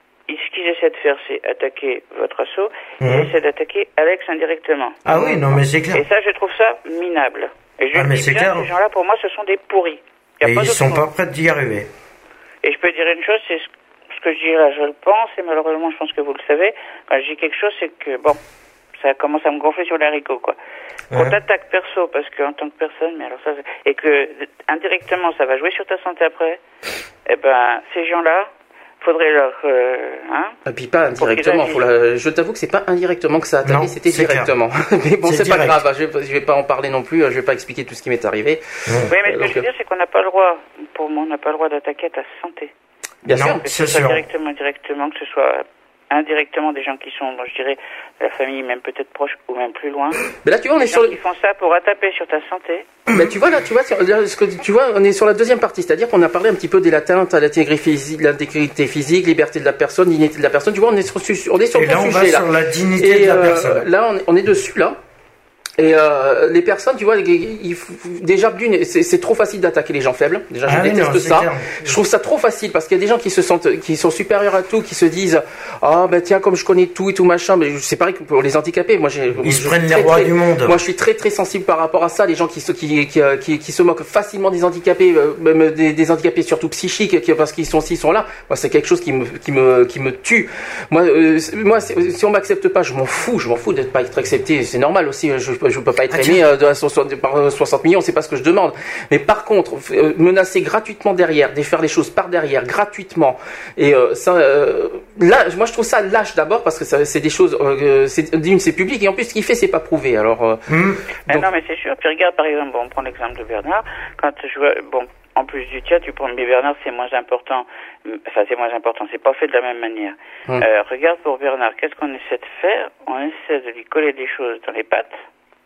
ce qu'ils essaient de faire, c'est attaquer votre assaut, mmh. et ils essaient d'attaquer Alex indirectement. Ah oui, non, mais c'est clair. Et ça, je trouve ça minable. Et je ah, mais dis c'est bien, clair. ces gens-là, pour moi, ce sont des pourris. Y a et pas ils sont pas prêts d'y arriver. Et je peux dire une chose, c'est ce que je dis là, je le pense, et malheureusement, je pense que vous le savez, quand je dis quelque chose, c'est que, bon, ça commence à me gonfler sur les haricots, quoi. Qu'on t'attaque perso, parce qu'en tant que personne, mais alors ça, et que indirectement, ça va jouer sur ta santé après, eh ben, ces gens-là, faudrait leur, euh, hein. Et puis pas indirectement, faut la... je t'avoue que c'est pas indirectement que ça a attaqué, non, c'était directement. Mais bon, c'est, c'est pas grave, je vais, je vais pas en parler non plus, je vais pas expliquer tout ce qui m'est arrivé. Oui, mais ce que je veux dire, c'est qu'on n'a pas le droit, pour moi, on n'a pas le droit d'attaquer à ta santé. Bien non, sûr, que ce c'est soit sûr. Directement, indirectement, que ce soit indirectement des gens qui sont, je dirais, de la famille, même peut-être proche ou même plus loin. Mais là, tu vois, on est des sur gens le... qui font ça pour attaquer sur ta santé. Mais tu vois, là, tu vois, ce que tu vois, on est sur la deuxième partie, c'est-à-dire qu'on a parlé un petit peu des atteintes à l'intégrité physique, l'intégrité physique, liberté de la personne, dignité de la personne. Tu vois, on est sur, on est sur Et le là, on sujet, va là. sur la dignité Et de la euh, personne. là, on est, on est dessus, là. Et euh, les personnes, tu vois, il, il, déjà d'une, c'est, c'est trop facile d'attaquer les gens faibles. Déjà, je ah déteste non, ça. Clair. Je trouve ça trop facile parce qu'il y a des gens qui se sentent, qui sont supérieurs à tout, qui se disent, ah oh, ben tiens, comme je connais tout et tout machin. Mais c'est pareil que pour les handicapés. Moi, j'ai, ils se je, prennent très, les rois très, du monde. Moi, je suis très très sensible par rapport à ça. Les gens qui se, qui, qui, qui, qui se moquent facilement des handicapés, même des, des handicapés surtout psychiques, qui, parce qu'ils sont s'ils sont là. Moi, c'est quelque chose qui me, qui me, qui me tue. Moi, euh, moi, si on m'accepte pas, je m'en fous. Je m'en fous d'être pas être accepté. C'est normal aussi. Je, je peux pas être aimé. De soixante millions, c'est pas ce que je demande. Mais par contre, menacer gratuitement derrière, défaire les choses par derrière, gratuitement, et euh, ça, euh, là, moi je trouve ça lâche d'abord parce que ça, c'est des choses, euh, c'est, d'une c'est public et en plus ce qu'il fait c'est pas prouvé. Alors, euh, mmh. donc... non mais c'est sûr. Puis regarde par exemple, bon, on prend l'exemple de Bernard. Quand je vois, bon, en plus du tien, tu prends mais Bernard, c'est moins important. Enfin, c'est moins important. C'est pas fait de la même manière. Mmh. Euh, regarde pour Bernard, qu'est-ce qu'on essaie de faire? On essaie de lui coller des choses dans les pattes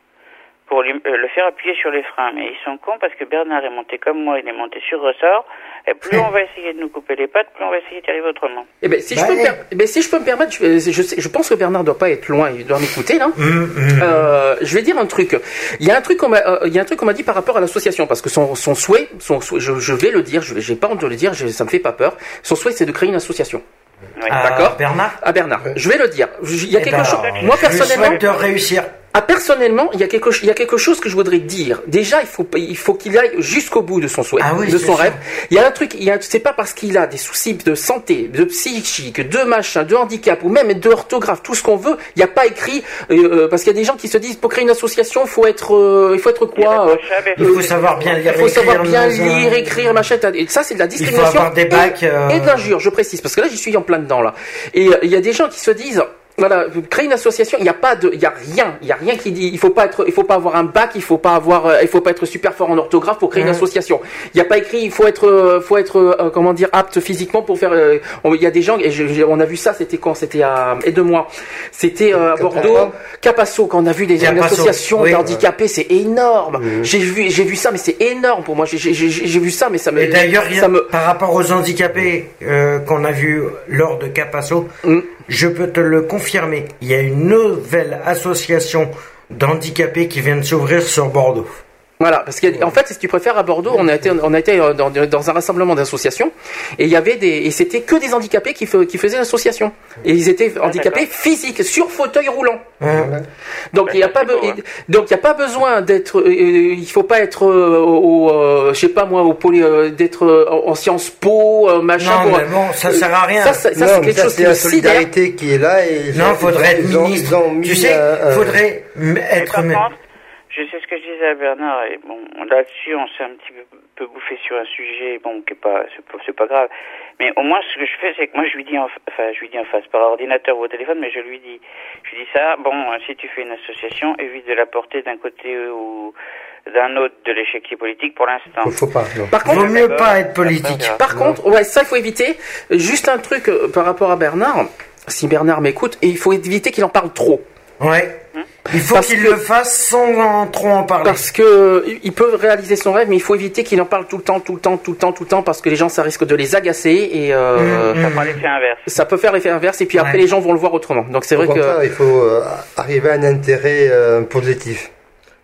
pour lui, euh, le faire appuyer sur les freins. Mais ils sont cons parce que Bernard est monté comme moi, il est monté sur ressort. Et plus on va essayer de nous couper les pattes, plus on va essayer d'y arriver autrement. Eh ben, si, bah je peux ouais. me per... eh ben, si je peux me permettre, je, je, sais, je pense que Bernard doit pas être loin, il doit m'écouter là. Mmh, mmh. Euh, je vais dire un truc. Il y a un truc qu'on m'a, euh, il y a un truc qu'on m'a dit par rapport à l'association, parce que son, son souhait, son souhait, je, je vais le dire, je vais, j'ai pas honte de le dire, je, ça me fait pas peur. Son souhait, c'est de créer une association. Oui. À D'accord. Bernard. À Bernard. Ouais. Je vais le dire. Il y a eh quelque ben, chose. Moi personnellement. Je souhaite de réussir. Ah, personnellement, il y a quelque, il y a quelque chose que je voudrais dire. Déjà, il faut, il faut qu'il aille jusqu'au bout de son souhait, ah oui, de son sûr. rêve. Il y a un truc, il y a, c'est pas parce qu'il a des soucis de santé, de psychique, de machin, de handicap ou même de orthographe, tout ce qu'on veut. Il n'y a pas écrit, euh, parce qu'il y a des gens qui se disent, pour créer une association, il faut être, euh, il faut être quoi? euh, Il faut savoir bien lire, il faut savoir bien lire, écrire, machin. Et ça, c'est de la discrimination. Il faut avoir des bacs, euh... et, et de l'injure, je précise, parce que là, j'y suis en plein dedans là. Et euh, il y a des gens qui se disent. Voilà, créer une association, il n'y a pas de, il y a rien, il y a rien qui dit, il faut pas être, il faut pas avoir un bac, il faut pas avoir, euh, il faut pas être super fort en orthographe pour créer mmh. une association. Il n'y a pas écrit, il faut être, euh, faut être, euh, comment dire, apte physiquement pour faire. Euh, on, il y a des gens, et je, je, on a vu ça, c'était quand, c'était à, aide-moi, c'était euh, à Bordeaux, Capasso, quand on a vu des une association oui, d'handicapés, ouais. C'est énorme. Mmh. J'ai vu, j'ai vu ça, mais c'est énorme pour moi. J'ai, j'ai, j'ai, j'ai vu ça, mais ça me. Et d'ailleurs, ça me... par rapport aux handicapés euh, qu'on a vu lors de Capasso. Mmh. Je peux te le confirmer, il y a une nouvelle association d'handicapés qui vient de s'ouvrir sur Bordeaux. Voilà, parce qu'en fait, si tu préfères, à Bordeaux, on a été, on a été dans, dans un rassemblement d'associations, et il y avait des, et c'était que des handicapés qui, fe, qui faisaient l'association. Et ils étaient handicapés physiques, sur fauteuil roulant. Mmh. Donc il n'y a pas, be, donc il y a pas besoin d'être, euh, il faut pas être euh, au, euh, je sais pas moi, au poly, euh, d'être euh, en Sciences Po, euh, machin. Non, pour, mais bon, ça sert à rien. Ça, ça, ça non, c'est quelque chose qui est la solidarité qui est là et. Non, faudrait être ministre. Tu sais, euh, faudrait être. Je sais ce que je disais à Bernard, et bon, là-dessus, on s'est un petit peu, peu bouffé sur un sujet, bon, qui est pas, c'est pas, c'est pas grave. Mais au moins, ce que je fais, c'est que moi, je lui dis en, enfin, je lui dis en face, par ordinateur ou au téléphone, mais je lui dis, je lui dis ça, bon, si tu fais une association, évite de la porter d'un côté ou d'un autre de l'échiquier politique pour l'instant. Faut pas, non. Par contre, vaut mieux pas être politique. Par non. contre, ouais, ça, il faut éviter. Juste un truc euh, par rapport à Bernard. Si Bernard m'écoute, et il faut éviter qu'il en parle trop. Ouais. Il faut parce qu'il que, le fasse sans en trop en parler. Parce que il peut réaliser son rêve, mais il faut éviter qu'il en parle tout le temps, tout le temps, tout le temps, tout le temps, parce que les gens, ça risque de les agacer et euh, mmh, ça peut l'effet inverse. Ça peut faire l'effet inverse et puis après ouais. les gens vont le voir autrement. Donc c'est Au vrai contraire, que il faut euh, arriver à un intérêt euh, positif.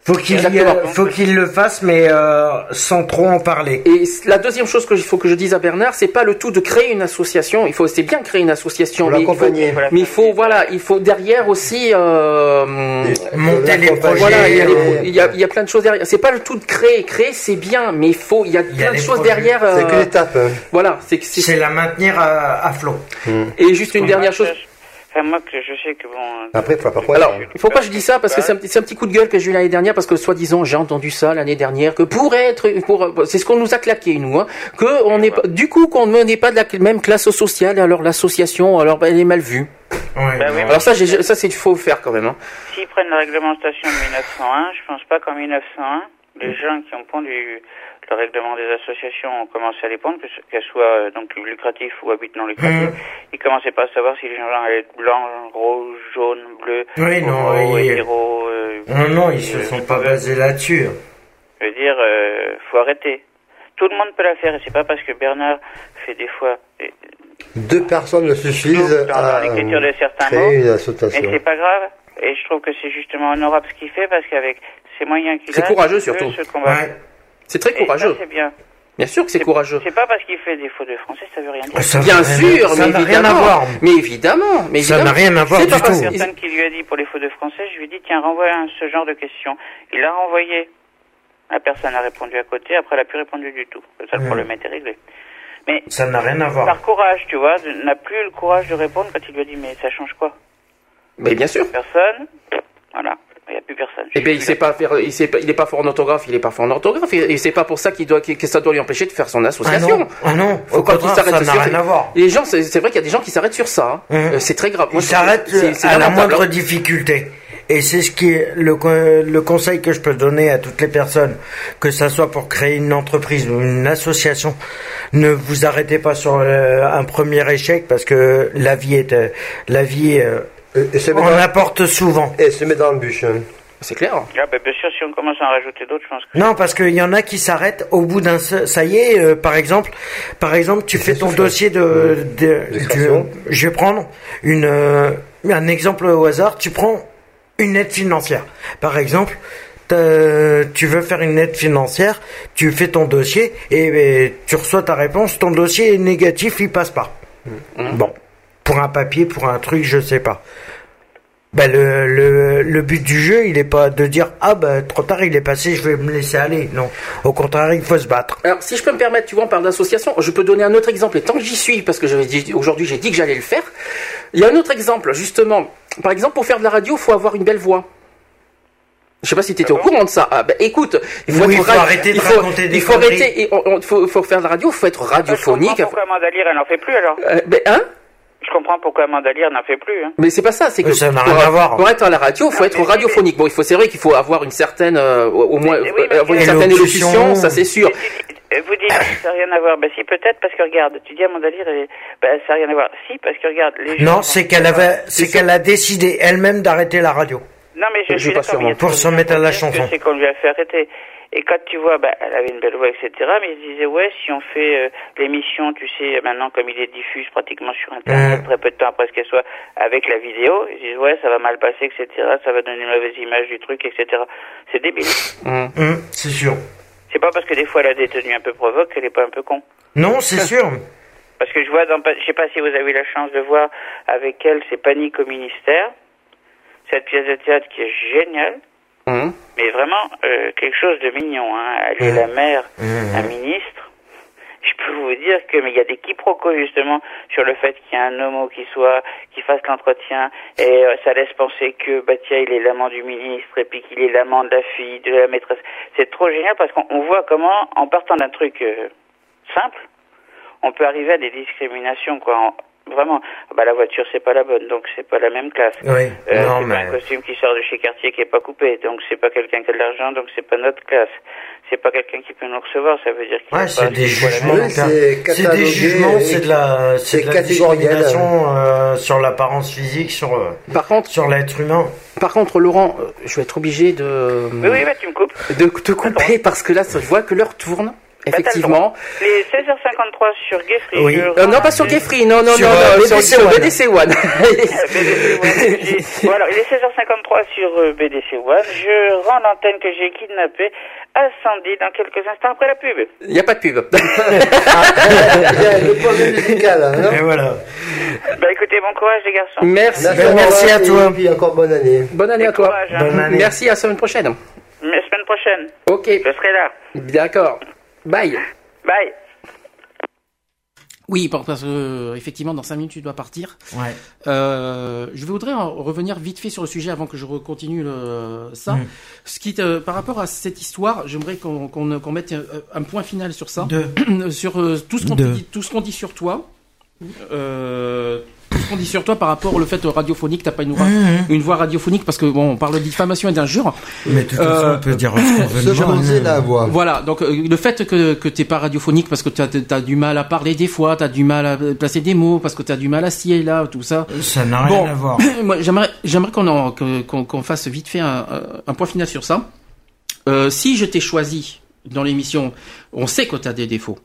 Faut qu'il, Exactement. faut qu'il le fasse, mais euh, sans trop en parler. Et la deuxième chose que il faut que je dise à Bernard, c'est pas le tout de créer une association. Il faut, c'est bien créer une association, Pour mais il faut, l'accompagner. mais il faut, voilà, il faut derrière aussi euh, Monter les projets. voilà, il y, a les- il y a, il y a plein de choses derrière. C'est pas le tout de créer, créer c'est bien, mais il faut, il y a Il y a plein de les choses projets. derrière. C'est euh, qu'une étape. hein. Voilà, c'est que c'est. C'est la maintenir à, à flot. Et juste une dernière chose. Enfin, moi, que je sais que bon. Après, il faut pas croire. Alors, il faut pas que je dise ça parce que c'est un, petit- c'est un petit coup de gueule que j'ai eu l'année dernière parce que soi-disant j'ai entendu ça l'année dernière que pour être, pour, c'est ce qu'on nous a claqué nous, hein, que on n'est pas, du coup qu'on n'est pas de la même classe sociale, alors l'association, alors ben, elle est mal vue. Ouais. Bah oui, Alors ça, j'ai, ça c'est faut faire quand même. Hein. S'ils prennent la réglementation de mille neuf cent un, je pense pas qu'en mille neuf cent un, les gens qui ont pondu le règlement des associations ont commencé à les pondre, que ce- qu'elles soient euh, donc lucratives ou à but non lucratif. Ils commençaient pas à savoir si les gens allaient être blancs, rouges, jaunes, bleus, Oui, non, homo, ils- hétéro. euh, Non, non, ils se euh, sont pas basés là-dessus. Je veux dire, euh, faut arrêter. Tout le monde peut la faire et c'est pas parce que Bernard fait des fois euh, Deux personnes ne suffisent dans, à dans l'écriture de certains créer mots, une mais association. c'est pas grave. Et je trouve que c'est justement honorable ce qu'il fait parce qu'avec ses moyens qu'il a, C'est courageux, il peut surtout. se combattre. Ouais. C'est très Et courageux. ça, c'est bien. Bien sûr que c'est courageux. C'est pas parce qu'il fait des fautes de français, ça veut rien dire. Ça Bien n'a sûr, rien- ça mais n'a rien évidemment. à voir. Mais évidemment, mais Ça évidemment. n'a rien à voir C'est du pas tout. parce- La personne qui lui a dit pour les fautes de français, je lui ai dit tiens renvoie un- ce genre de questions. Il a renvoyé. La personne a répondu à côté, après elle a plus répondu du tout. Ça, le Ouais. problème était réglé. Mais Ça n'a rien à voir. par courage, tu vois, de- n'a plus le courage de répondre quand il lui a dit mais ça change quoi? Mais bien sûr. Personne. Voilà. Il n'y a plus personne. Eh bien, il sait pas faire, il sait pas, il est pas fort en orthographe, il est pas fort en orthographe, et, et c'est pas pour ça qu'il doit, que, que ça doit lui empêcher de faire son Ah association. non, ah non, Faut au pas qu'il contraire, s'arrête ça n'a sur- rien à voir. Les gens, c'est, c'est vrai qu'il y a des gens qui s'arrêtent sur ça. hein. Hum. Euh, c'est très grave. Moi, Ils je trouve s'arrêtent que c'est- c'est à la lamentable, moindre hein. difficulté. Et c'est ce qui est le, co- le conseil que je peux donner à toutes les personnes, que ça soit pour créer une entreprise ou une association. Ne vous arrêtez pas sur euh, un premier échec parce que la vie est, euh, la vie, euh, Et, et se met on dans, apporte souvent. et se met dans le bûche. hein. C'est clair. Ah, ben, bien sûr, si on commence à en rajouter d'autres, je pense que. Non, parce qu'il y en a qui s'arrêtent au bout d'un seul- ça y est, euh, par exemple, par exemple, tu fais ton dossier de, de, D'extraction. du- je vais prendre une, euh, un exemple au hasard. Tu prends une aide financière, par exemple. t'as- Tu veux faire une aide financière, tu fais ton dossier et, et tu reçois ta réponse. Ton dossier est négatif, il passe pas. Bon, pour un papier, pour un truc, je sais pas. Ben le, le, le but du jeu, il est pas de dire ah ben trop tard il est passé, je vais me laisser aller. Non, au contraire, il faut se battre. Alors, si je peux me permettre, tu vois, on parle d'association, je peux donner un autre exemple, et tant que j'y suis, parce que j'avais dit, aujourd'hui j'ai dit que j'allais le faire, il y a un autre exemple, justement. Par exemple, pour faire de la radio, il faut avoir une belle voix. Je sais pas si tu étais au courant de ça. Ah, ben, écoute, il faut, Oui, être il faut ra- arrêter de il faut, raconter des il faut conneries. arrêter, et on, on- faut, faut faire de la radio, il faut être radiophonique. Je comprends pourquoi Amanda Lear, elle n'en fait plus alors. Euh, ben, hein? Je comprends pourquoi Amanda Lear n'en fait plus. Hein. Mais c'est pas ça, c'est que Ça n'a pour, rien à voir. pour être à la radio, il faut Non, être mais si, radiophonique. Bon, il faut, c'est vrai qu'il faut avoir une certaine, euh, au moins, Mais- oui, mais- euh, avoir une Et certaine l'élocution. élocution, ça c'est sûr. Et tu dis- euh, Vous dites que ça n'a rien à voir. Ben si, peut-être parce que regarde, tu dis Amanda Lear, elle est- ben, ça n'a rien à voir. Si, parce que regarde, les gens Non, vont- c'est qu'elle avait, c'est qu'elle a décidé elle-même d'arrêter la radio. Non, mais je, Je suis suis pas d'accord, sûr, mais il y a pour toujours se des mettre à gens la qui disent que chanson. C'est qu'on lui a fait arrêter. Et quand tu vois, bah, elle avait une belle voix, et cetera, mais ils se disaient, ouais, si on fait euh, l'émission, tu sais, maintenant, comme il est diffuse pratiquement sur Internet, Mmh. très peu de temps après qu'elle soit avec la vidéo, ils disent, ouais, ça va mal passer, et cetera, ça va donner une mauvaise image du truc, et cetera. C'est débile. Hum. Hum, c'est sûr. C'est pas parce que des fois elle a des tenues un peu provoques qu'elle est pas un peu con. Non, c'est sûr. Parce que je vois dans, je sais pas si vous avez eu la chance de voir avec elle, c'est Panique au ministère, cette pièce de théâtre qui est géniale. Hum. Mais vraiment, euh, quelque chose de mignon, hein. Elle est Mmh. la mère Mmh. d'un ministre. Je peux vous dire que, mais il y a des quiproquos, justement, sur le fait qu'il y a un homo qui soit, qui fasse l'entretien, et euh, ça laisse penser que, bah, tiens, il est l'amant du ministre, et puis qu'il est l'amant de la fille, de la maîtresse. C'est trop génial parce qu'on on voit comment, en partant d'un truc euh, simple, on peut arriver à des discriminations, quoi. En- Vraiment, bah la voiture c'est pas la bonne, donc c'est pas la même classe. Oui, Euh, non, c'est mais- pas un costume qui sort de chez Cartier qui est pas coupé, donc c'est pas quelqu'un qui a de l'argent, donc c'est pas notre classe. C'est pas quelqu'un qui peut nous recevoir, ça veut dire qu'il Ouais, a c'est pas des c'est quoi la jugements. même- Oui, car- c'est C'est des catalogué jugements, et- c'est de la, c'est c'est de la catégoriel. discrimination euh, sur l'apparence physique, sur euh, Par contre, sur l'être humain. par contre, Laurent, euh, je vais être obligé de, Oui, oui, bah tu me coupes. de te couper parce que là, je vois que l'heure tourne. Effectivement. Les seize heures cinquante-trois sur Gay Free. Oui. je Euh, non, rends pas sur l'antenne- Gay Free, non, non, Sur, non, euh, non, B D C sur, sur One. B D C One. B D C One. J'ai- Bon, alors, il est seize heures cinquante-trois sur euh, B D C One. Je rends l'antenne que j'ai kidnappée à Sandy dans quelques instants après la pub. Il n'y a pas de pub. Le point musical, hein, non? Et voilà. Bah écoutez, bon courage les garçons. Merci. D'accord, merci à et toi. puis encore bonne année. Bonne année à toi. courage, hein. Bonne année. Merci, à la semaine prochaine. La semaine prochaine, Ok, je serai là. d'accord. Bye. Bye. Oui, parce que euh, effectivement, dans cinq minutes, tu dois partir. Ouais. Euh, je voudrais en revenir vite fait sur le sujet avant que je continue le, ça. Mm. Ce qui, euh, par rapport à cette histoire, j'aimerais qu'on qu'on qu'on mette un, un point final sur ça, De. sur euh, tout ce qu'on De. dit, tout ce qu'on dit sur toi. Euh, tout ce qu'on dit sur toi par rapport au fait radiophonique, t'as pas une voix, Mmh. une voix radiophonique parce que bon, on parle de diffamation et d'injure. Mais de toute Euh, façon, on peut dire ce qu'on veut Se de gens, poser hein. la voix. Voilà, donc euh, le fait que que t'es pas radiophonique parce que t'as as du mal à parler des fois, t'as du mal à placer des mots, parce que t'as du mal à ci et là, tout ça. Ça n'a rien Bon, à voir. moi j'aimerais j'aimerais qu'on en- que- qu'on qu'on fasse vite fait un, un point final sur ça. Euh, si je t'ai choisi dans l'émission, on sait que t'as des défauts.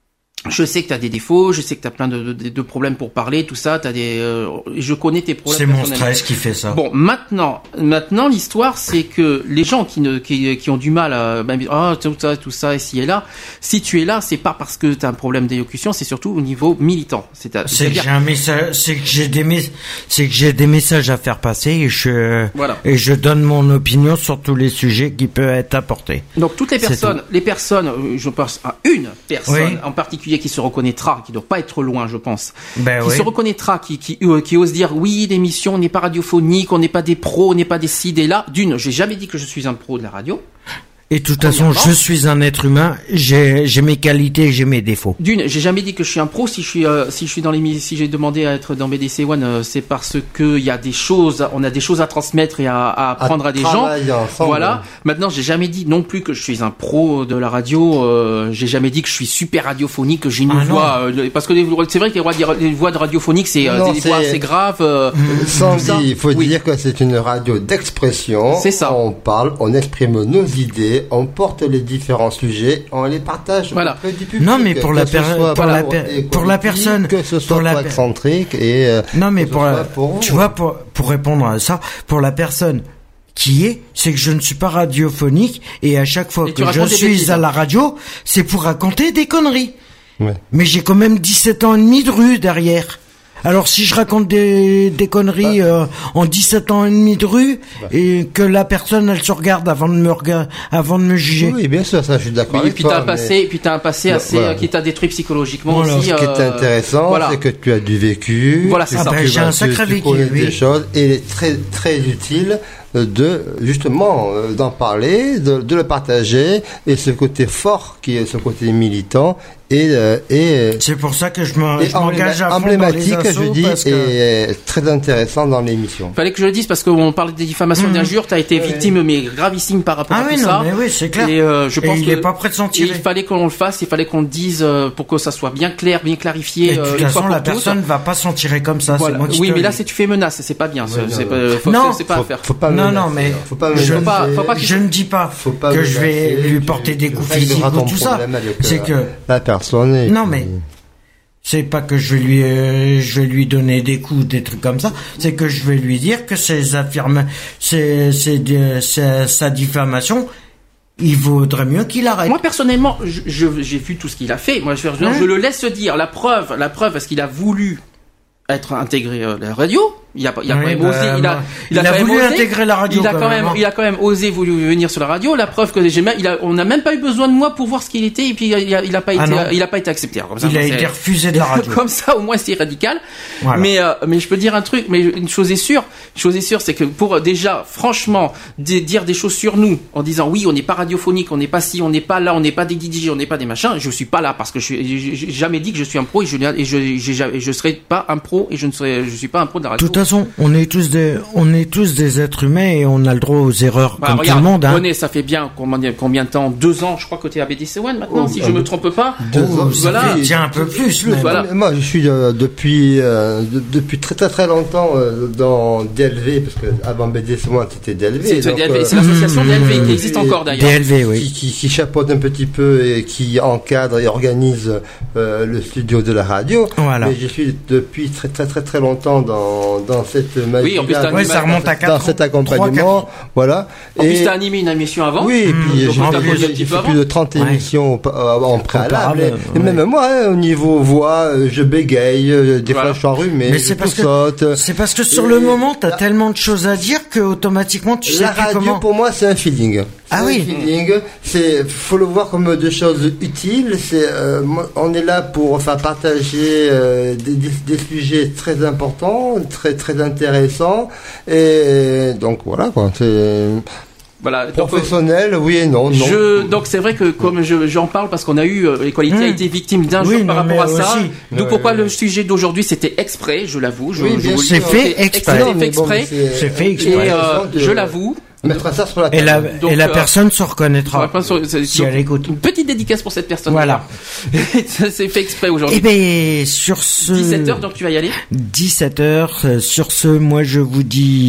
Je sais que t'as des défauts, je sais que t'as plein de, de, de problèmes pour parler, tout ça. T'as des, euh, je connais tes problèmes. C'est mon personnels. stress qui fait ça. Bon, maintenant, maintenant l'histoire, c'est que les gens qui ne, qui, qui ont du mal à, ben, ah, tout ça, tout ça, ici et là. Si tu es là, c'est pas parce que t'as un problème d'élocution, c'est surtout au niveau militant. C'est, à- C'est que c'est-à-dire- j'ai un message, c'est que j'ai des mes- c'est que j'ai des messages à faire passer et je, Voilà. et je donne mon opinion sur tous les sujets qui peuvent être apportés. Donc toutes les C'est personnes, les personnes, euh, je pense à une personne Oui. en particulier qui se reconnaîtra, qui doit pas être loin, je pense, Ben qui oui. se reconnaîtra, qui qui, euh, qui ose dire oui, l'émission n'est pas radiophonique, on n'est pas des pros, on n'est pas des ci, des là. D'une, j'ai jamais dit que je suis un pro de la radio. Et de toute façon, je suis un être humain, j'ai, j'ai mes qualités et j'ai mes défauts. D'une, j'ai jamais dit que je suis un pro. Si je suis, euh, si je suis dans les, si j'ai demandé à être dans B D C One, euh, c'est parce que il y a des choses, on a des choses à transmettre et à, à apprendre à, des gens. travailler ensemble. Voilà. Maintenant, j'ai jamais dit non plus que je suis un pro de la radio. Euh, j'ai jamais dit que je suis super radiophonique, que j'ai une Ah, non. voix. Euh, parce que les- c'est vrai que les voix, les voix de radiophonique, c'est euh, Non, c'est des voix c'est- assez graves. Euh, Sans tout ça. dire, il faut Oui. dire que c'est une radio d'expression. C'est ça. On parle, on exprime nos idées, on porte les différents sujets, on les partage Voilà. auprès du public. Non, mais pour que la ce per- soit pour la pour per- des pour la politiques, personne- que ce soit pour la pour per- excentrique et euh, Non, mais que ce pour, soit la, pour tu vous. vois, pour, pour répondre à ça, pour la personne qui est, c'est que je ne suis pas radiophonique et à chaque fois Et tu que je racontes des suis bêtises, à hein. la radio, c'est pour raconter des conneries. Ouais. Mais j'ai quand même dix-sept ans et demi de rue derrière. Alors si je raconte des, des conneries euh, en dix-sept ans et demi de rue et que la personne elle se regarde avant de me rega- avant de me juger. Oui, bien sûr, ça, je suis d'accord Oui, et avec puis toi. t'as un mais passé, puis t'as un passé Non, assez voilà. euh, qui t'a détruit psychologiquement Voilà. aussi. Ce qui est euh, intéressant, voilà. c'est que tu as du vécu. Voilà, c'est tu- ça. Ah ben, tu j'ai vas- un tu- sacré tu vécu, connais oui. des choses et il est très très utile de justement euh, d'en parler, de, de le partager et ce côté fort qui est ce côté militant et euh, et C'est pour ça que je me- et je m'engage à fond dans les emblématique, assos je dis, parce que- et très intéressant dans l'émission. Fallait que je le dise parce qu'on parle des diffamations et Mhm. d'injures. T'as été victime, mais gravissime par rapport Ah à oui, tout non, ça. mais oui, c'est clair. Et euh, je Et pense il que est pas prêt de s'en tirer. Il fallait qu'on le fasse. Il fallait qu'on le dise euh, pour que ça soit bien clair, bien clarifié. Et de euh, toute une fois façon, pour la toutes. personne va pas s'en tirer comme ça. Voilà. C'est moi qui Oui, te mais le là, dis. c'est tu fais menace. C'est pas bien. c'est- c'est pas, faut- Non. c'est- c'est pas à faire. Faut pas Non, menacer, non, mais faut pas je, menacer, pas- faut pas qu'il- je ne dis pas, faut pas que je vais menacer, lui tu- porter des tu coups régleras physiques ou ton tout ça. problème avec, C'est euh, que la personne. et non, puis- mais c'est pas que je vais lui, euh, je vais lui donner des coups, des trucs comme ça. C'est que je vais lui dire que ses affirmations, c'est, c'est, c'est, sa diffamation, il vaudrait mieux qu'il arrête. Moi personnellement, je- je- j'ai vu tout ce qu'il a fait. Moi, je, je, Hein je le laisse dire. La preuve, la preuve, parce qu'il a voulu être intégré à la radio. Il a, il a Oui, quand même bah, osé. Il a, bah, il a, il a quand même voulu osé. intégrer la radio Il a quand quand même, même, hein. il a quand même osé voulu venir sur la radio. La preuve que j'ai même, il a, on n'a même pas eu besoin de moi pour voir ce qu'il était. Et puis il a, il a pas Ah été, non. il a pas été accepté. Alors, comme ça, Il a c'est- été refusé de la radio. Comme ça, au moins, c'est radical. Voilà. Mais, euh, mais je peux dire un truc. Mais une chose est sûre, une chose est sûre, c'est que pour euh, déjà, franchement, di- dire des choses sur nous, en disant oui, on n'est pas radiophonique, on n'est pas ci, on n'est pas là, on n'est pas des D J, on n'est pas des machins. Je suis pas là parce que je suis, j'ai j'ai jamais dit que je suis un pro et je, et je, j'ai jamais- et je serai pas un pro et je ne serai, je suis pas un pro de la radio. De toute façon, on est tous des, on est tous des êtres humains et on a le droit aux erreurs Bah, comme regarde, tout le monde. Hein. René, ça fait bien combien, combien de temps? Deux ans, je crois, côté A B D C One maintenant, Oh, si ah, je me oui. trompe pas. Deux ans, ça voilà. fait- tiens, un peu plus. Même. Voilà. Moi, je suis euh, depuis euh, de- depuis très très très longtemps euh, dans D L V parce que avant B D C One c'était D L V. C'est donc, D L V, euh, c'est l'association mmh, D L V qui et- existe encore d'ailleurs. D L V, oui. qui, qui, qui chapeaute un petit peu et qui encadre et organise euh, le studio de la radio. Voilà. Mais je suis depuis très très très très longtemps dans dans cette magie. Oui, en plus, t'as Ouais, ça remonte à quatre dans ans. cet accompagnement, voilà. En plus, t'as animé une émission avant. Oui, et puis donc j'ai on t'a fait- posé un j'ai petit peu fait avant. plus de trente Ouais. émissions au- euh, en préalable. Et, Préalable, et ouais. même moi, hein, au niveau voix, euh, je bégaye, euh, des Voilà. fois je suis enrhumé, Mais je c'est parce que saute. c'est parce que sur Et- le moment, t'as la- tellement de choses à dire que automatiquement, tu sais La plus radio, comment. pour moi, c'est un feeling. Ah C'est oui. un feeling. C'est, faut le voir comme deux choses utiles. C'est, euh, moi, on est là pour enfin partager euh, des, des, des sujets très importants, très très intéressants. Et donc voilà quoi. C'est Voilà. Donc, professionnel, oui et non. non. Je, donc c'est vrai que comme je, j'en parle parce qu'on a eu euh, Equality Mmh. a été victime d'un Oui, jour par non, rapport à mais ça. aussi. D'où Ouais, pourquoi ouais, le ouais. sujet d'aujourd'hui c'était exprès, je l'avoue. Je, Oui, je bien vous le sûr. dis, C'est fait c'était exprès. C'était Non, mais fait bon, exprès. mais C'est fait Et exprès. euh, de- je l'avoue. Mettre ça sur la Et table. la, Donc, et la euh, personne se reconnaîtra. Ouais, sur- c'est- Si elle écoute. Une petite dédicace pour cette personne. Voilà. Ça c'est fait exprès Eh aujourd'hui. ben, sur ce... dix-sept heures, donc tu vas y aller. dix-sept heures. euh, Sur ce, moi, je vous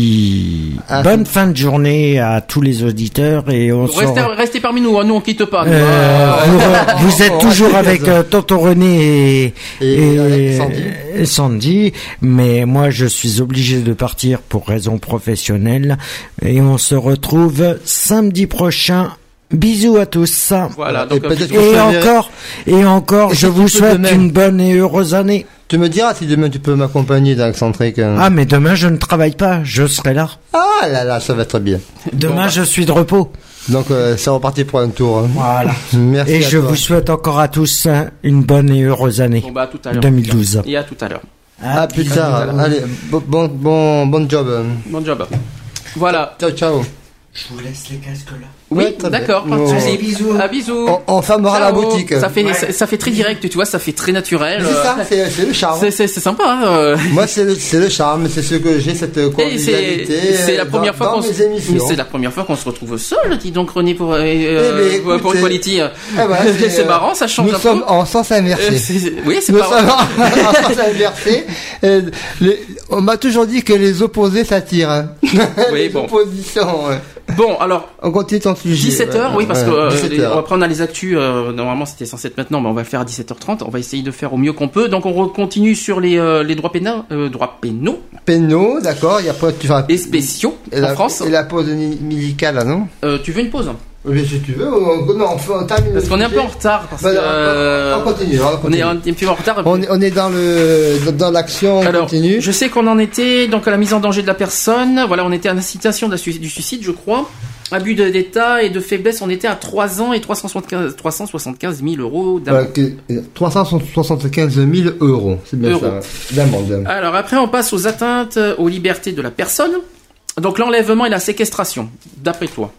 dis Ah, bonne fin de journée à tous les auditeurs et on se Restez, re- restez parmi nous, hein, nous on quitte pas. nous, Euh, hein. vous, re- vous êtes on toujours reste avec là. euh, Tonton René et, Et avec Sandy. et Sandy, mais moi je suis obligé de partir pour raison professionnelle et on se retrouve samedi prochain. Bisous à tous. Voilà, Et donc, peut-être euh, que Et je te encore, et encore, Et je si vous tu peux souhaite demain. une bonne et heureuse année. Tu me diras si demain tu peux m'accompagner dans Excentrique. hein. Ah, mais demain je ne travaille pas, je serai là. Ah là là, ça va être bien. Demain bah. je suis de repos. Donc euh, c'est reparti pour un tour. hein. Voilà. Merci. Et à je toi. vous souhaite encore à tous hein, une bonne et heureuse année bon bah à tout à l'heure. deux mille douze. Et à tout à l'heure. À plus tard. Allez, bon bon bon, bon job. Bon job. Voilà. Ciao ciao. Je vous laisse les casques là. Oui, Ouais, très d'accord, bien. pas de Ouais. souci. Bisous. Ah, bisous. On, on fermera la Ciao. boutique. Ça fait, Ouais. ça, ça fait très direct, tu vois, ça fait très naturel. C'est euh, ça, c'est c'est le charme. C'est, c'est, c'est sympa, hein. euh. Moi, c'est le, c'est le charme, c'est ce que j'ai, cette Et c'est, convivialité. c'est la dans- première fois dans qu'on mes se, émissions. mais c'est la première fois qu'on se retrouve seul, dis donc René pour, euh, Eh ben, euh, pour écoutez, Equality. eh ben, c'est, c'est, marrant, ça change Nous un sommes peu. en sens Euh, inversé. c'est- c'est- oui, c'est Nous pas sommes en, en sens inversé. Euh, les- on m'a toujours dit que les opposés s'attirent. Hein. Oui, les bon. oppositions. ouais. Bon, alors, On continue ton sujet. dix-sept heures, ouais, oui, parce ouais, que euh, dix-sept les- heures. après on a les actus. Euh, normalement, c'était censé être maintenant, mais on va le faire à dix-sept heures trente. On va essayer de faire au mieux qu'on peut. Donc, on re- continue sur les euh, les droits pénaux, euh, droits pénaux Pénaux, d'accord. Et après, tu vas. et spéciaux Et en la, France. Et la pause ni- musicale, là, non? Euh, tu veux une pause? Oui, si tu veux. On, non, on, fait- on termine. Parce le qu'on est un peu sujet. en retard. Parce Bah, que, on- euh, on, continue. On, on est continue. un petit peu en retard. On est, on est dans le dans, dans l'action Alors, continue. je sais qu'on en était donc à la mise en danger de la personne. Voilà, on était à l'incitation de la su- du suicide, je crois. Abus de- d'état et de faiblesse, on était à trois ans et trois cent soixante-quinze, trois cent soixante-quinze mille euros d'amende. Voilà, que- trois cent soixante-quinze mille euros, c'est bien Euros. ça, d'amende. Alors après, on passe aux atteintes aux libertés de la personne. Donc l'enlèvement et la séquestration, d'après toi.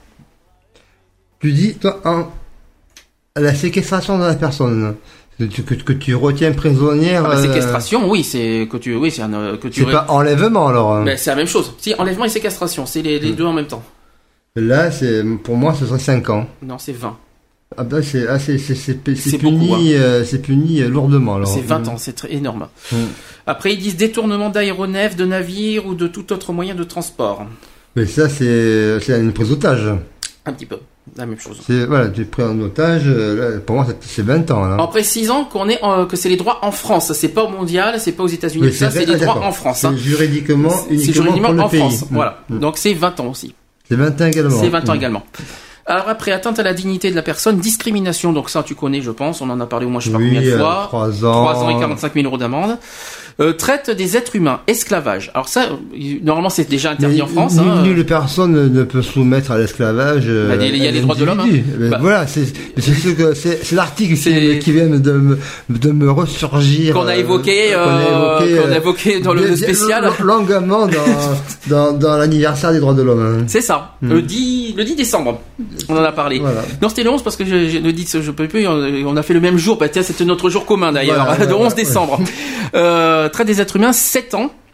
Tu dis, toi, en, la séquestration de la personne, que tu, que, que tu retiens prisonnière. Ah, la euh, séquestration, oui, c'est que tu, oui, c'est un, euh, que tu. c'est pas enlèvement alors. hein. Mais c'est la même chose. Si enlèvement et séquestration, c'est les, les deux en même temps. Là, c'est pour moi, ce serait cinq ans. Non, c'est vingt. Ah bah c'est ah, c'est c'est c'est c'est C'est puni, beaucoup, hein. euh, c'est puni euh, lourdement alors. C'est vingt ans, c'est très énorme. Mm. Après, ils disent détournement d'aéronefs, de navires ou de tout autre moyen de transport. Mais ça, c'est c'est une prise d'otage. Un petit peu, la même chose. C'est voilà, tu es pris en otage. euh, Là, pour moi, c'est- c'est vingt ans là. En précisant qu'on est en- que c'est les droits en France, c'est pas au mondial, c'est pas aux États-Unis, Oui, ça c'est c'est vrai, les ah, droits d'accord. en France. C'est Hein. juridiquement C'est uniquement juridiquement pour le en pays. France, Mm. voilà. Mm. Donc c'est vingt ans aussi. C'est vingt ans également. C'est vingt ans Mm. également. Alors après, atteinte à la dignité de la personne, discrimination, donc ça tu connais je pense, on en a parlé au moins je sais pas Oui, combien de euh, fois. trois ans. trois ans et quarante-cinq mille euros d'amende. Euh, traite des êtres humains, esclavage. Alors ça, euh, normalement c'est déjà interdit Mais en France. Nulle, hein. nulle personne ne peut soumettre à l'esclavage. euh, Bah, il y a un les droits de l'homme, individu. hein. Mais Bah. voilà, c'est c'est ce que c'est c'est l'article C'est- qui, qui vient de me de me ressurgir. Qu'on a euh, évoqué, qu'on a euh, évoqué, qu'on a euh, évoqué dans le bien- spécial. bien- longuement dans dans dans l'anniversaire des droits de l'homme. hein. C'est ça, Mm. le dix le dix décembre. On en a parlé. Voilà. Non, c'était le onze parce que je, je, le dix, je peux plus. On, on a fait le même jour. Bah tiens, c'était notre jour commun d'ailleurs, Voilà, le voilà, onze ouais. décembre. Euh, traite des êtres humains, sept ans.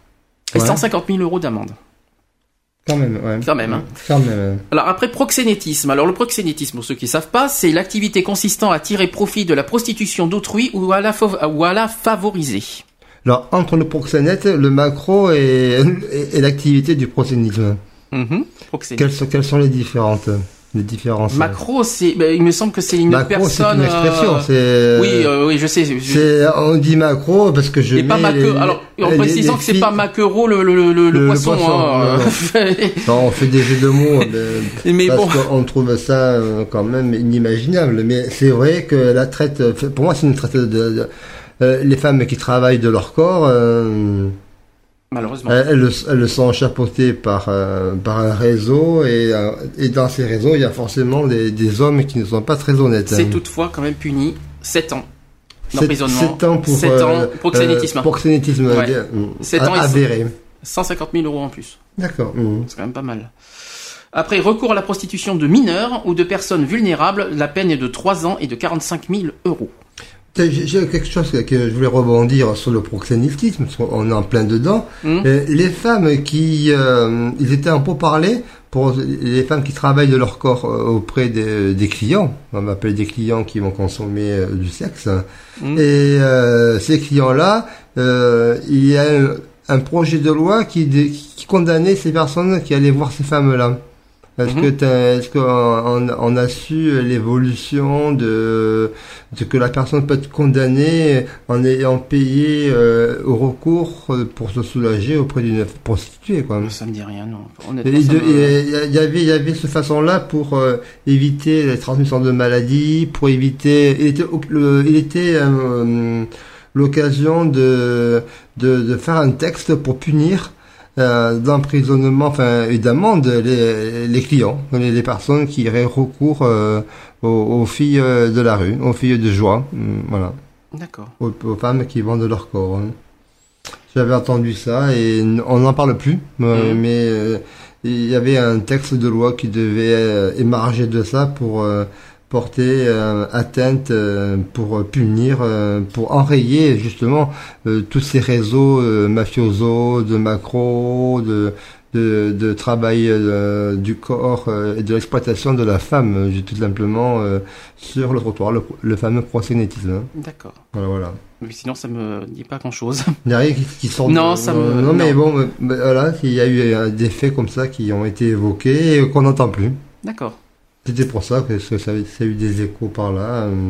et Ouais. cent cinquante mille euros d'amende. Quand même, ouais. Quand même, hein. Quand même. Alors après, proxénétisme. Alors le proxénétisme, pour ceux qui ne savent pas, c'est l'activité consistant à tirer profit de la prostitution d'autrui ou à la, favo- ou à la favoriser. Alors, entre le proxénète, le macro et, et, et l'activité du proxénétisme. Mm-hmm. Proxénétisme. Quelles sont, quelles sont les différentes, les différences? Macro, c'est, ben, il me semble que c'est une Macro, personne. c'est une expression. euh, C'est, Oui, euh, oui, je sais. je- c'est, on dit macro parce que je Et mets pas maquereau. les- Alors, en les- précisant les que c'est filles- pas maquereau le, le, le, le, Le- le poisson. poisson, hein, non, euh, Non, on fait des jeux de mots, mais, Mais parce bon. qu'on trouve ça euh, quand même inimaginable. Mais c'est vrai que la traite, euh, pour moi, c'est une traite de, de- euh, les femmes qui travaillent de leur corps, euh, Malheureusement. elles, elles, le- elles le sont chapeautées par euh, par un réseau et euh, et dans ces réseaux, il y a forcément des, des hommes qui ne sont pas très honnêtes. C'est hein. toutefois quand même puni sept ans Sept- d'emprisonnement. sept ans pour sept ans, euh, proxénétisme. euh, proxénétisme Ouais. euh, sept a- ans et avéré. cent cinquante mille euros en plus. D'accord. Mhm. C'est quand même pas mal. Après, recours à la prostitution de mineurs ou de personnes vulnérables, la peine est de trois ans et de quarante-cinq mille euros. J'ai j'ai quelque chose que, que je voulais rebondir sur le proxénétisme, parce qu'on est en plein dedans. Mmh. Euh, les femmes qui, euh, ils étaient en pourparlers pour les femmes qui travaillent de leur corps euh, auprès des, des clients. On va appeler des clients qui vont consommer euh, du sexe. Mmh. Et euh, ces clients-là, euh, il y a un, un projet de loi qui, dé- qui condamnait ces personnes qui allaient voir ces femmes-là. Est-ce Mhm. que t'as- est-ce qu'on on, on a su l'évolution de, de que la personne peut être condamnée en ayant payé euh, au recours pour se soulager auprès d'une prostituée, quoi. Ça me dit rien, non. Et Honnêtement, de- ça me- et Il y avait, il y avait cette façon-là pour euh, éviter les transmissions de maladies, pour éviter. Il était, le- il était euh, l'occasion de, de de faire un texte pour punir euh, d'emprisonnement, enfin, et d'amende les, les clients, les, les personnes qui auraient recours euh, aux, aux filles euh, de la rue, aux filles de joie, hum, voilà, D'accord. aux, aux femmes qui vendent leur corps. hein. J'avais entendu ça et n- on n'en parle plus, euh, Mhm. mais euh, il y avait un texte de loi qui devait euh, émarger de ça pour euh, porter euh, atteinte, euh, pour punir, euh, pour enrayer justement euh, tous ces réseaux euh, mafiosos, de macro, de de, de travail euh, du corps euh, et de l'exploitation de la femme, euh, tout simplement euh, sur le trottoir, le, le fameux proxénétisme. hein. D'accord. Voilà, voilà. Mais sinon, ça me dit pas grand-chose. Il n'y a rien qui, qui sort Non, de... ça non, me- non, mais non. bon, euh, bah, voilà, il y a eu euh, des faits comme ça qui ont été évoqués et qu'on n'entend plus. D'accord. C'était pour ça que ça, ça a eu des échos par là. euh,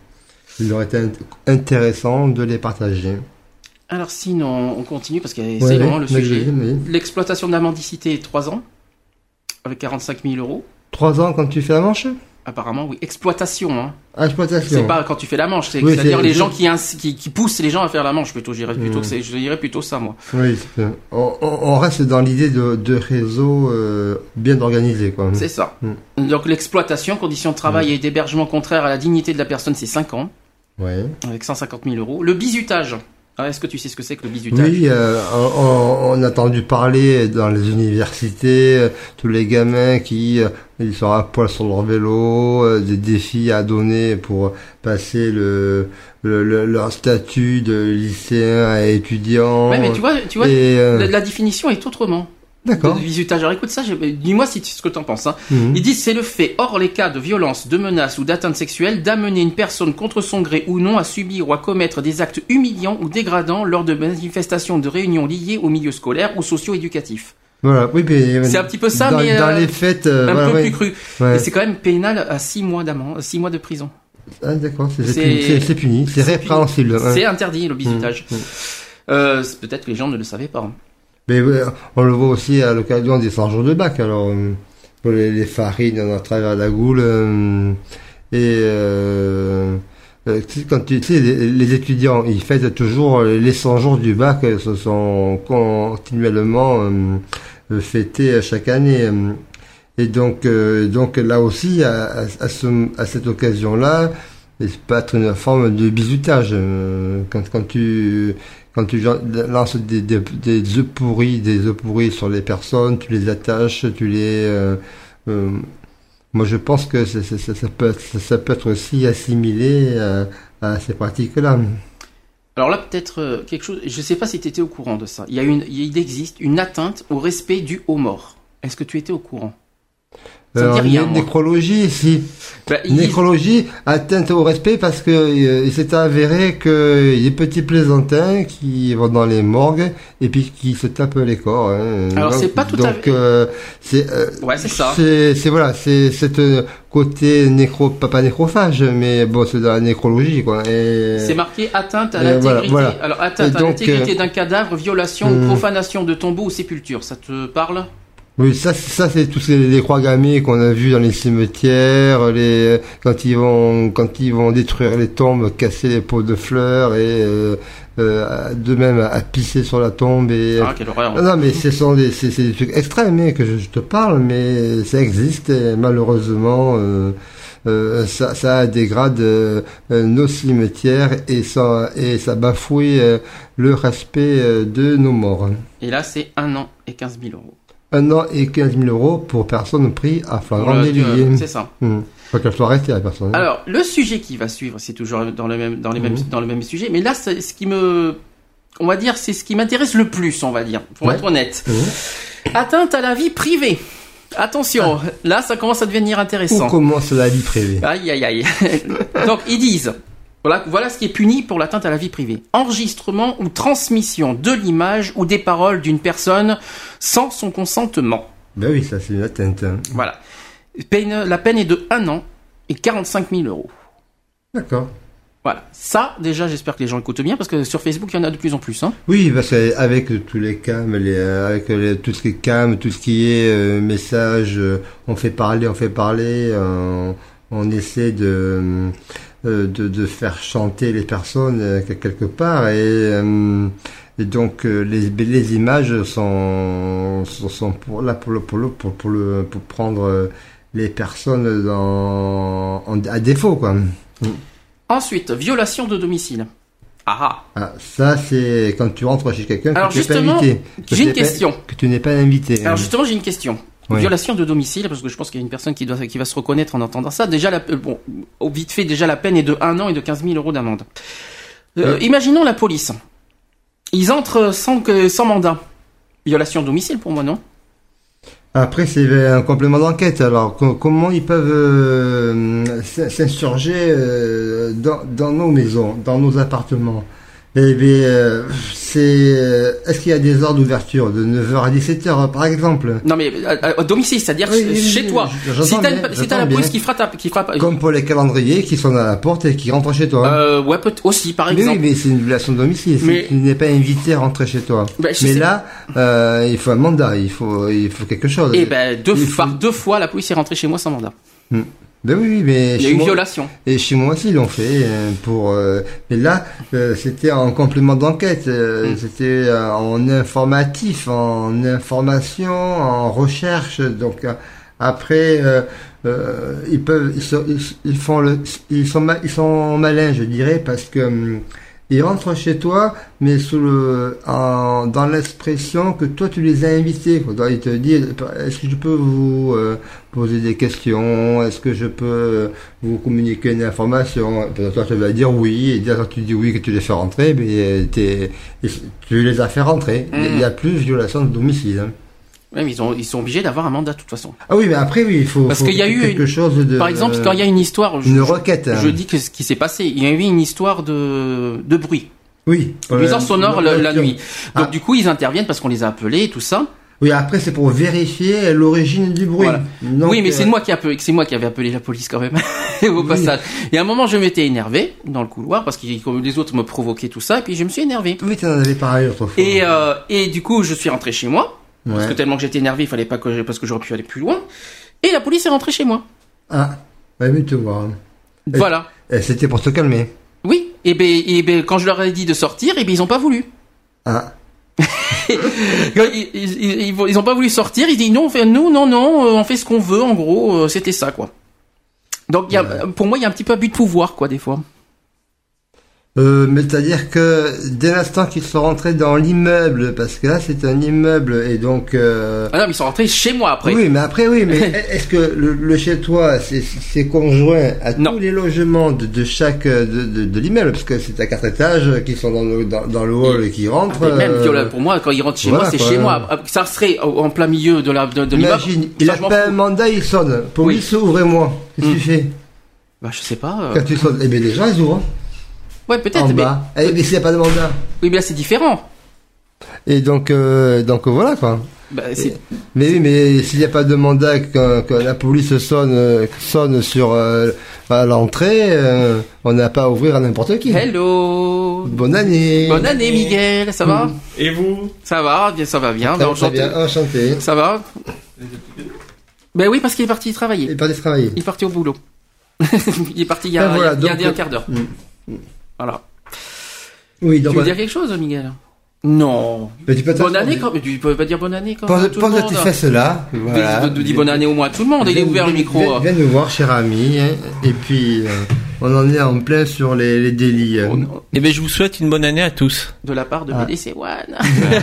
il aurait été int- intéressant de les partager. Alors sinon, on continue parce que Ouais, c'est vraiment le mais sujet. je- mais- L'exploitation de la mendicité, trois ans, avec quarante-cinq mille euros. Trois ans quand tu fais la manche? Apparemment, oui. Exploitation, hein. Ah, exploitation. C'est pas quand tu fais la manche, c'est, Oui, c'est-à-dire c'est- les c'est- gens qui, ins- qui, qui poussent les gens à faire la manche, plutôt. J'irais plutôt Mm. que c'est, je dirais plutôt ça, moi. Oui, c'est- on, on- on reste dans l'idée de, de réseau euh, bien organisé, quoi. C'est ça. Mm. Donc l'exploitation, conditions de travail et d'hébergement contraires à la dignité de la personne, c'est cinq ans, Ouais. avec cent cinquante mille euros. Le bizutage. Ah, est-ce que tu sais ce que c'est que le bizutage? Oui, euh, on, on- on a entendu parler dans les universités, euh, tous les gamins qui euh, ils sont à poil sur leur vélo, euh, des défis à donner pour passer le, le, le- leur statut de lycéen à étudiant. Ouais, mais tu vois, tu vois, Et, euh, la, la définition est autrement. D'accord. De bizutage. Alors écoute ça, j'ai- dis-moi si tu- ce que t'en penses. Hein. Mhm. Ils disent c'est le fait, hors les cas de violence, de menace ou d'atteinte sexuelle, d'amener une personne contre son gré ou non à subir ou à commettre des actes humiliants ou dégradants lors de manifestations de réunions liées au milieu scolaire ou socio-éducatif. Voilà, oui, mais C'est un petit peu ça, dans, mais dans euh, les fêtes, euh, un voilà, peu ouais. plus cru. Ouais. Et c'est quand même pénal à six mois d'amende, six mois de prison. Ah, d'accord, c'est c'est C'est- puni, c'est- c'est puni, c'est c'est répréhensible. hein. C'est interdit le bizutage. Mhm. Euh, c'est- peut-être que les gens ne le savaient pas. hein. Mais ouais, on le voit aussi à l'occasion des cent jours de bac. Alors, euh, pour les, les farines, on a travers la goule. euh, et euh, euh, tu sais, quand tu tu sais, les, les étudiants, ils fêtent toujours les cent jours du bac. euh, Se sont continuellement euh, fêtés chaque année. euh. Et donc, euh, donc là aussi, à, à, à, ce, à cette occasion-là, il peut être une forme de bizutage. euh, Quand, quand tu quand tu lances des, des, des œufs pourris, des œufs pourris sur les personnes, tu les attaches, tu les... Euh, euh, moi, je pense que c'est, c'est, ça, ça, peut être, ça peut être aussi assimilé à, à ces pratiques-là. Alors là, peut-être euh, quelque chose. Je sais pas si tu étais au courant de ça. Il y a une, il existe une atteinte au respect dû aux morts. Est-ce que tu étais au courant? Ça me dit Alors, rien, né- moi. nécrologie, si. Bah, il- Nécrologie, atteinte au respect parce que euh, il s'est avéré que il y a des petits plaisantins qui vont dans les morgues et puis qui se tapent les corps. Hein. Alors, donc, c'est pas tout à donc, fait- euh, c'est. euh, Ouais, c'est ça. C'est, c'est voilà, c'est cette euh, côté nécro, pas, pas nécrophage, mais bon, c'est de la nécrologie, quoi. Et... C'est marqué atteinte à Et l'intégrité. voilà, voilà. Alors atteinte Et à donc, l'intégrité euh, d'un cadavre, violation hum. ou profanation de tombeau ou sépulture. Ça te parle? Oui, ça, ça c'est tous les, les croix gammées qu'on a vues dans les cimetières, les quand ils vont quand ils vont détruire les tombes, casser les pots de fleurs et euh, euh, de même à, à pisser sur la tombe et Ah, quelle horreur. non, non, mais ce sont des c'est, c'est des trucs extrêmes hein, que je, je te parle, mais ça existe et malheureusement euh, euh, ça, ça dégrade euh, euh, nos cimetières et ça et ça bafouille euh, le respect euh, de nos morts. Et là, c'est un an et quinze mille euros. Un an et quinze mille euros pour personne pris à flagrant Pour le- délit. euh, c'est ça. Hum. Faut qu'elle soit arrêtée, la personne. Alors, le sujet qui va suivre, c'est toujours dans le même, dans les mêmes, Mhm. dans le même sujet. Mais là, c'est ce qui me, on va dire, c'est ce qui m'intéresse le plus, on va dire, pour Ouais. être honnête. Hum. Atteinte à la vie privée. Attention, là, ça commence à devenir Où intéressant. commence la vie privée? Aïe, aïe, aïe. Donc, ils disent, voilà, voilà ce qui est puni pour l'atteinte à la vie privée. Enregistrement ou transmission de l'image ou des paroles d'une personne sans son consentement. Ben oui, ça c'est une atteinte. hein. Voilà. Peine, la peine est de un an et quarante-cinq mille euros. D'accord. Voilà. Ça, déjà, j'espère que les gens écoutent bien parce que sur Facebook, il y en a de plus en plus, hein. Oui, parce qu'avec tous les cams, les, euh, avec les, tout ce qui est cam, tout ce qui est euh, message, euh, on fait parler, on fait parler, euh, on essaie de, euh, de de faire chanter les personnes euh, quelque part et, euh, et donc euh, les les images sont sont, sont pour là pour le pour le pour, pour le pour prendre euh, les personnes dans en, à défaut quoi. Ensuite, violation de domicile. Ah ah. Ah, ça c'est quand tu rentres chez quelqu'un Alors, que tu n'es pas justement, invité. Que j'ai tu une n'es pas- question. que tu n'es pas invité. Alors justement, j'ai une question. Oui. Violation de domicile, parce que je pense qu'il y a une personne qui doit, qui va se reconnaître en entendant ça. Déjà, la, euh, bon, au vite fait, déjà la peine est de un an et de quinze mille euros d'amende. Euh, Oui. Imaginons la police. Ils entrent sans que, sans mandat. Violation de domicile pour moi, non? Après, c'est un complément d'enquête. Alors, co- comment ils peuvent euh, s- s'insurger euh, dans, dans nos maisons, dans nos appartements? Eh bien, euh, c'est. euh, Est-ce qu'il y a des heures d'ouverture de neuf heures à dix-sept heures, par exemple? Non mais euh, euh, au domicile, c'est-à-dire Oui, oui, chez oui, toi. j'entends Si t'as bien, une- si j'entends t'as la police bien. qui frappe, qui frappe. Comme pour les calendriers qui sont à la porte et qui rentrent chez toi. Euh, ouais, peut aussi, par Mais exemple. oui, mais c'est une violation de domicile. c'est Mais- Tu n'es pas invité à rentrer chez toi. Ben, je mais sais- là, euh, il faut un mandat, il faut, il faut quelque chose. Et ben deux, Il faut- par deux fois, la police est rentrée chez moi sans mandat. Hmm. Ben oui, oui, mais Il y a chez eu moi- violation. Et chez moi aussi, ils l'ont fait euh, pour. euh, mais là, euh, c'était en complément d'enquête. euh, Mm. C'était euh, en informatif, en information, en recherche. Donc euh, après, euh, euh, ils peuvent, ils, sont- ils, ils font le, ils sont, ma- ils sont malins, je dirais, parce que hum, ils rentrent chez toi, mais sous le, en, dans l'expression que toi tu les as invités. Quoi. Donc, ils te disent, est-ce que je peux vous euh, poser des questions? Est-ce que je peux euh, vous communiquer une information? Peut-être toi tu vas dire oui, et dire quand tu dis oui que tu les fais rentrer, mais t'es, tu les as fait rentrer. Mm. Il y a plus de violation de domicile. hein. Ouais, mais ils ont, ils sont obligés d'avoir un mandat de toute façon. Ah oui, mais après oui, il faut, Parce faut qu'il y a eu quelque une- chose de. Par exemple, quand il y a une histoire, je, une requête. hein. je dis que ce qui s'est passé, il y a eu une histoire de, de bruit, Oui. nuisance Euh, sonore la, la voiture. nuit. Donc Ah. du coup, ils interviennent parce qu'on les a appelés et tout ça. Oui, après c'est pour vérifier l'origine du bruit. Voilà. Donc, oui, mais euh, c'est moi qui a appelé- c'est moi qui avais appelé la police quand même au Oui. passage. Et à un moment, je m'étais énervé dans le couloir parce que comme les autres me provoquaient tout ça, et puis je me suis énervé. Oui, tu en avais parlé autrefois. Et euh, et du coup, je suis rentré chez moi parce Ouais. que tellement que j'étais énervé, il fallait pas que je- parce que j'aurais pu aller plus loin. Et la police est rentrée chez moi. Ah, va mieux te voir. Et- Voilà. Et c'était pour te calmer. Oui. Et ben et ben quand je leur ai dit de sortir, et ben ils ont pas voulu. Ah. Quand ils, ils, ils, ils ont pas voulu sortir, ils disent non, on fait, nous, non, non, euh, on fait ce qu'on veut, en gros, euh, c'était ça, quoi. Donc, il y a, Ouais. pour moi, il y a un petit peu abus de pouvoir, quoi, des fois. Euh, mais c'est-à-dire que dès l'instant qu'ils sont rentrés dans l'immeuble, parce que là c'est un immeuble et donc. Euh... Ah non, mais ils sont rentrés chez moi après. Oui, mais après oui, mais est-ce que le, le chez toi c'est, c'est conjoint à non. tous les logements de, de chaque de, de, de l'immeuble, parce que c'est à quatre étages qui sont dans le dans, dans le hall et qui rentrent. Ah, même euh... pour moi, quand ils rentrent chez voilà, moi, c'est quoi. Chez moi. Ça serait en plein milieu de la de, de Imagine, l'immeuble. il ça, a pas un mandat, il sonne. Police, oui. Ouvrez-moi. Qu'est-ce que hum. tu fais? Bah je sais pas. Euh... Quand tu sonnes, eh bien les gens ils ouvrent. Ouais, peut-être. En mais... bas. Eh, mais s'il n'y a pas de mandat. Oui, bien c'est différent. Et donc, euh, donc voilà quoi. Bah, c'est... Et, mais oui, mais s'il n'y a pas de mandat, que, que la police sonne, sonne sur euh, à l'entrée, euh, on n'a pas à ouvrir à n'importe qui. Hello. Bonne année. Bonne année, Miguel. Ça va? Et vous? Ça va, bien, ça va bien. Très, enchanté. Très bien, enchanté. Ça va? Ben oui, parce qu'il est parti travailler. Il est parti travailler. Il est parti au boulot. Il est parti il y a, ben voilà, il y a, donc, il y a un quart d'heure. Mm. Voilà. Oui, donc tu veux voilà. dire quelque chose, Miguel? Non. Mais tu peux bonne année quand mais tu peux pas dire bonne année quand pose, tout pose le monde. Tu fais cela. Voilà. Tu dis bonne année au moins tout le monde. Il est ouvert le micro. Viens, viens nous voir, cher ami. Hein, et puis euh, on en est en plein sur les, les délits. Oh, et ben je vous souhaite une bonne année à tous. De la part de ah. B D C One.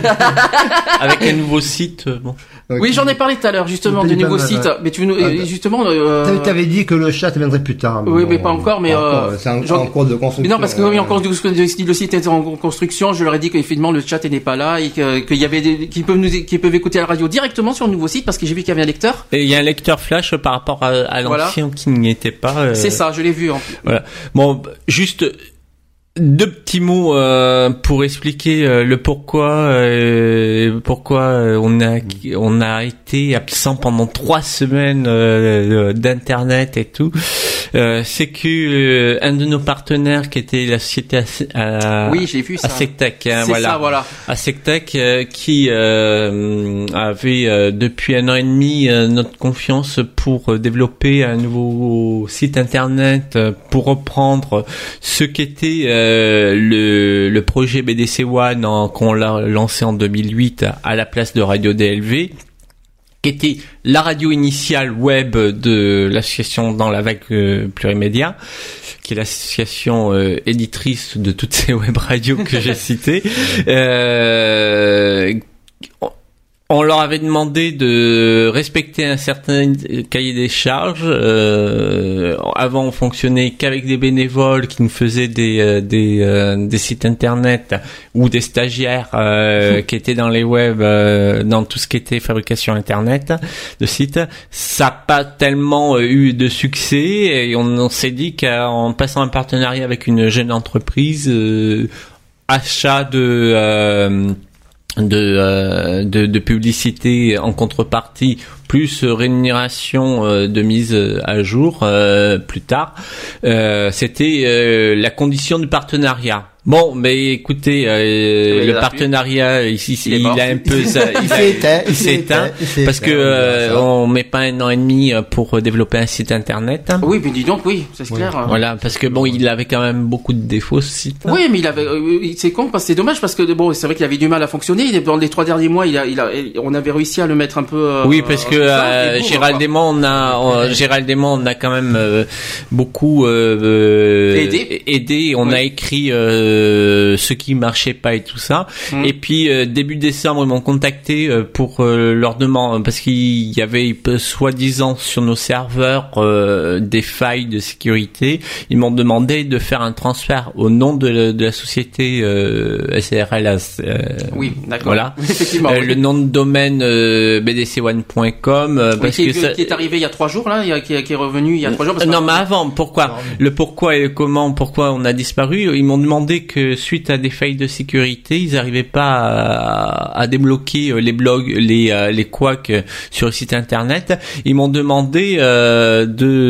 Avec un nouveau site. Bon. Okay. Oui, j'en ai parlé tout à l'heure justement de nouveaux sites. Mais tu ah, justement. Euh... Tu avais dit que le chat viendrait plus tard. Oui, bon, mais pas encore. Mais euh, c'est en, en cours de construction. Mais non, parce que oui, en cours de le site est en construction. Je leur ai dit qu'effectivement le chat n'est pas là et qu'il y avait des qui peuvent nous qui peuvent écouter la radio directement sur le nouveau site parce que j'ai vu qu'il y avait un lecteur. Et il y a un lecteur flash par rapport à, à l'ancien voilà. qui n'y était pas. Euh... C'est ça, je l'ai vu. En plus. Voilà. Bon, juste. Deux petits mots euh, pour expliquer euh, le pourquoi euh, pourquoi euh, on a on a été absent pendant trois semaines euh, d'internet et tout. Euh, c'est que euh, un de nos partenaires qui était la société à, à oui j'ai vu ça Asectech hein, c'est voilà ça voilà Asectech euh, qui euh, avait euh, depuis un an et demi euh, notre confiance pour euh, développer un nouveau site internet euh, pour reprendre ce qu'était euh, le le projet B D C One en, qu'on l'a lancé en deux mille huit à la place de Radio D L V, qui était la radio initiale web de l'association Dans la Vague euh, Plurimédia, qui est l'association euh, éditrice de toutes ces web radios que j'ai citées. Euh, on leur avait demandé de respecter un certain cahier des charges. Euh, avant, on fonctionnait qu'avec des bénévoles qui nous faisaient des euh, des, euh, des sites internet ou des stagiaires euh, qui étaient dans les web, euh, dans tout ce qui était fabrication internet de sites. Ça n'a pas tellement euh, eu de succès et on, on s'est dit qu'en passant un partenariat avec une jeune entreprise, euh, achat de euh, de, euh, de de publicité en contrepartie plus rémunération euh, de mise à jour euh, plus tard, euh, c'était euh, la condition du partenariat. Bon, mais écoutez, euh, le partenariat ici, il, il, il a un peu, ça, il, il s'est éteint, il s'est éteint, parce que euh, on met pas un an et demi pour développer un site internet. Oui, mais dis donc, oui, c'est oui. clair. Voilà, parce que bon, il avait quand même beaucoup de défauts ce site. Oui, mais il avait, euh, c'est con, parce que c'est dommage parce que bon, c'est vrai qu'il avait du mal à fonctionner. Il est dans les trois derniers mois, il a, il a, on avait réussi à le mettre un peu. Euh, oui, parce que euh, beau, Gérald Desmond, on a, on, Gérald Desmond, on a quand même euh, beaucoup euh, aidé. aidé. On oui. a écrit. Euh, ce qui marchait pas et tout ça. Mmh. Et puis euh, début décembre, ils m'ont contacté euh, pour euh, leur demander parce qu'il y avait soi-disant sur nos serveurs euh, des failles de sécurité. Ils m'ont demandé de faire un transfert au nom de la, de la société euh, S R L. Euh, oui, d'accord. Voilà. Effectivement. Euh, oui. Le nom de domaine euh, b d c one point com euh, oui, parce qui, que est, ça... qui est arrivé il y a trois jours là, il y a, qui, est, qui est revenu il y a trois jours. Parce non, mais avant, pourquoi non, mais... le pourquoi et le comment, pourquoi on a disparu. Ils m'ont demandé que suite à des failles de sécurité, ils n'arrivaient pas à, à débloquer les blogs, les les couacs sur le site internet. Ils m'ont demandé euh,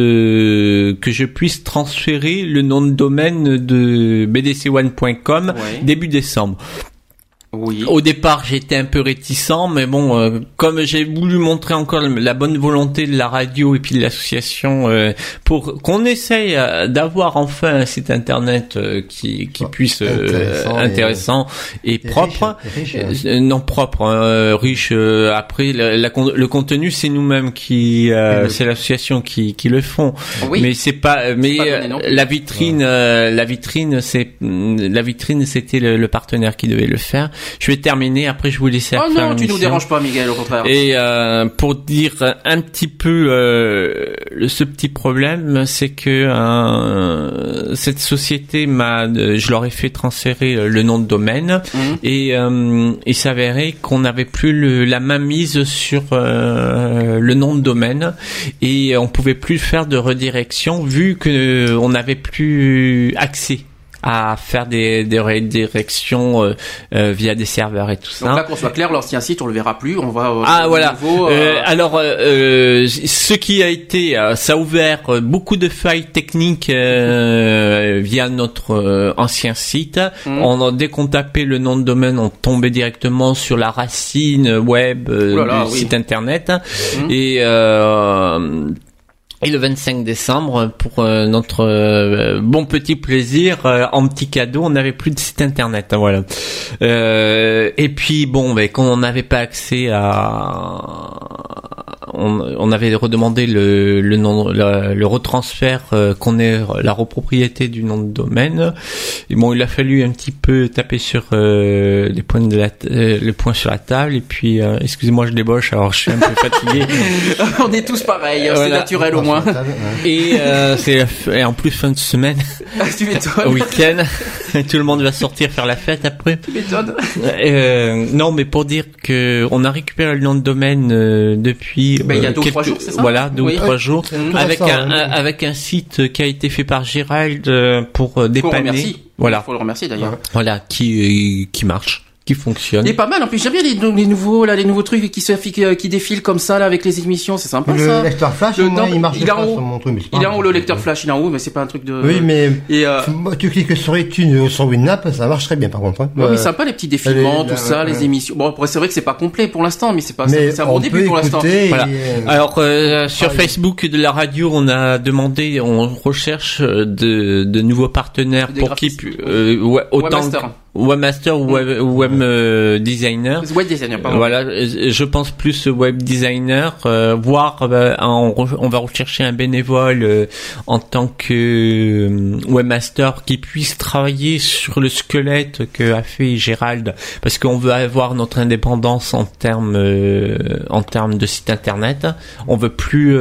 de que je puisse transférer le nom de domaine de b d c one point com ouais. début décembre. Oui. Au départ, j'étais un peu réticent, mais bon, euh, comme j'ai voulu montrer encore la bonne volonté de la radio et puis de l'association euh, pour qu'on essaye euh, d'avoir enfin un site internet euh, qui qui puisse euh, intéressant, intéressant et, et propre, riche, riche, euh, non propre, euh, riche. Euh, après, la, la, le contenu, c'est nous-mêmes qui, euh, oui, c'est l'association qui qui le font. Oui. Mais c'est pas, mais c'est pas donné, la vitrine, ouais. euh, la vitrine, c'est la vitrine, c'était le, le partenaire qui devait le faire. Je vais terminer, après je vous laisse faire. Oh non, tu nous déranges pas, Miguel, au contraire. Et euh, pour dire un petit peu euh, ce petit problème, c'est que euh, cette société m'a, je leur ai fait transférer le nom de domaine mmh. et euh, il s'avérait qu'on n'avait plus le, la main mise sur euh, le nom de domaine et on pouvait plus faire de redirection vu que on n'avait plus accès à faire des, des redirections euh, euh, via des serveurs et tout ça. Donc là, qu'on soit clair, l'ancien site, on le verra plus. On va euh, ah voilà. Nouveau, euh... Euh, alors, euh, ce qui a été, euh, ça a ouvert beaucoup de failles techniques euh, via notre euh, ancien site. Mmh. On, dès qu'on tapait le nom de domaine, on tombait directement sur la racine web euh, Oulala, du oui. site internet mmh. et euh, Et le vingt-cinq décembre, pour euh, notre euh, bon petit plaisir, euh, en petit cadeau, on n'avait plus de site internet. Hein, voilà. Euh, et puis bon, ben, quand on n'avait pas accès à, on, on avait redemandé le, le nom, le, le retransfert, euh, qu'on ait la repropriété du nom de domaine. Et bon, il a fallu un petit peu taper sur euh, les points de la, euh, les points sur la table. Et puis, euh, excusez-moi, je débauche. Alors, je suis un peu fatigué. On est tous pareils. Hein, voilà. C'est naturel au moins. Et, euh, c'est, et en plus fin de semaine, tu m'étonnes. Au week-end, tout le monde va sortir faire la fête après. Tu m'étonnes. Euh, non, mais pour dire que on a récupéré le nom de domaine euh, depuis. Ben, il y a deux quelques, ou trois jours, c'est ça. Voilà, deux oui. ou trois jours, mmh. avec ça, un, hein. un avec un site qui a été fait par Gérald euh, pour dépanner. Voilà. Il faut le remercier d'ailleurs. Voilà, qui qui marche. Qui fonctionne. Il est pas mal. En plus, j'aime bien les, les nouveaux, là, les nouveaux trucs qui se, qui défilent comme ça, là, avec les émissions. C'est sympa, le ça. Le lecteur flash, le, moi, non, il marche il pas en haut. sur mon truc. Mais il est en haut, le lecteur flash, il est en haut, mais c'est pas un truc de... Oui, mais, et, euh... tu cliques sur iTunes ou sur Winamp, ça marche très bien, par contre, hein. Ouais, euh... mais sympa, les petits défilements, tout là, ça, ouais, les ouais. émissions. Bon, après, c'est vrai que c'est pas complet pour l'instant, mais c'est pas, mais c'est un bon début pour l'instant. Voilà. Et... Alors, euh, sur ah, Facebook de la radio, on a demandé, on recherche de, de nouveaux partenaires des pour qui, euh, ouais, autant Webmaster. Webmaster ou web, web euh, designer. Web designer, pardon. Voilà, je pense plus web designer, euh, voire euh, on, on va rechercher un bénévole euh, en tant que euh, webmaster qui puisse travailler sur le squelette que a fait Gérald, parce qu'on veut avoir notre indépendance en termes euh, en termes de site internet. On veut plus,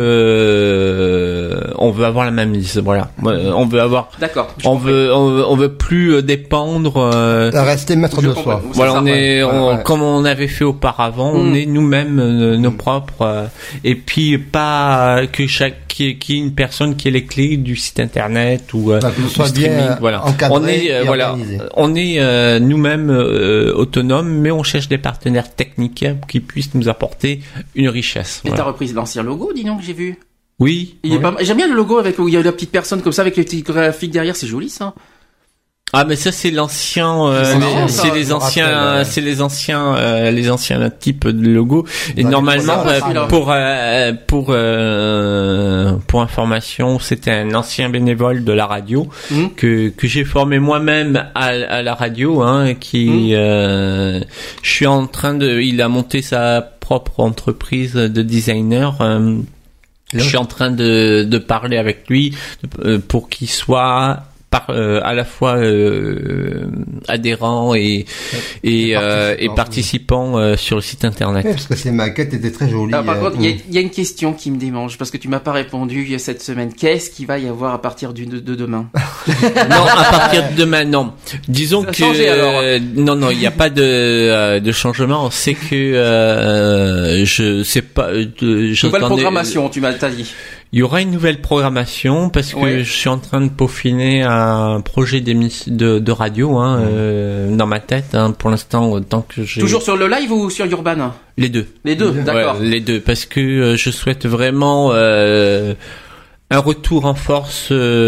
euh, on veut avoir la même mise. Voilà, on veut avoir. D'accord. On veut, on veut, on veut plus dépendre. Euh, rester maître de soi. Voilà, on est, on, ouais. comme on avait fait auparavant, mmh. on est nous-mêmes euh, nos propres, euh, et puis pas que chaque, qui est une personne qui ait les clés du site internet ou euh, bah, du soit streaming. Bien voilà, on est, euh, voilà, on est euh, nous-mêmes euh, autonomes, mais on cherche des partenaires techniques qui puissent nous apporter une richesse. Et voilà. t'as repris l'ancien logo, dis donc, j'ai vu. Oui. Il est pas... J'aime bien le logo avec où il y a la petite personne comme ça avec les petits graphiques derrière, c'est joli ça. Ah mais ça c'est l'ancien, euh, c'est, marrant, c'est ça, les anciens, rappelle, ouais. c'est les anciens, euh, les anciens types de logos. Et bah, normalement ça, euh, pour euh, pour euh, pour information, c'était un ancien bénévole de la radio mmh. que que j'ai formé moi-même à, à la radio, hein, qui mmh. euh, je suis en train de, il a monté sa propre entreprise de designer. Euh, je suis en train de de parler avec lui euh, pour qu'il soit par euh, à la fois euh, adhérents et et, et euh, et participants euh, sur le site internet. Ouais, parce que ces maquettes étaient très jolies. Ah, par euh, contre, il y, y a une question qui me démange parce que tu m'as pas répondu cette semaine. Qu'est-ce qu'il va y avoir à partir du, de, de demain? Non, à partir de demain, non. Disons ça a que changé, alors. Euh, non, non, il n'y a pas de euh, de changement. C'est que euh, je sais pas. De, Nouvelle programmation, tu m'as t'as dit. Il y aura une nouvelle programmation parce que ouais. je suis en train de peaufiner un projet d'émission de, de radio hein, mmh. euh, dans ma tête. Hein, pour l'instant, tant que j'ai toujours sur le live ou sur Urban? Les deux. Les deux, d'accord. Ouais, les deux, parce que euh, je souhaite vraiment euh, un retour en force.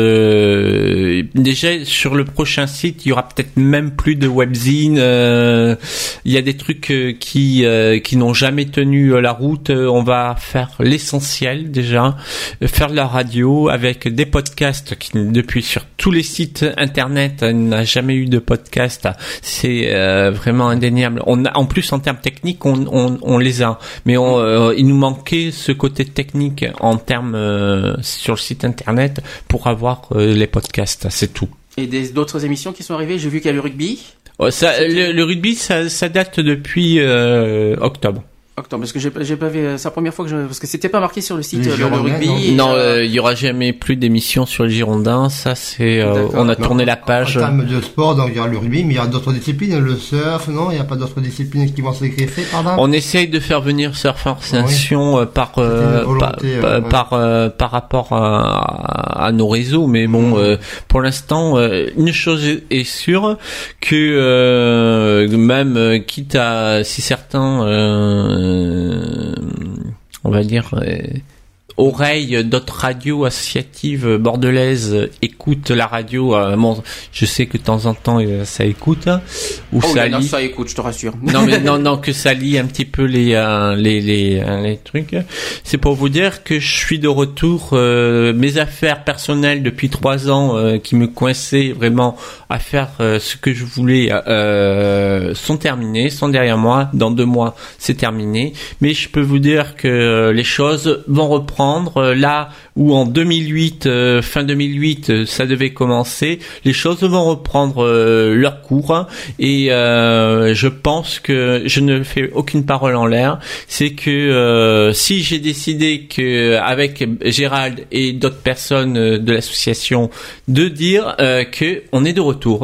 Euh, déjà sur le prochain site, il y aura peut-être même plus de webzine. Euh, il y a des trucs euh, qui euh, qui n'ont jamais tenu euh, la route. Euh, on va faire l'essentiel déjà, euh, faire de la radio avec des podcasts qui depuis sur tous les sites internet euh, n'a jamais eu de podcast. C'est euh, vraiment indéniable. On a, en plus en termes techniques, on on, on les a, mais on, euh, il nous manquait ce côté technique en termes euh, sur le site internet pour avoir euh, les podcasts, c'est tout. Et des, d'autres émissions qui sont arrivées, j'ai vu qu'il y a le rugby. Oh, ça, le, le rugby, ça, ça date depuis euh, octobre. Octobre, parce que j'ai, j'ai pas vu, c'est la première fois que je, parce que c'était pas marqué sur le site, Les le, le rugby. Non, il euh, euh, y aura jamais plus d'émissions sur le Girondin. Ça, c'est, euh, on a tourné la page. En termes de sport, donc il y aura le rugby, mais il y a d'autres disciplines, le surf, non? Il n'y a pas d'autres disciplines qui vont se greffer, pardon? On essaye de faire venir Surfer Nation oui. par, euh, volonté, par, euh, ouais. par, euh, par rapport à, à nos réseaux, mais bon, mmh. euh, pour l'instant, euh, une chose est sûre, que euh, même euh, quitte à si certains euh, on va dire euh, oreilles d'autres radios associatives bordelaises écoutent la radio. Euh, bon, je sais que de temps en temps euh, ça écoute ou oh, ça non, lit. ça écoute, je te rassure. Non mais non non que ça lit un petit peu les euh, les les euh, les trucs. C'est pour vous dire que je suis de retour. Euh, mes affaires personnelles depuis trois ans euh, qui me coinçaient vraiment à faire euh, ce que je voulais euh, sont terminées, sont derrière moi. Dans deux mois, c'est terminé. Mais je peux vous dire que euh, les choses vont reprendre. Là où en deux mille huit, euh, fin deux mille huit, euh, ça devait commencer, les choses vont reprendre euh, leur cours et euh, je pense que je ne fais aucune parole en l'air. C'est que euh, si j'ai décidé que avec Gérald et d'autres personnes euh, de l'association de dire euh, que on est de retour.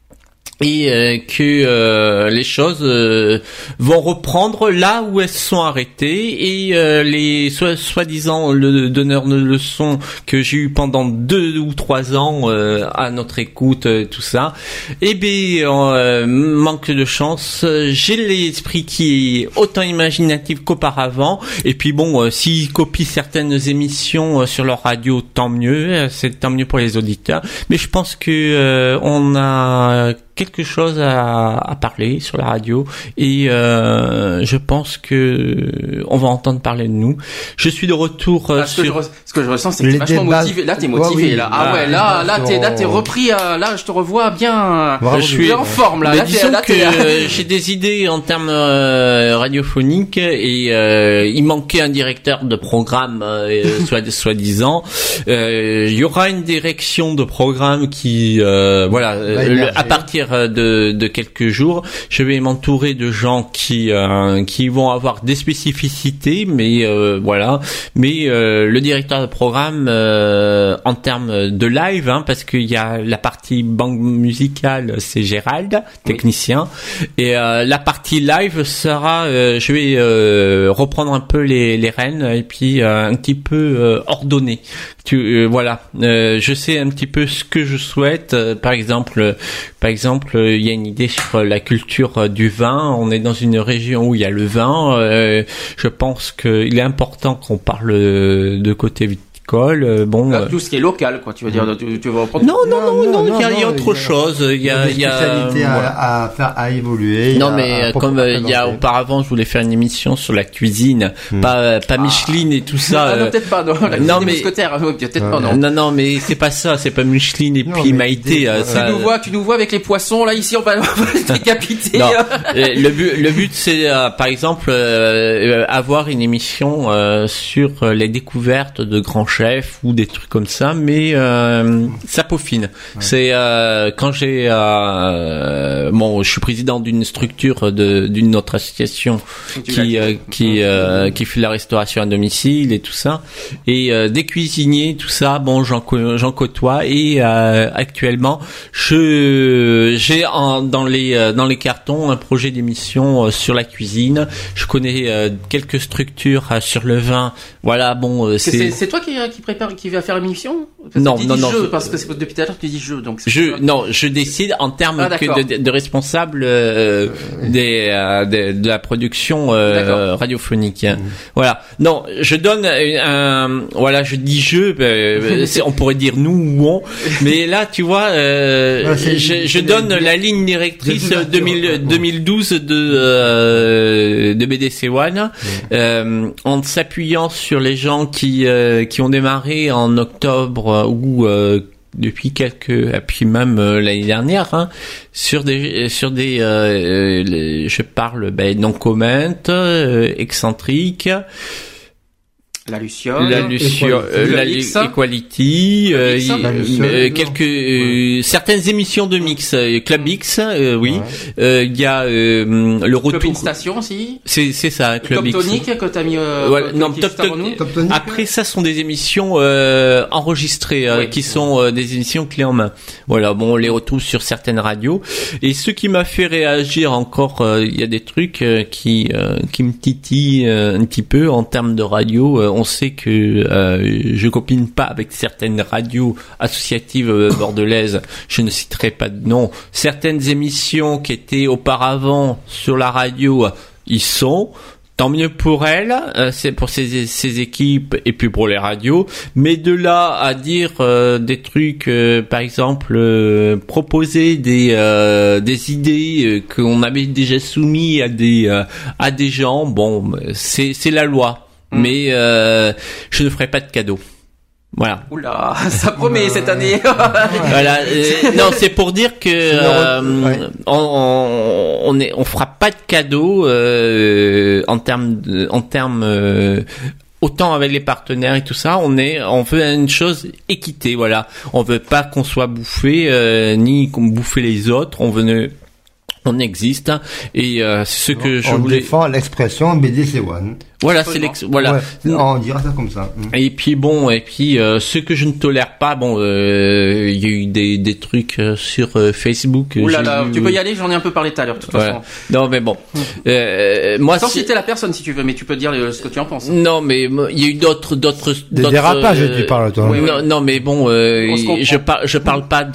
Et euh, que euh, les choses euh, vont reprendre là où elles sont arrêtées et euh, les soi- soi-disant le donneur de leçons que j'ai eu pendant deux ou trois ans euh, à notre écoute, euh, tout ça, eh bien euh, manque de chance, j'ai l'esprit qui est autant imaginatif qu'auparavant et puis bon, euh, s'ils copient certaines émissions euh, sur leur radio, tant mieux, euh, c'est tant mieux pour les auditeurs, mais je pense que euh, on a quelque chose à, à parler sur la radio et euh, je pense que on va entendre parler de nous. Je suis de retour euh, ah, ce, sur... que je, ce que je ressens, c'est que t'es vachement débats... motivé. Là, t'es motivé. Ouais, oui. Là, ah, ah ouais, là, là, t'es, là, t'es repris. Euh, là, je te revois bien. Bravo, je suis en forme là. Mais là, disons t'es, là, que t'es... euh, j'ai des idées en termes euh, radiophoniques et euh, il manquait un directeur de programme, euh, soit soi-disant. Euh, il y aura une direction de programme qui, euh, voilà, euh, le, à partir de, de quelques jours, je vais m'entourer de gens qui euh, qui vont avoir des spécificités, mais euh, voilà. Mais euh, le directeur de programme euh, en termes de live, hein, parce qu'il y a la partie banque musicale, c'est Gérald, technicien, oui. et euh, la partie live sera, euh, je vais euh, reprendre un peu les les rênes et puis euh, un petit peu euh, ordonner. Tu, euh, voilà, euh, je sais un petit peu ce que je souhaite. Euh, par exemple, euh, par exemple, il euh, y a une idée sur la culture euh, du vin. On est dans une région où il y a le vin. Euh, je pense qu'il est important qu'on parle euh, de côté viticole. Bon, euh, tout ce qui est local, quoi. Tu veux dire, tu, tu vas reprendre. Non, non, non, non. Il y a, il y a autre chose. Il y a, il y a des spécialités à, voilà. à faire, à évoluer. Non, mais à, à comme euh, il y a auparavant, je voulais faire une émission sur la cuisine, hmm. pas pas Micheline ah. et tout ça. Ah, non, peut-être pas. Non, la non mais mousquetaires, peut-être ah, pas. Non. non, non, mais c'est pas ça. C'est pas Micheline et non, puis Maïté. Euh, ça... Tu nous vois, tu nous vois avec les poissons là ici, on va décapiter. Non, le but, le but, c'est euh, par exemple euh, avoir une émission euh, sur les découvertes de grands chefs ou des trucs comme ça, mais euh, ça peaufine. Ouais. C'est euh, quand j'ai euh, bon, je suis président d'une structure de d'une autre association qui euh, qui euh, qui fait la restauration à domicile et tout ça, et euh, des cuisiniers, tout ça. Bon, j'en j'en côtoie et euh, actuellement, je j'ai en, dans les dans les cartons un projet d'émission sur la cuisine. Je connais euh, quelques structures sur le vin. Voilà, bon, euh, c'est c'est, c'est toi qui a, qui prépare, qui va faire l'émission? Parce Non, que tu non, dis non. Jeu, je- parce que c'est depuis tout à l'heure tu dis jeu, donc. c'est Je pas- non, je décide en termes Ah, que d'accord. de, de responsable euh, des euh, de, de la production euh, D'accord. radiophonique. Voilà. Non, je donne un, un- voilà, je dis je, euh, c'est- on pourrait dire nous ou on, mais là tu vois, euh, Ouais, c'est- je, je c'est donne des- la ligne directrice des deux mille, deux mille douze de euh, de B D C One, euh, en s'appuyant sur les gens qui euh, qui ont démarré en octobre euh, ou euh, depuis quelques, et puis même euh, l'année dernière, hein, sur des, sur des, euh, euh, les- je parle, ben, non comment, euh, excentrique, La Luciole. la Lucio, euh, la Mix. Lu- Equality, euh, Mix. y- La Luciole, euh, non. quelques, euh, certaines émissions de mix, euh, Club X, euh, oui, Euh, il y a euh, le Club retour. Station aussi. C'est c'est ça, Club Top X. Tonic, que t'as mis, euh, Voilà, que- non, qui Top juste avant Tonic. nous. Top Tonic. Après, ça sont des émissions euh, enregistrées, euh, Oui. qui sont euh, des émissions clés en main. Voilà, bon, on les retrouve sur certaines radios. Et ce qui m'a fait réagir encore, euh, il y a des trucs euh, qui euh, qui me titillent euh, un petit peu en termes de radio. Euh, on sait que euh, je copine pas avec certaines radios associatives euh, bordelaises. Je ne citerai pas de nom. Certaines émissions qui étaient auparavant sur la radio, ils sont. Tant mieux pour elle, euh, c'est pour ses, ses équipes et puis pour les radios. Mais de là à dire euh, des trucs, euh, par exemple, euh, proposer des euh, des idées euh, qu'on avait déjà soumis à des euh, à des gens, bon, c'est c'est la loi. Mm. Mais euh, je ne ferai pas de cadeau. Voilà. Oula, ça promet cette année. Voilà. euh, non, c'est pour dire que euh, Ouais. on, on on est on fera pas de cadeaux euh, en termes de- en termes euh, autant avec les partenaires et tout ça, on est on veut une chose équité, voilà. On veut pas qu'on soit bouffé euh, ni qu'on bouffe les autres, on veut ne- on existe et euh, c'est ce que je on voulais. défend l'expression B D C One. Voilà, c'est l'ex voilà. Ouais, on dira ça comme ça. Mm. Et puis bon, et puis euh, ce que je ne tolère pas, bon, euh, il y a eu des des trucs euh, sur euh, Facebook. Ouh là j'ai là, vu- tu peux y aller, j'en ai un peu parlé tout à l'heure, de toute Ouais. façon. Non mais bon, euh, moi Sans si- citer la personne si tu veux, mais tu peux dire le- ce que tu en penses. non mais moi, il y a eu d'autres d'autres Des d'autres, dérapages, euh, tu parles, toi. Oui, oui. Non, non mais bon, euh, On se comprend. je parle je parle pas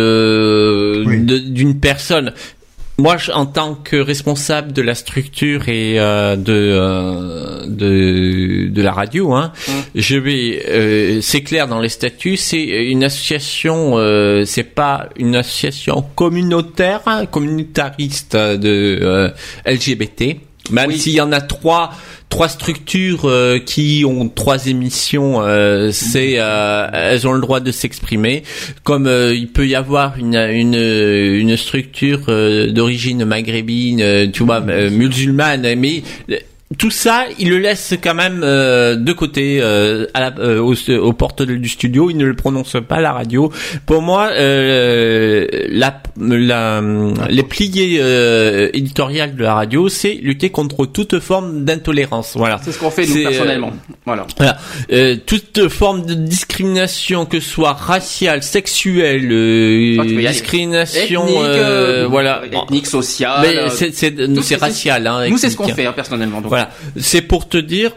de Oui. de- d'une personne. Moi, je- en tant que responsable de la structure et euh, de, euh, de de la radio, hein, Mm. je vais. Euh, c'est clair dans les statuts, c'est une association. Euh, c'est pas une association communautaire, hein, communautariste de euh, L G B T. Même Oui. s'il y en a trois, trois structures euh, qui ont trois émissions, euh, c'est, euh, elles ont le droit de s'exprimer. Comme euh, il peut y avoir une une une structure euh, d'origine maghrébine, euh, tu vois, euh, musulmane, mais euh, tout ça, il le laisse quand même euh, de côté euh, à la, euh, aux, aux portes du studio. Il ne le prononce pas à la radio. Pour moi, euh, la, la, les pliés euh, éditoriales de la radio, c'est lutter contre toute forme d'intolérance. Voilà. C'est ce qu'on fait nous C'est, personnellement. Voilà. Voilà. Euh, toute forme de discrimination, que ce soit raciale, sexuelle, euh, Ah, tu peux y aller. discrimination, Ethnique, euh, euh, voilà. ethnique, sociale. Mais euh, c'est, c'est, tout c'est ce- racial. Hein, Nous, c'est ce qu'on ethnique. fait hein, personnellement. Donc. Voilà, c'est pour te dire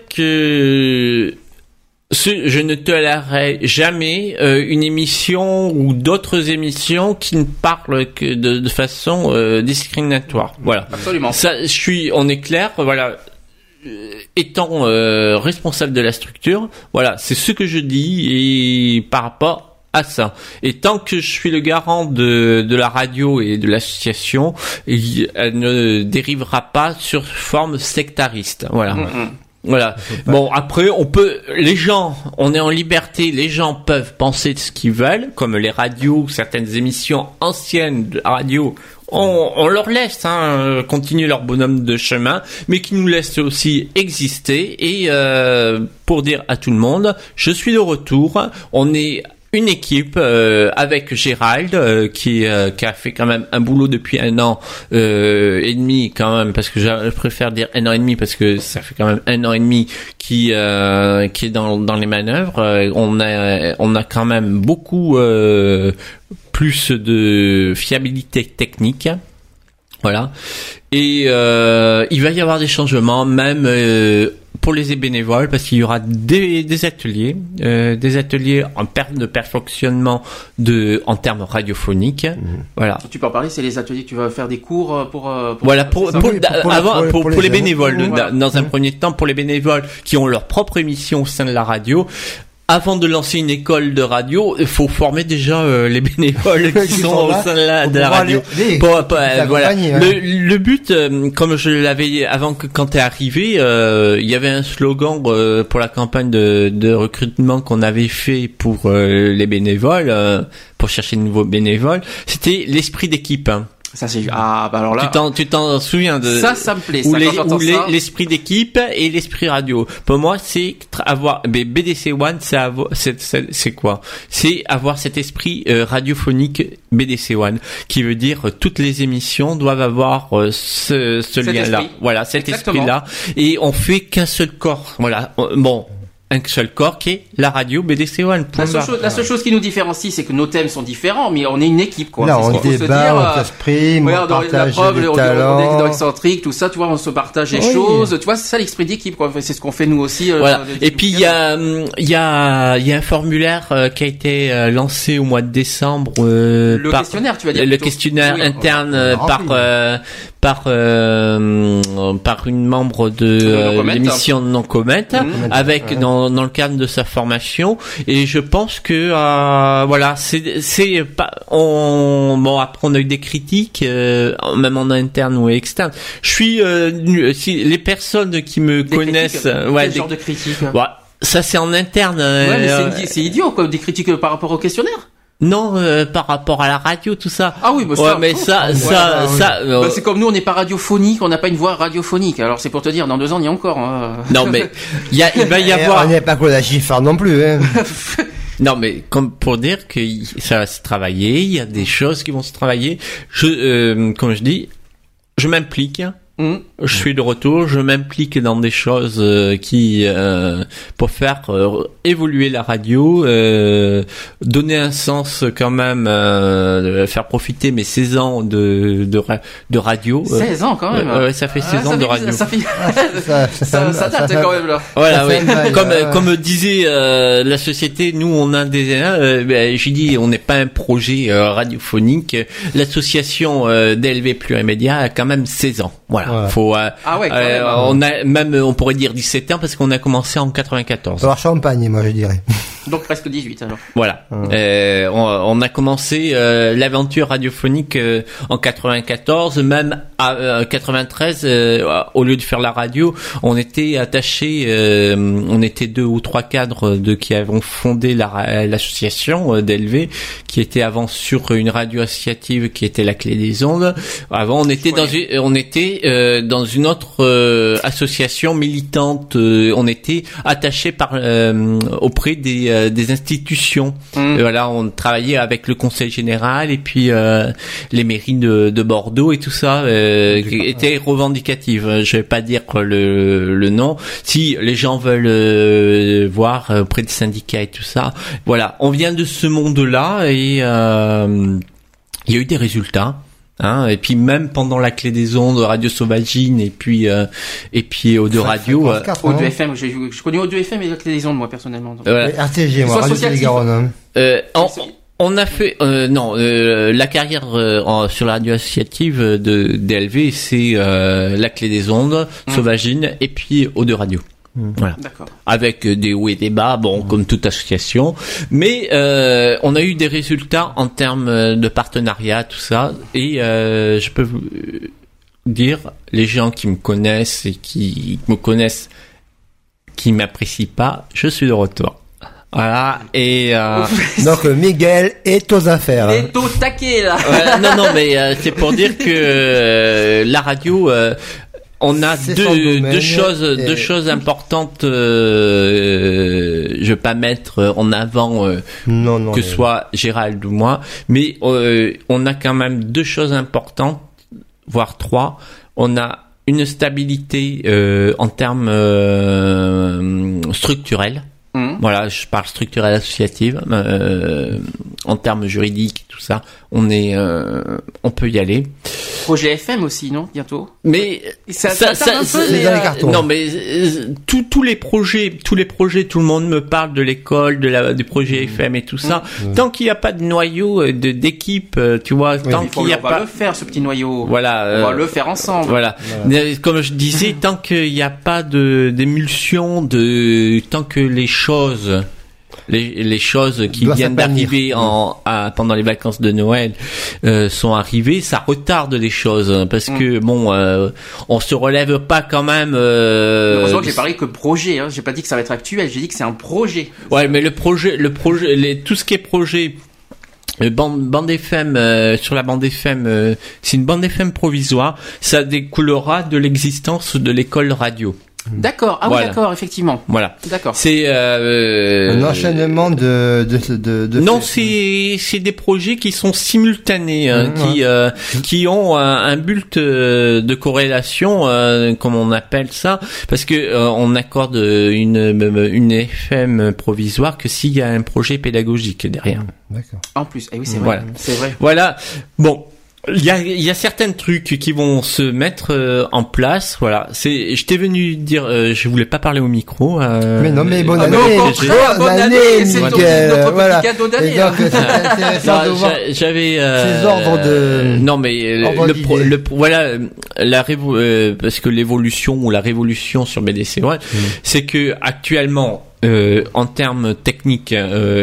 que ce, je ne tolérerai jamais euh, une émission ou d'autres émissions qui ne parlent que de, de façon euh, discriminatoire. Voilà. Absolument. Ça, je suis, on est clair. Voilà. Euh, Étant euh, responsable de la structure, voilà, c'est ce que je dis et par rapport à ça. Et tant que je suis le garant de, de la radio et de l'association, il- elle ne dérivera pas sur forme sectariste. Voilà. Mm, mm. Voilà. Bon, après, on peut, les gens, on est en liberté, les gens peuvent penser de ce qu'ils veulent, comme les radios, certaines émissions anciennes de la radio, on, on leur laisse hein, continuer leur bonhomme de chemin, mais qui nous laissent aussi exister. Et euh, pour dire à tout le monde, je suis de retour. On est une équipe euh, avec Gérald euh, qui euh, qui a fait quand même un boulot depuis un an euh, et demi quand même, parce que je préfère dire un an et demi parce que ça fait quand même un an et demi qui euh, qui est dans dans les manœuvres. Euh, on a on a quand même beaucoup euh, plus de fiabilité technique. Voilà. Et euh, il va y avoir des changements, même euh, pour les bénévoles parce qu'il y aura des, des ateliers, euh, des ateliers en perte de perfectionnement de en termes radiophoniques. Mmh. Voilà. Tu peux en parler, c'est les ateliers, tu vas faire des cours pour. pour voilà pour pour, pour, pour, pour, avant, pour, pour, pour les, les bénévoles. Mmh. Dans, dans un mmh. premier temps, pour les bénévoles qui ont leur propre émission au sein de la radio. Avant de lancer une école de radio, il faut former déjà euh, les bénévoles qui sont, sont au sein de la, de la radio. Les, pour, pour, euh, voilà. Hein. Le, le but, euh, comme je l'avais avant que quand t'es arrivé, euh, il y avait un slogan euh, pour la campagne de, de recrutement qu'on avait fait pour euh, les bénévoles, euh, pour chercher de nouveaux bénévoles. C'était l'esprit d'équipe. Hein. Ça c'est ah bah alors là tu t'en tu t'en souviens de ça ça me plaît ou ça, les, quand ou les, ça. l'esprit d'équipe et l'esprit radio. Pour moi c'est avoir B D C One c'est avoir c'est, c'est c'est quoi c'est avoir cet esprit euh, radiophonique B D C One qui veut dire euh, toutes les émissions doivent avoir euh, ce ce lien là voilà cet esprit là et on fait qu'un seul corps voilà bon un seul corps qui est la radio B D C One. La seule, chose, la seule chose qui nous différencie, c'est que nos thèmes sont différents, mais on est une équipe, quoi. Là, on débat, on s'exprime, on partage des talents. On est dans l'excentrique, tout ça, tu vois, on se partage des oui. choses. Tu vois, c'est ça l'esprit d'équipe, quoi. C'est ce qu'on fait nous aussi. Voilà. Euh, Et puis il y a, il y a, il y a un formulaire euh, qui a été euh, lancé au mois de décembre. Euh, le par, questionnaire, tu vas dire. Le questionnaire oui, interne euh, par. Euh, par euh, par une membre de euh, l'émission Non Comment mmh. avec ouais. dans dans le cadre de sa formation et je pense que euh, voilà c'est c'est pas on bon après on a eu des critiques euh, même en interne ou externe. Je suis euh, si les personnes qui me des connaissent critiques, ouais quel des, genre de critiques ouais, ça c'est en interne. Ouais, euh, mais c'est, c'est idiot quoi des critiques par rapport au questionnaire. Non, euh, par rapport à la radio, tout ça. Ah oui, bah ouais, mais ça, ça, ça, ouais, ça. Euh... Bah, c'est comme nous, on n'est pas radiophonique, on n'a pas une voix radiophonique. Alors c'est pour te dire, dans deux ans, il y a encore. Hein. Non, mais il y a, il va y avoir. On n'est pas que la chiffre non plus. Hein. Non, mais comme pour dire que ça va se travailler, il y a des choses qui vont se travailler. Je, euh, comme je dis, je m'implique. Mmh. Je suis de retour, je m'implique dans des choses euh, qui euh, pour faire euh, évoluer la radio, euh, donner un sens quand même, euh, faire profiter mes seize ans de de, de radio. seize ans quand même. Euh, ça fait seize ah, ans ça de fait, radio. Ça, fait... ça, ça, ça date quand même là. Voilà, oui. Comme euh... comme disait euh, la société, nous on a des euh, ben, j'ai dit on n'est pas un projet euh, radiophonique. L'association euh, D L V Plurimédia a quand même seize ans. Voilà. Ouais. Faut, euh, ah ouais, quand euh, même. On a même, on pourrait dire dix-sept ans parce qu'on a commencé en quatre-vingt-quatorze. Alors Champagne, moi je dirais. Donc presque dix-huit alors. Voilà. Ouais. Euh, on, on a commencé euh, l'aventure radiophonique euh, en quatre-vingt-quatorze, même à euh, quatre-vingt-treize. Euh, au lieu de faire la radio, on était attachés, euh, on était deux ou trois cadres de qui avons fondé la, l'association euh, D L V, qui était avant sur une radio associative qui était la Clé des Ondes. Avant, on était dans une, on était euh, dans une autre euh, association militante. Euh, on était attaché par euh, auprès des euh, des institutions. Mmh. Et voilà, on travaillait avec le Conseil général et puis euh, les mairies de, de Bordeaux et tout ça euh, qui étaient revendicatives. Je vais pas dire le le nom. Si les gens veulent euh, voir auprès des syndicats et tout ça, voilà, on vient de ce monde-là et euh, il y a eu des résultats. Hein, et puis même pendant la Clé des Ondes, Radio Sauvagine et puis euh, et puis O deux Radio, euh, O deux F M, j'ai, je connais O deux F M et la Clé des Ondes moi personnellement. Donc. Euh, R T G, moi, Radio Télé-Garonne. Euh, on, on a fait euh, non euh, la carrière euh, en, sur la radio associative de D L V, c'est euh, la Clé des Ondes, mmh. Sauvagine et puis O deux Radio. Voilà. D'accord. Avec des hauts et des bas, bon, comme toute association. Mais euh, on a eu des résultats en termes de partenariat, tout ça. Et euh, je peux vous dire, les gens qui me connaissent et qui me connaissent, qui m'apprécient pas, je suis de retour. Voilà. Et euh... donc Miguel est aux affaires. Il est au taquet là. Ouais, non, non, mais euh, c'est pour dire que euh, la radio. Euh, On a deux, deux choses, et... deux choses importantes. Euh, je vais pas mettre en avant euh, non, non, que mais... soit Gérald ou moi, mais euh, on a quand même deux choses importantes, voire trois. On a une stabilité euh, en termes euh, structurels. Mmh. Voilà, je parle structurelle associative. Euh, en termes juridiques, tout ça, on est, euh, on peut y aller. projet F M aussi, non, bientôt. Mais ça, ça, ça, tarde ça un peu, c'est- mais, dans les euh, cartons. non, mais euh, tous tous les projets, tous les projets, tout le monde me parle de l'école, de la, du projet F M et tout ça. Tant qu'il n'y a pas de noyau euh, de d'équipe, euh, tu vois, tant il faut- qu'il n'y a on va pas, le faire, ce petit noyau. voilà, On va euh, le faire ensemble. Voilà. Euh, Comme je disais, tant qu'il n'y a pas de d'émulsion, de tant que les choses, les, les choses qui Doit viennent s'aplanir. d'arriver en à, pendant les vacances de Noël euh, sont arrivées, ça retarde les choses parce que bon, euh, on se relève pas quand même. Euh, Heureusement que j'ai parlé que projet, hein. J'ai pas dit que ça va être actuel, j'ai dit que c'est un projet. Ouais, mais le projet, le projet, les, tout ce qui est projet. Euh, bande, bande F M euh, sur la bande F M, euh, c'est une bande F M provisoire. Ça découlera de l'existence de l'école radio. D'accord. Ah Voilà. oui, d'accord, effectivement. Voilà. D'accord. C'est euh, Un enchaînement de, de, de, de non, c'est c'est des projets qui sont simultanés, hein, Mmh, qui ouais. euh, qui ont un, un but euh, de corrélation, euh, comme on appelle ça, parce que euh, on accorde une une F M provisoire que s'il y a un projet pédagogique derrière. D'accord. En plus, eh oui, c'est vrai. Voilà. C'est vrai. Voilà. Bon. Il y a, il y a certains trucs qui vont se mettre euh, en place. Voilà. C'est, je t'ai venu dire, euh, je voulais pas parler au micro. Euh, Mais non, mais bonne ah, année, mais au bonne contraire, bonne année, c'est ton- Miguel, notre petit voilà. cadeau d'année, Et donc, hein. c'est intéressant de Non, voir. j'a- j'avais euh, ces ordres de- non mais euh, ordres le, pro, d'idées. le pro- voilà la révo, euh, parce que l'évolution ou la révolution sur B D C One, c'est que actuellement euh, en termes techniques euh,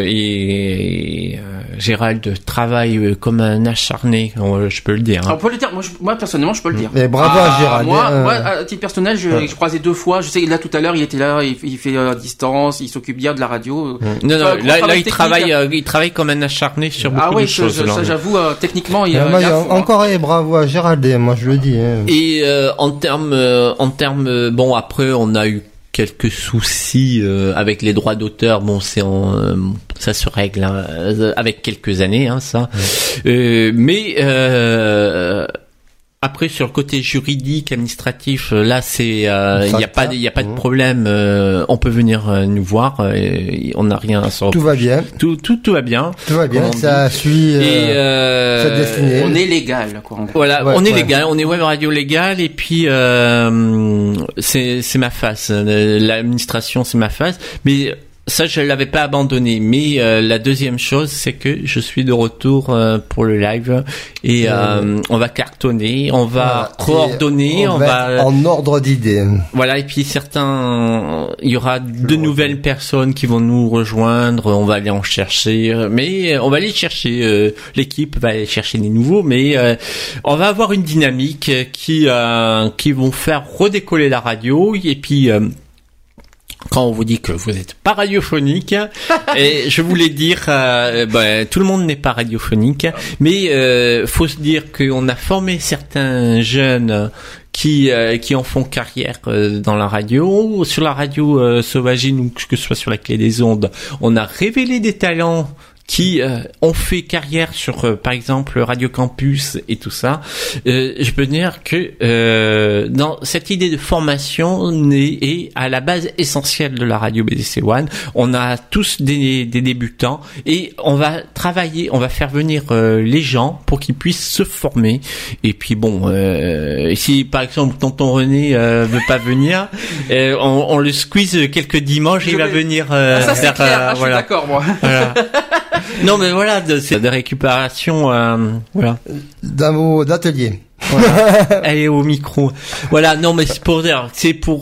et, et euh, Gérald travaille euh, comme un acharné, euh, je peux le dire. hein. On peut le dire. Moi, je- moi, personnellement, je peux le dire. Mais bravo à Gérald, Moi, hein. moi, à titre personnel, je, Ouais. je croisais deux fois. Je sais que là, tout à l'heure, il était là, il, il fait euh, à distance, il s'occupe bien de la radio. Non, non, Enfin, là, gros là, travail il technique. travaille, euh, il travaille comme un acharné sur beaucoup Ah oui, de je- choses. je- là. ça, j'avoue, euh, techniquement, il, Euh, euh, moi, il est à j'ai- fond, hein. encore et bravo à Gérald, moi je le dis. Hein. Et euh, en termes, euh, en termes, euh, bon après on a eu quelques soucis euh, avec les droits d'auteur. Bon, c'est en, euh, ça se règle hein, euh, avec quelques années, hein, ça. Euh, mais euh, après sur le côté juridique, administratif, euh, là c'est, euh, il n'y a pas, il y a pas de problème. euh, on peut venir euh, nous voir. euh, et on n'a rien à s'en Tout va bien. Tout, tout, tout va bien. Tout va bien, comme on ça dit. suit euh, Et euh, sa destinée. On est légal, quoi. en gros. Voilà, Ouais, on est ouais. légal, on est web radio légal et puis euh, c'est c'est ma face. Euh, L'administration c'est ma face, mais ça je l'avais pas abandonné. Mais euh, la deuxième chose c'est que je suis de retour euh, pour le live et euh, on va cartonner, on va Voilà. coordonner, Et on, on va, va être en ordre d'idées. voilà, et puis certains, il y aura de nouvelles personnes qui vont nous rejoindre, on va aller en chercher, mais on va aller chercher, euh, l'équipe va aller chercher des nouveaux, mais euh, on va avoir une dynamique qui euh, qui vont faire redécoller la radio, et puis euh, quand on vous dit que vous n'êtes pas radiophonique, et je voulais dire, euh, ben, tout le monde n'est pas radiophonique, mais euh, faut se dire qu'on a formé certains jeunes qui euh, qui en font carrière euh, dans la radio, sur la radio euh, Sauvagine ou que ce soit sur la Clé des Ondes, on a révélé des talents qui euh, ont fait carrière sur, euh, par exemple, Radio Campus et tout ça. Euh, je peux dire que euh, dans cette idée de formation est, est à la base essentielle de la radio B D C One. On a tous des, des débutants et on va travailler, on va faire venir euh, les gens pour qu'ils puissent se former. Et puis bon, euh, si par exemple tonton René euh, veut pas venir, euh, on, on le squeeze quelques dimanches, Je il va vais- venir. Euh, Ah, ça c'est faire, clair. euh, Ah, je suis voilà. d'accord, moi. Voilà. Non mais voilà, de, c'est de récupération, euh, voilà. Dans vos ateliers. Elle est au micro. Voilà, non mais c'est pour dire, c'est pour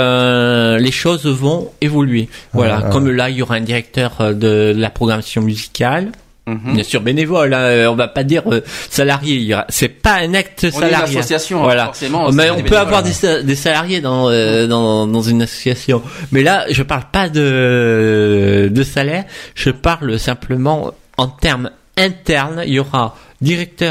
euh, les choses vont évoluer. Voilà, Ah, comme là il y aura un directeur euh, de la programmation musicale. Mhm. Bien sûr bénévole, hein, euh, on va pas dire euh, salarié. il y aura- C'est pas un acte On est une salarié. association, Voilà. forcément. Mais c'est on des peut bénévoles. avoir des, sa- des salariés dans, euh, dans dans une association. Mais là, je parle pas de de salaire. Je parle simplement en termes internes. Il y aura directeur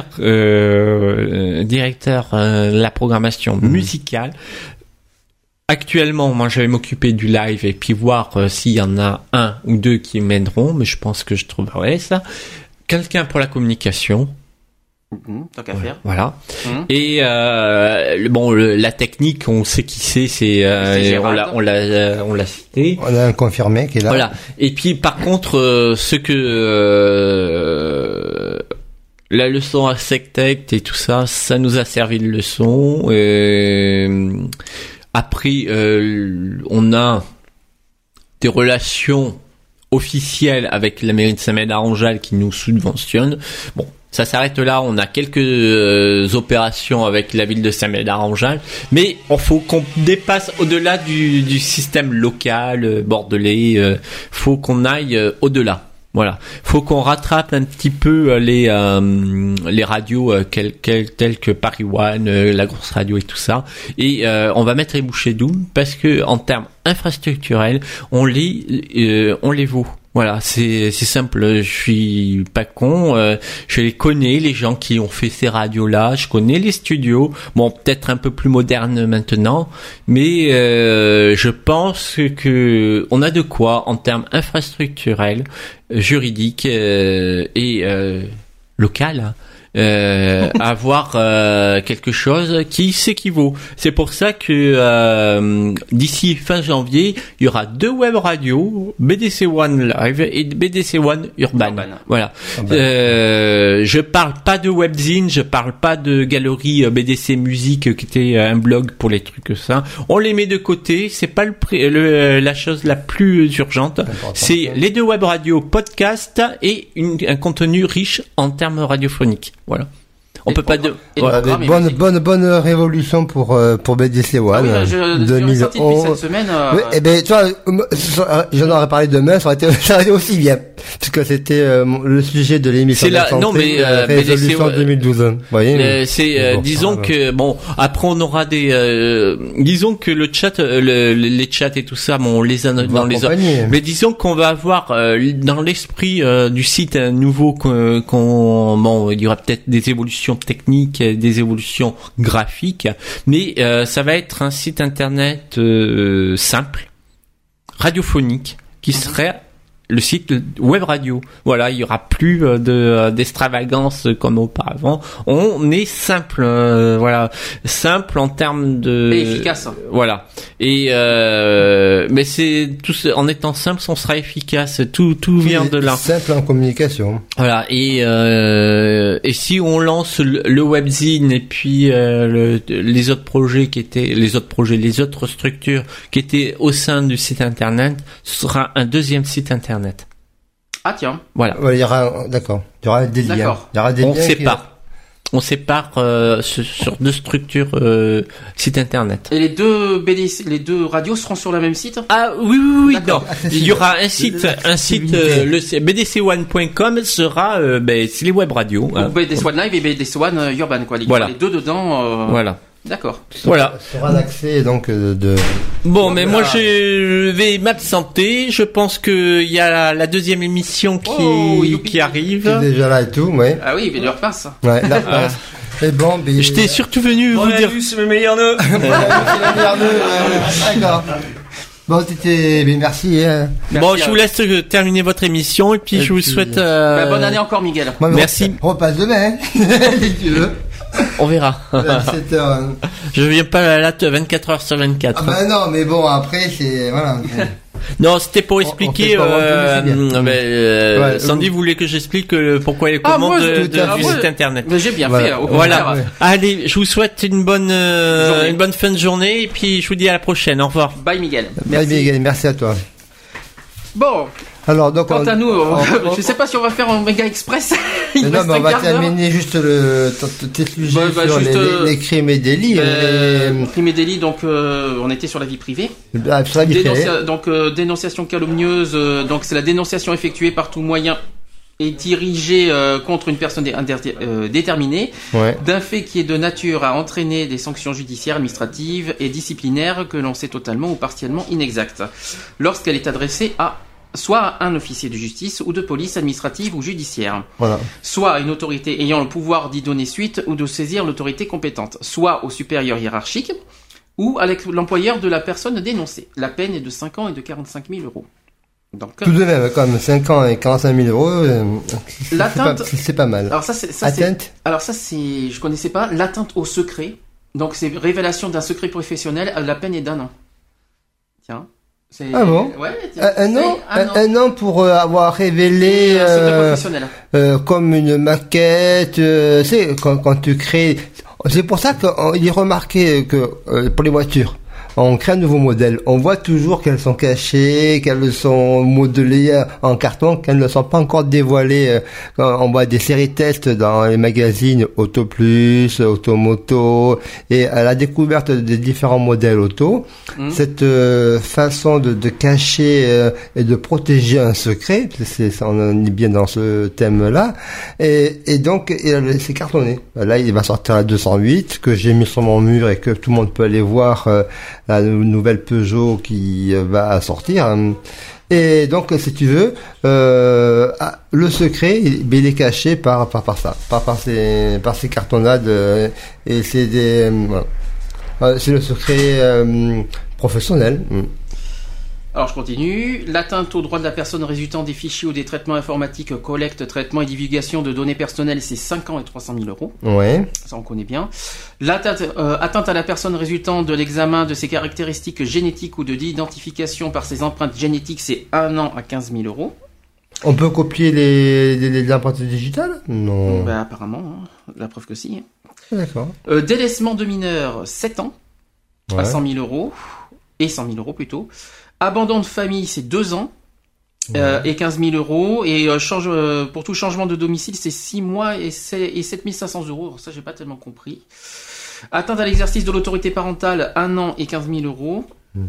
euh, directeur euh, de la programmation musicale. Actuellement, moi, je vais m'occuper du live et puis voir euh, s'il y en a un ou deux qui m'aideront, mais je pense que je trouverai ça. Quelqu'un pour la communication. Mhm, tant qu'à faire. Voilà. Mhm. Et euh, le- bon, le- la technique, on sait qui c'est. C'est euh, C'est on Gérald. l'a, on l'a, euh, on l'a cité. On a un confirmé qui est là. Voilà. Et puis, par contre, euh, ce que euh, la leçon à Sectect et tout ça, ça nous a servi de leçon. Et après, euh, on a des relations officielles avec la mairie de Saint-Médard-en-Jalles qui nous subventionne. Bon, ça s'arrête là. On a quelques euh, opérations avec la ville de Saint-Médard-en-Jalles, mais il faut qu'on dépasse au-delà du, du système local euh, bordelais. Euh, faut qu'on aille euh, au-delà. Voilà, faut qu'on rattrape un petit peu les euh, les radios euh, quel, quel, telles que Paris One, euh, la grosse radio et tout ça, et euh, on va mettre les bouchées doubles parce que en termes infrastructurels, on les euh, on les vaut. Voilà, c'est c'est simple. Je suis pas con. Euh, je les connais, les gens qui ont fait ces radios-là. Je connais les studios. Bon, peut-être un peu plus modernes maintenant, mais euh, je pense que on a de quoi en termes infrastructurels, juridiques euh, et euh, local. Euh, avoir euh, quelque chose qui s'équivaut. C'est pour ça que euh, d'ici fin janvier, il y aura deux web radios, B D C One Live et B D C One Urban. Urban. Voilà. Ah ben. euh, je parle pas de webzine, je parle pas de galerie B D C Musique qui était un blog pour les trucs ça. On les met de côté. C'est pas le, pré- le la chose la plus urgente. C'est les deux web radios, podcast et une, un contenu riche en termes radiophoniques. Voilà. On et peut pas de voilà, bonne bonne bonne révolution pour euh, pour B D C One. Ah oui, je, deux mille onze. Cette semaine. Euh... Oui, et ben tu vois, j'en aurais parlé demain, ça aurait été, ça aurait été aussi bien, parce que c'était euh, le sujet de l'émission. C'est la non mais euh, résolution B D C, deux mille douze. Vous voyez. Euh, c'est euh, bon, disons ça, que bon après on aura des euh, disons que le chat euh, le, les chats et tout ça bon on les a on dans les mais disons qu'on va avoir euh, dans l'esprit euh, du site un nouveau qu'on, qu'on bon il y aura peut-être des évolutions techniques, des évolutions graphiques, mais euh, ça va être un site internet euh, simple, radiophonique, qui serait le site web radio. Voilà, il y aura plus de d'extravagance comme auparavant. On est simple, euh, voilà, simple en termes de et efficace. Voilà. Et euh, mais c'est tout en étant simple, on sera efficace. Tout tout vient de là. Simple en communication. Voilà. Et euh, et si on lance le, le webzine et puis euh, le, les autres projets qui étaient les autres projets, les autres structures qui étaient au sein du site internet, ce sera un deuxième site internet. Ah tiens. Voilà. Ouais, il y aura, d'accord. Il y aura des liens. D'accord. Il y aura des on liens. Sépare. Qui... On sépare euh, sur, sur deux structures euh, site internet. Et les deux B D C, les deux radios seront sur le même site ? Ah oui oui oui. Non. Il y aura un site, un site euh, le b d c one point com sera euh, ben c'est les web radios. Hein. B D C One Live et B D C One Urban quoi. Les, voilà. les deux dedans. Euh... Voilà. D'accord. Voilà. Sera l'accès donc de. Bon, mais moi je vais m'absenter. Je pense que il y a la, la deuxième émission qui oh, qui arrive. Qui est déjà là et tout, ouais. Ah oui, mais l'heure passe. Ouais, l'heure passe. Et bon, mais... J'étais surtout venu bon, vous dire. C'est le meilleur nœud. C'est le meilleur nœud. D'accord. Bon, c'était bien, merci. Hein. Merci. Bon, je vous laisse terminer votre émission et puis et je vous puis... souhaite. Euh... Bah, bonne année encore, Miguel. Moi, merci. On repasse demain, si tu veux. On verra. vingt-sept heures. Je viens pas là vingt-quatre heures sur vingt-quatre. Ah bah non, mais bon, après, c'est... Voilà. Non, c'était pour expliquer. On, on euh, euh, mais, euh, ouais, Sandy euh, voulait que j'explique euh, pourquoi les commandes ah, moi, de, de, du site internet. Mais j'ai bien voilà. fait. Au voilà. Ouais. Allez, je vous souhaite une bonne, euh, une bonne fin de journée et puis je vous dis à la prochaine. Au revoir. Bye Miguel. Merci. Bye Miguel. Merci à toi. Bon. Alors, donc, quant on, à nous, on, on, je sais pas si on va faire un méga express. Il non, mais on va terminer juste le, tes sujets bah, bah, sur juste, les, les, les crimes et délits. Euh, les... Crimes et délits, donc, euh, on était sur la vie privée. Ah, sur la vie Dénoncia... privée. Donc, euh, dénonciation calomnieuse, euh, donc c'est la dénonciation effectuée par tout moyen et dirigée euh, contre une personne dé- euh, déterminée ouais. d'un fait qui est de nature à entraîner des sanctions judiciaires, administratives et disciplinaires que l'on sait totalement ou partiellement inexactes, lorsqu'elle est adressée à soit un officier de justice ou de police administrative ou judiciaire, voilà. soit une autorité ayant le pouvoir d'y donner suite ou de saisir l'autorité compétente, soit au supérieur hiérarchique ou à l'employeur de la personne dénoncée. La peine est de cinq ans et de quarante-cinq mille euros. Donc, tout de même, quand même, cinq ans et quarante-cinq mille euros, euh, l'atteinte, c'est, pas, c'est pas mal. Alors ça, c'est, ça, atteinte. C'est, alors ça, c'est, je connaissais pas, l'atteinte au secret. Donc c'est révélation d'un secret professionnel, la peine est d'un an. Tiens. C'est... Ah bon Ouais, un, un, an, un, un, un an pour euh, avoir révélé euh, euh, comme une maquette. Euh, c'est quand, quand tu crées. C'est pour ça qu'il est remarqué que euh, pour les voitures, on crée un nouveau modèle. On voit toujours qu'elles sont cachées, qu'elles sont modelées en carton, qu'elles ne sont pas encore dévoilées. Quand on voit des séries tests dans les magazines Auto Plus, Automoto, et à la découverte des différents modèles auto, mmh. cette euh, façon de, de cacher euh, et de protéger un secret, c'est, on est bien dans ce thème-là, et, et donc et, c'est cartonné. Là, il va sortir la deux cent huit que j'ai mis sur mon mur et que tout le monde peut aller voir. Euh, la nouvelle Peugeot qui va sortir. Et donc, si tu veux, euh, le secret, il, il est caché par, par, par ça, par, par ces, par ces cartonnades, et c'est des, voilà. C'est le secret euh, professionnel. Alors je continue. L'atteinte aux droits de la personne résultant des fichiers ou des traitements informatiques, collecte, traitement et divulgation de données personnelles, c'est cinq ans et trois cent mille euros. Ouais. Ça on connaît bien. L'atteinte euh, atteinte à la personne résultant de l'examen de ses caractéristiques génétiques ou de d'identification par ses empreintes génétiques, c'est un an à quinze mille euros. On peut copier les, les, les empreintes digitales ? Non. Ben, apparemment, hein. La preuve que si. D'accord. Euh, délaissement de mineurs, sept ans ouais. à cent mille euros. Et cent mille euros plutôt. Abandon de famille, c'est deux ans ouais. euh, et quinze mille euros. Et euh, change, euh, pour tout changement de domicile, c'est six mois et, et sept mille cinq cents euros. Alors ça, j'ai pas tellement compris. Atteinte à l'exercice de l'autorité parentale, un an et quinze mille euros. Mmh.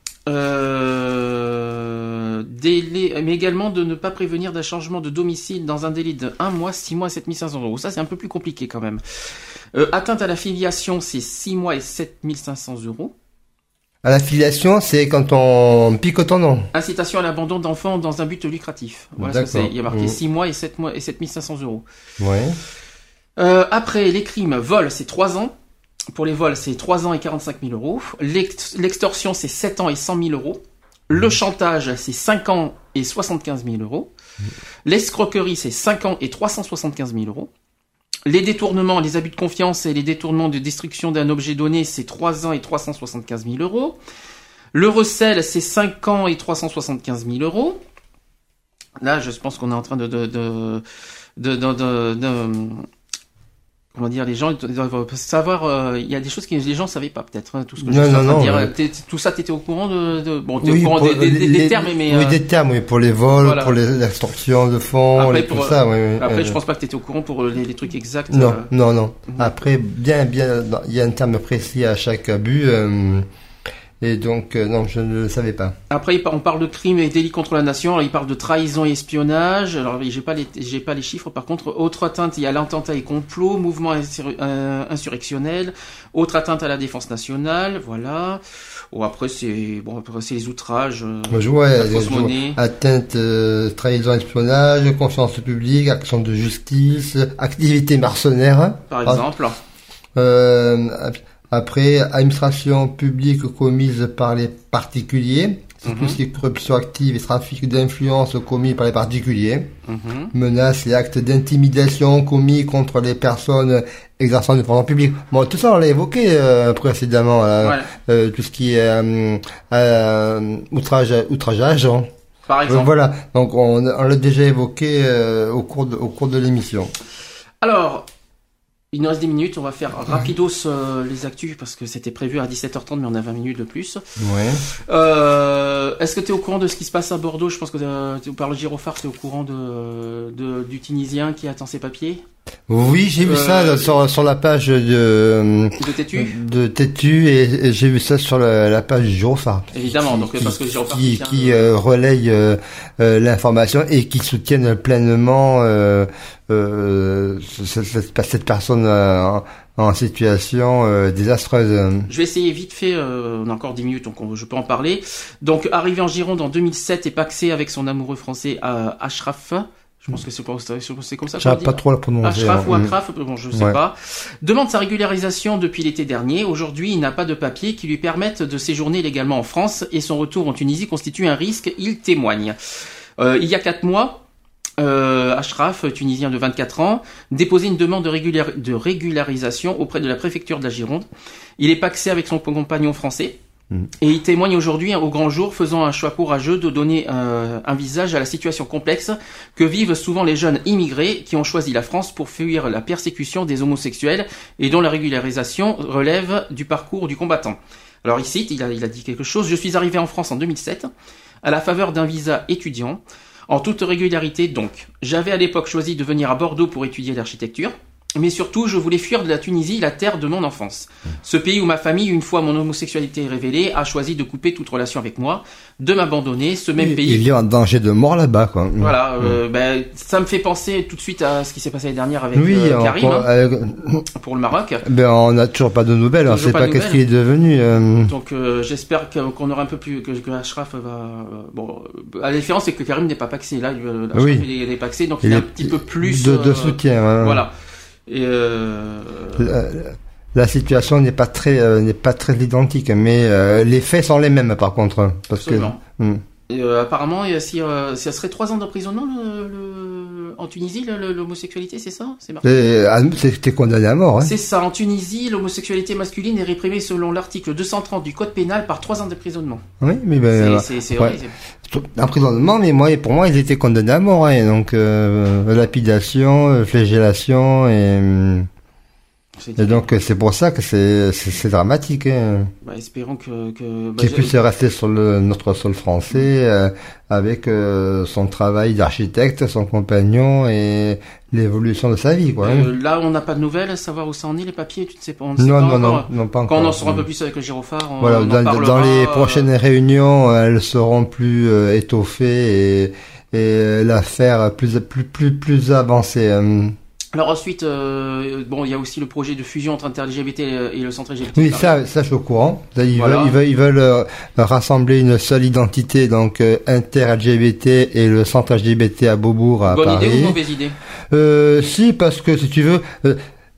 Euh, délai, mais également de ne pas prévenir d'un changement de domicile dans un délai de un mois, six mois et sept mille cinq cents euros. Ça, c'est un peu plus compliqué quand même. Euh, atteinte à la filiation, c'est six mois et sept mille cinq cents euros. À la filiation, c'est quand on pique ton nom. Incitation à l'abandon d'enfants dans un but lucratif. Voilà ce que c'est. Il y a marqué mmh. six mois et sept mois et sept mille cinq cents euros. Ouais. Euh, après, les crimes, vol, c'est trois ans. Pour les vols, c'est trois ans et quarante-cinq mille euros. L'ex- l'extorsion, c'est sept ans et cent mille euros. Le chantage, c'est cinq ans et soixante-quinze mille euros. Mmh. L'escroquerie, c'est cinq ans et trois cent soixante-quinze mille euros. Les détournements, les abus de confiance et les détournements de destruction d'un objet donné, c'est trois ans et trois cent soixante-quinze mille euros. Le recel, c'est cinq ans et trois cent soixante-quinze mille euros. Là, je pense qu'on est en train de, de, de, de, de, de, de comment dire, les gens doivent savoir, euh, il y a des choses que les gens savaient pas, peut-être, hein, tout ce que non, je suis en train non, de dire. Ouais. Tout ça, t'étais au courant de, de bon, t'es oui, au courant pour, des, des, les, des termes, mais, oui, euh, des termes, oui, pour les vols, voilà. pour les extorsions de fonds, après, les, pour, tout ça, oui, oui. Après, euh, je pense pas que t'étais au courant pour les, les trucs exacts. Non, euh, non, non. Après, bien, bien, il y a un terme précis à chaque abus, euh, et donc, euh, non, je ne le savais pas. Après, on parle de crimes et délits contre la nation. Alors, il parle de trahison et espionnage. Alors, j'ai pas les, j'ai pas les chiffres. Par contre, autre atteinte, il y a l'attentat et complot, mouvement insur- euh, insurrectionnel, autre atteinte à la défense nationale. Voilà. Bon, après, c'est, bon, après, c'est les outrages. Euh, Moi, je vois, la fausse monnaie. atteinte, euh, trahison, espionnage, confiance publique, action de justice, activité mercenaire. Par exemple. Euh, Après, administration publique commise par les particuliers, c'est mm-hmm. tout ce qui est corruption active et trafic d'influence commis par les particuliers, mm-hmm. menaces et actes d'intimidation commis contre les personnes exerçant des fonctions publiques. Bon, tout ça on l'a évoqué euh, précédemment, euh, ouais. euh, tout ce qui est euh, euh, outrage, outrage à agent. Par exemple. Euh, voilà, donc on, on l'a déjà évoqué euh, au cours de, au cours de l'émission. Alors. Il nous reste dix minutes, on va faire rapidos euh, les actus parce que c'était prévu à dix-sept heures trente mais on a vingt minutes de plus. Ouais. Euh, est-ce que tu es au courant de ce qui se passe à Bordeaux ? Je pense que euh, par le Gyrophare, tu es au courant de, de, du Tunisien qui attend ses papiers ? Oui, j'ai vu euh, ça sur, sur la page de de Tétu, de Tétu et, et j'ai vu ça sur la, la page du Gyrophare. Évidemment, qui, donc qui, parce que le Gyrophare qui, qui, qui euh, relaye euh, euh, l'information et qui soutiennent pleinement euh, euh, cette, cette, cette personne euh, en, en situation euh, désastreuse. Je vais essayer vite fait, euh, on a encore dix minutes donc on, je peux en parler. Donc arrivé en Gironde en deux mille sept et paxé avec son amoureux français euh, Ashraf. Je pense que c'est, pas, c'est comme ça. Je pas trop la prononcer. Ashraf ou Akraf, bon, je sais ouais. pas. Demande sa régularisation depuis l'été dernier. Aujourd'hui, il n'a pas de papiers qui lui permettent de séjourner légalement en France et son retour en Tunisie constitue un risque. Il témoigne. Euh, il y a quatre mois, euh, Ashraf, tunisien de vingt-quatre ans, déposait une demande de, régular... de régularisation auprès de la préfecture de la Gironde. Il est paxé avec son compagnon français. Et il témoigne aujourd'hui au grand jour, faisant un choix courageux de donner euh, un visage à la situation complexe que vivent souvent les jeunes immigrés qui ont choisi la France pour fuir la persécution des homosexuels et dont la régularisation relève du parcours du combattant. Alors il cite, il a, il a dit quelque chose, « Je suis arrivé en France en deux mille sept, à la faveur d'un visa étudiant, en toute régularité donc. J'avais à l'époque choisi de venir à Bordeaux pour étudier l'architecture. Mais surtout, je voulais fuir de la Tunisie, la terre de mon enfance. Ce pays où ma famille, une fois mon homosexualité révélée, a choisi de couper toute relation avec moi, de m'abandonner. Ce même il, pays... Il est en danger de mort là-bas, quoi. Voilà, euh, ben, ça me fait penser tout de suite à ce qui s'est passé l'année dernière avec oui, euh, Karim, encore, hein, euh, pour le Maroc. Ben, on n'a toujours pas de nouvelles, on ne sait pas, pas qu'est-ce qu'il est devenu. Euh... Donc euh, j'espère que, qu'on aura un peu plus... que, que Ashraf va... Euh, bon, la différence, c'est que Karim n'est pas paxé. Là, euh, Ashraf, oui. il, est, il est paxé, donc il, il a un petit peu plus... De, de euh, soutien, hein. Voilà. Et euh... la, la situation n'est pas très euh, n'est pas très identique, mais euh, les faits sont les mêmes par contre. Parce Absolument. que hmm. et, euh, apparemment, si euh, ça serait trois ans d'emprisonnement le, le, en Tunisie, le, le, l'homosexualité, c'est ça, c'est marqué. C'était condamné à mort. Hein. C'est ça. En Tunisie, l'homosexualité masculine est réprimée selon l'article deux cent trente du Code pénal par trois ans d'emprisonnement. Oui, mais ben, c'est, c'est, c'est ouais. Emprisonnement, mais moi, pour moi, ils étaient condamnés à mort, hein, donc euh, lapidation, flagellation, et, et donc c'est pour ça que c'est c'est, c'est dramatique. Hein. Bah, espérons que que bah, qu'il puisse rester sur le, notre sol français euh, avec euh, son travail d'architecte, son compagnon et l'évolution de sa vie, quoi. Euh, hein. Là, on n'a pas de nouvelles, savoir où ça en est, les papiers, tu ne sais pas. On ne non, sait pas non, encore. non, non, pas encore. Quand on en saura un peu plus avec le gyrophare, on, voilà, on dans, en parlera. Dans les prochaines euh... réunions, elles seront plus euh, étoffées et, et l'affaire plus plus plus plus avancée. Euh. Alors ensuite, euh, bon, il y a aussi le projet de fusion entre Inter-L G B T et le centre L G B T. Oui, ça, ça, je suis au courant. Ils voilà. veulent, ils veulent, ils veulent euh, rassembler une seule identité, donc euh, Inter-L G B T et le centre L G B T à Beaubourg, à Bonne Paris. Bonne idée ou mauvaise idée? Euh, si, parce que si tu veux, euh,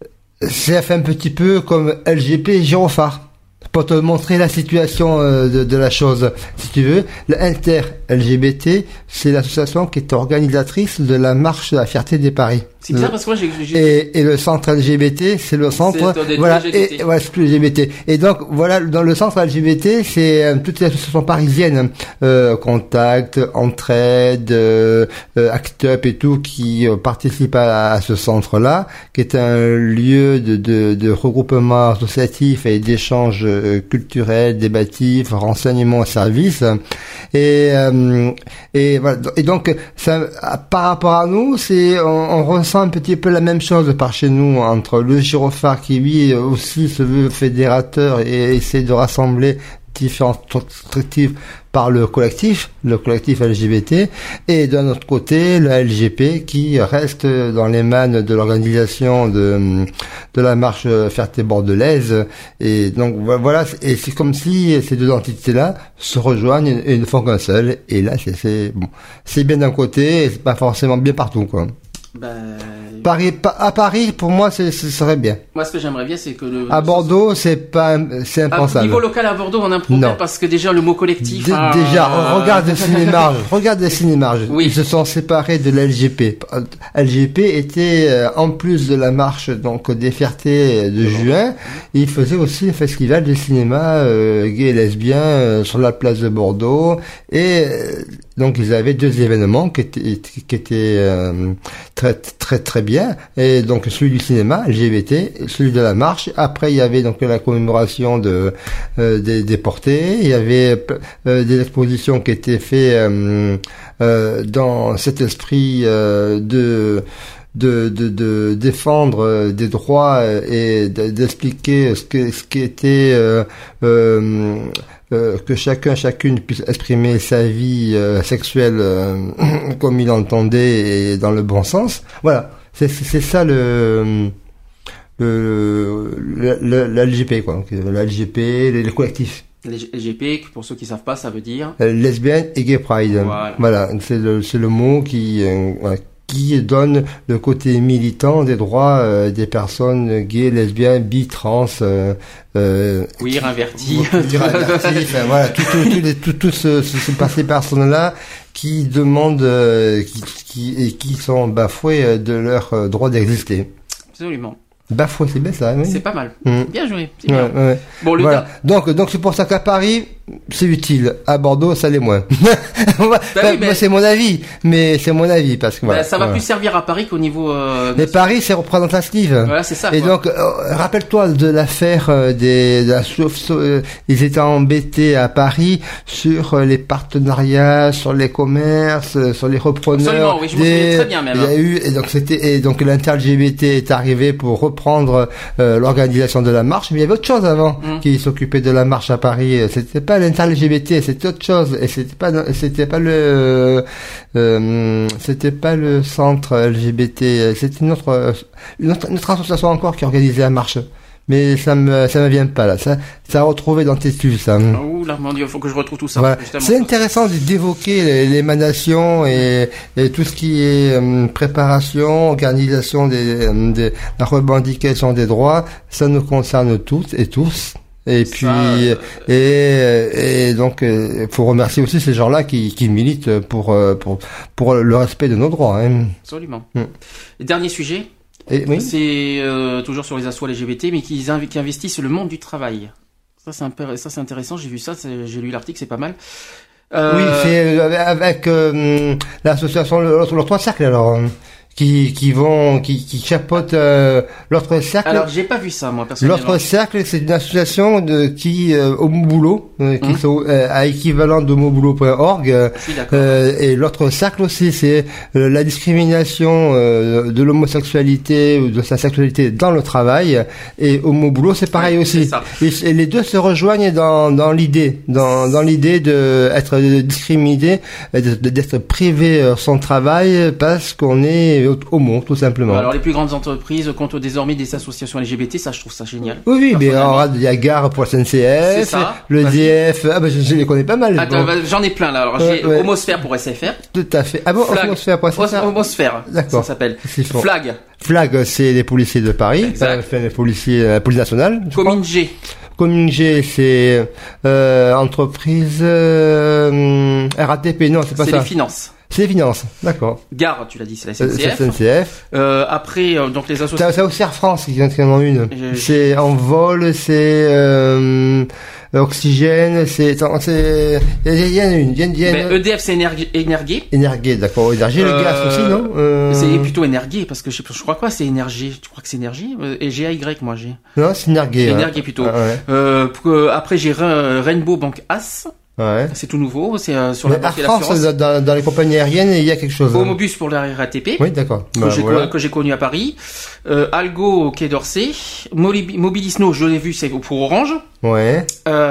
c'est fait un petit peu comme L G P et Gyrophare. Pour te montrer la situation euh, de, de la chose, si tu veux, l'Inter-L G B T, c'est l'association qui est organisatrice de la marche de la fierté des Paris. C'est bizarre parce que moi j'ai... j'ai... Et, et le centre L G B T, c'est le centre... C'est voilà, et, voilà, c'est L G B T. Et donc, voilà, dans le centre L G B T, c'est euh, toutes les associations parisiennes, euh, Contact, Entraide, euh, euh, Act Up et tout, qui euh, participent à, à ce centre-là, qui est un lieu de, de, de regroupement associatif et d'échange euh, culturel, débatif, renseignement, service. Et, euh, et voilà. Et donc, ça, par rapport à nous, c'est, on, on ressent un petit peu la même chose par chez nous entre le gyrophare qui lui aussi se veut fédérateur et essaie de rassembler différentes structures par le collectif, le collectif L G B T, et d'un autre côté le L G P qui reste dans les mains de l'organisation de de la marche fierté bordelaise. Et donc voilà, et c'est comme si ces deux entités-là se rejoignent et ne font qu'un seul. Et là, c'est c'est bon, c'est bien d'un côté, et c'est pas forcément bien partout, quoi. Ben... Paris, à Paris, pour moi, c'est, ce serait bien. Moi, ce que j'aimerais bien, c'est que le... À Bordeaux, c'est pas, c'est impensable. À niveau local, à Bordeaux, on a un problème non. parce que déjà, le mot collectif... D- ah... Déjà, regarde les cinémarges. Regarde les cinémarges. Oui. Ils se sont séparés de l'L G P. L G P était, euh, en plus de la marche, donc, des fiertés de juin, il faisait aussi un festival de cinéma, euh, gay et lesbien, euh, sur la place de Bordeaux. Et, euh, donc, ils avaient deux événements qui étaient, qui étaient, euh, très, très, très bien. Et donc, celui du cinéma, L G B T, celui de la marche. Après, il y avait donc la commémoration de, euh, des déportés. Il y avait, euh, des expositions qui étaient faites, euh, euh, dans cet esprit, euh, de, de, de, de défendre des droits et d'expliquer ce que, ce qui était, euh, euh, Euh, que chacun, chacune puisse exprimer sa vie euh, sexuelle euh, comme il l'entendait et dans le bon sens. Voilà, c'est, c'est, c'est ça le le, le, le, le L G P, quoi. Donc, le L G P, les, les collectifs. L G P, pour ceux qui savent pas, ça veut dire euh, lesbienne et gay pride. Voilà, voilà c'est le c'est le mot qui euh, voilà, qui donne le côté militant des droits euh, des personnes gays, lesbiennes, bi, trans, euh, euh, queer, inverti, queer, inverti, enfin, voilà, tout, tout, tout, tout, tout, tout ce, ce, ce, ces personnes-là qui demandent, euh, qui, qui, et qui sont bafouées de leur euh, droit d'exister. Absolument. Bafoué, c'est bien ça. Oui. C'est pas mal. Mmh. Bien joué. C'est bien. Ouais, ouais. Bon, le voilà. gars. Donc, donc c'est pour ça qu'à Paris, c'est utile. À Bordeaux, ça l'est moins. bah, bah oui, mais... c'est mon avis, mais c'est mon avis parce que voilà. Bah, ça va voilà. plus servir à Paris qu'au niveau. Euh, mais Paris, c'est représentatif. Voilà, c'est ça. Et quoi. donc, euh, rappelle-toi de l'affaire euh, des. De la, sauf, sauf, euh, ils étaient embêtés à Paris sur euh, les partenariats, sur les commerces, euh, sur les repreneurs. Absolument, oui, je me souviens très bien même. Il y a eu et donc c'était et donc l'inter-L G B T est arrivé pour reprendre euh, l'organisation de la marche, mais il y avait autre chose avant mmh. qui s'occupait de la marche à Paris. C'était pas l'inter-L G B T, c'était autre chose et c'était pas c'était pas le euh, c'était pas le centre L G B T, c'était une autre une autre, une autre association encore qui organisait la marche. Mais ça me ça me vient pas là. Ça ça a retrouvé dans tes tues ça. Ouh là mon Dieu, faut que je retrouve tout ça. Voilà. C'est intéressant d'évoquer l'émanation et, et tout ce qui est euh, préparation, organisation des, des la revendication des droits. Ça nous concerne toutes et tous. Et puis ça, euh... et, et donc il euh, faut remercier aussi ces gens-là qui, qui militent pour pour pour le respect de nos droits. Hein. Absolument. Mm. Dernier sujet. Et, oui. C'est euh, toujours sur les assos L G B T, mais qui, inv- qui investissent le monde du travail. Ça c'est, imp- ça, c'est intéressant, j'ai vu ça, c'est, j'ai lu l'article, c'est pas mal. Euh... Oui, c'est avec, avec euh, l'association l'autre, l'autre cercle alors. Qui, qui vont, qui, qui chapeautent euh, l'autre cercle. Alors j'ai pas vu ça moi personnellement. L'autre cercle, c'est une association de qui euh, au Boulot, euh, qui hum. sont euh, à équivalent de moboulot point org. Euh, euh, et l'autre cercle aussi, c'est euh, la discrimination euh, de l'homosexualité ou de sa sexualité dans le travail. Et au Boulot, c'est pareil ouais, aussi. C'est et, et les deux se rejoignent dans dans l'idée, dans dans l'idée de être discriminé, d'être privé de son travail parce qu'on est au monde, tout simplement. Alors les plus grandes entreprises comptent désormais des associations L G B T, ça je trouve ça génial. Oui, oui, mais alors il y a Gare pour la S N C F, ça, le D F, ah ben je, je les connais pas mal. Attends, bon. bah, j'en ai plein là. Alors ouais, j'ai ouais. Homosphère pour S F R. Tout à fait. Ah bon, Flag. Homosphère pour S F R. Homosphère. D'accord. Ça s'appelle. Bon. Flag. Flag, c'est les policiers de Paris. Exact. Enfin, les policiers, la police nationale. Commune G. Commune G, c'est euh, entreprise euh, R A T P. Non, c'est pas c'est ça. C'est les finances. C'est les finances, d'accord. Gare, tu l'as dit, c'est la S N C F. Euh, S N C F. Euh, après, euh, donc les associations. C'est aussi Air France qui en ont une. Je... C'est en vol, c'est euh, Oxygène, c'est c'est il y en a une, il y en a une. E D F c'est Énergie, Énergie. Énergie, d'accord. Énergie, euh, le gaz aussi, non euh... C'est plutôt Énergie parce que je, je crois quoi, c'est Énergie. Tu crois que c'est Énergie et G A Y moi j'ai. Non, c'est Énergie. Énergie ouais. plutôt. Ah, ouais. Euh, pour, après j'ai Rainbow Bank As. Ouais. C'est tout nouveau, c'est euh, sur mais la partie Air France, l'assurance. Dans, dans les compagnies aériennes, il y a quelque chose. Homobus pour la R A T P. Oui, d'accord. Que, bah, j'ai, voilà. que j'ai connu à Paris. Euh, Algo au Quai d'Orsay. Moli- Mobilisno, je l'ai vu, c'est pour Orange. Ouais.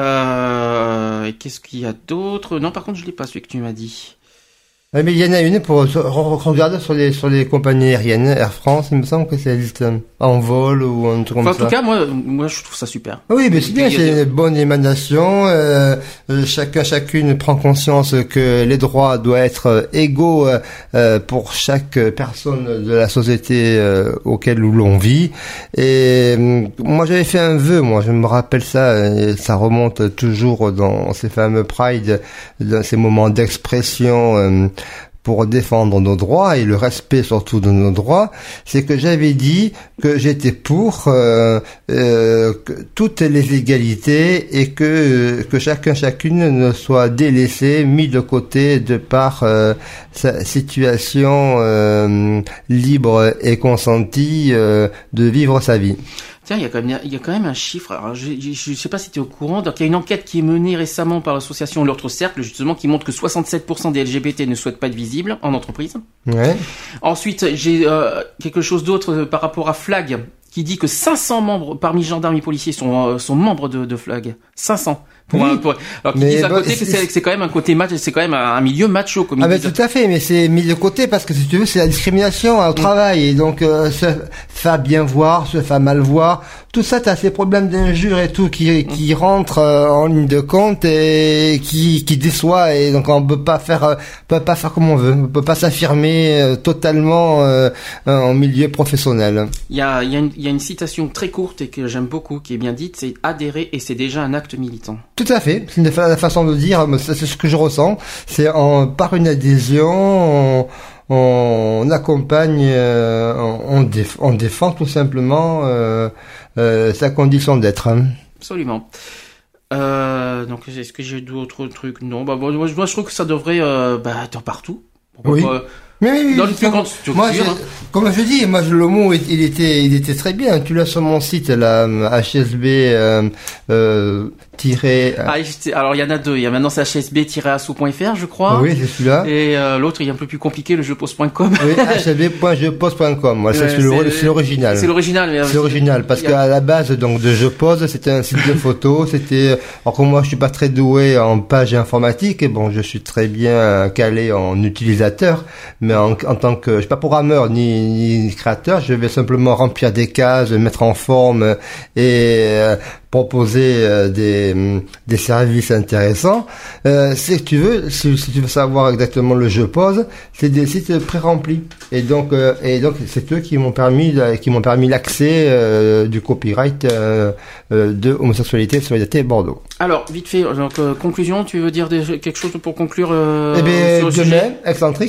Euh, qu'est-ce qu'il y a d'autre? Non, par contre, je l'ai pas, celui que tu m'as dit. Ouais, mais il y en a une pour regarder sur les sur les compagnies aériennes. Air France, il me semble que c'est existe en vol ou un truc comme enfin, ça. En tout cas, moi, moi, je trouve ça super. Oui, mais c'est bien, c'est une bonne émanation. Euh, euh, chacun, chacune prend conscience que les droits doivent être égaux euh, pour chaque personne de la société euh, auquel l'on vit. Et euh, moi, j'avais fait un vœu. Moi, je me rappelle ça. Et ça remonte toujours dans ces fameux Pride, dans ces moments d'expression. Euh, pour défendre nos droits et le respect surtout de nos droits, c'est que j'avais dit que j'étais pour euh, euh, que toutes les égalités et que que chacun chacune ne soit délaissé, mis de côté de par euh, sa situation euh, libre et consentie euh, de vivre sa vie. Tiens, il y a quand même, il y a quand même un chiffre. Alors, je, je, je sais pas si tu es au courant. Donc, il y a une enquête qui est menée récemment par l'association L'autre Cercle, justement, qui montre que soixante-sept pour cent des L G B T ne souhaitent pas être visibles en entreprise. Ouais. Ensuite, j'ai euh, quelque chose d'autre euh, par rapport à Flag, qui dit que cinq cents membres parmi gendarmes et policiers sont euh, sont membres de, de Flag. cinq cents. Pour oui. un, pour, alors qu'ils disent à bon, côté c'est, que c'est, c'est quand même un côté match, c'est quand même un, un milieu macho comme ils ah ben disent. tout à fait, mais c'est mis de côté parce que si tu veux c'est la discrimination au mmh. travail et donc euh, se faire bien voir, se faire mal voir, tout ça t'as ces problèmes d'injures et tout qui qui rentrent euh, en ligne de compte et qui qui déçoit et donc on peut pas faire euh, peut pas faire comme on veut, on peut pas s'affirmer euh, totalement euh, en milieu professionnel. Il y a il y a une il y a une citation très courte et que j'aime beaucoup qui est bien dite, c'est adhérer et c'est déjà un acte militant. Tout à fait, c'est une fa- façon de dire, c'est ce que je ressens, c'est en par une adhésion, on, on accompagne, euh, on, on, déf- on défend tout simplement euh, euh, sa condition d'être. Hein. Absolument. Euh, donc, est-ce que j'ai d'autres trucs? Non, bah, moi, moi, je trouve que ça devrait, euh, bah, être partout. Oui. Pas, mais oui, oui, dans une plus grande structure. Moi, hein. Comme je dis, moi, le mot, il était, il était très bien. Tu l'as sur mon site, là, H S B, euh, euh, tiré, ah, alors, il y en a deux. Il y a maintenant, c'est H S B tiret asso point F R, je crois. Oui, c'est celui-là. Et, euh, l'autre, il est un peu plus compliqué, le jepose point com. Oui, H S B point jepose point com. Voilà, ouais, c'est, c'est, c'est l'original. C'est l'original. Mais c'est l'original. Parce a... qu'à la base, donc, de Jepose, c'était un site de photos. C'était, alors que moi, je suis pas très doué en page informatique. Et bon, je suis très bien calé en utilisateur. Mais en, en tant que, je suis pas programmeur ni, ni créateur, je vais simplement remplir des cases, mettre en forme et euh, proposer euh, des, des services intéressants. Euh, c'est que tu veux, si, si tu veux savoir exactement le Jepose, c'est des sites pré-remplis. Et donc, euh, et donc, c'est eux qui m'ont permis, qui m'ont permis l'accès euh, du copyright euh, euh, de homosexualité, solidarité Bordeaux. Alors, vite fait, donc, euh, conclusion, tu veux dire des, quelque chose pour conclure euh, eh bien, sur le demain, sujet excentrique.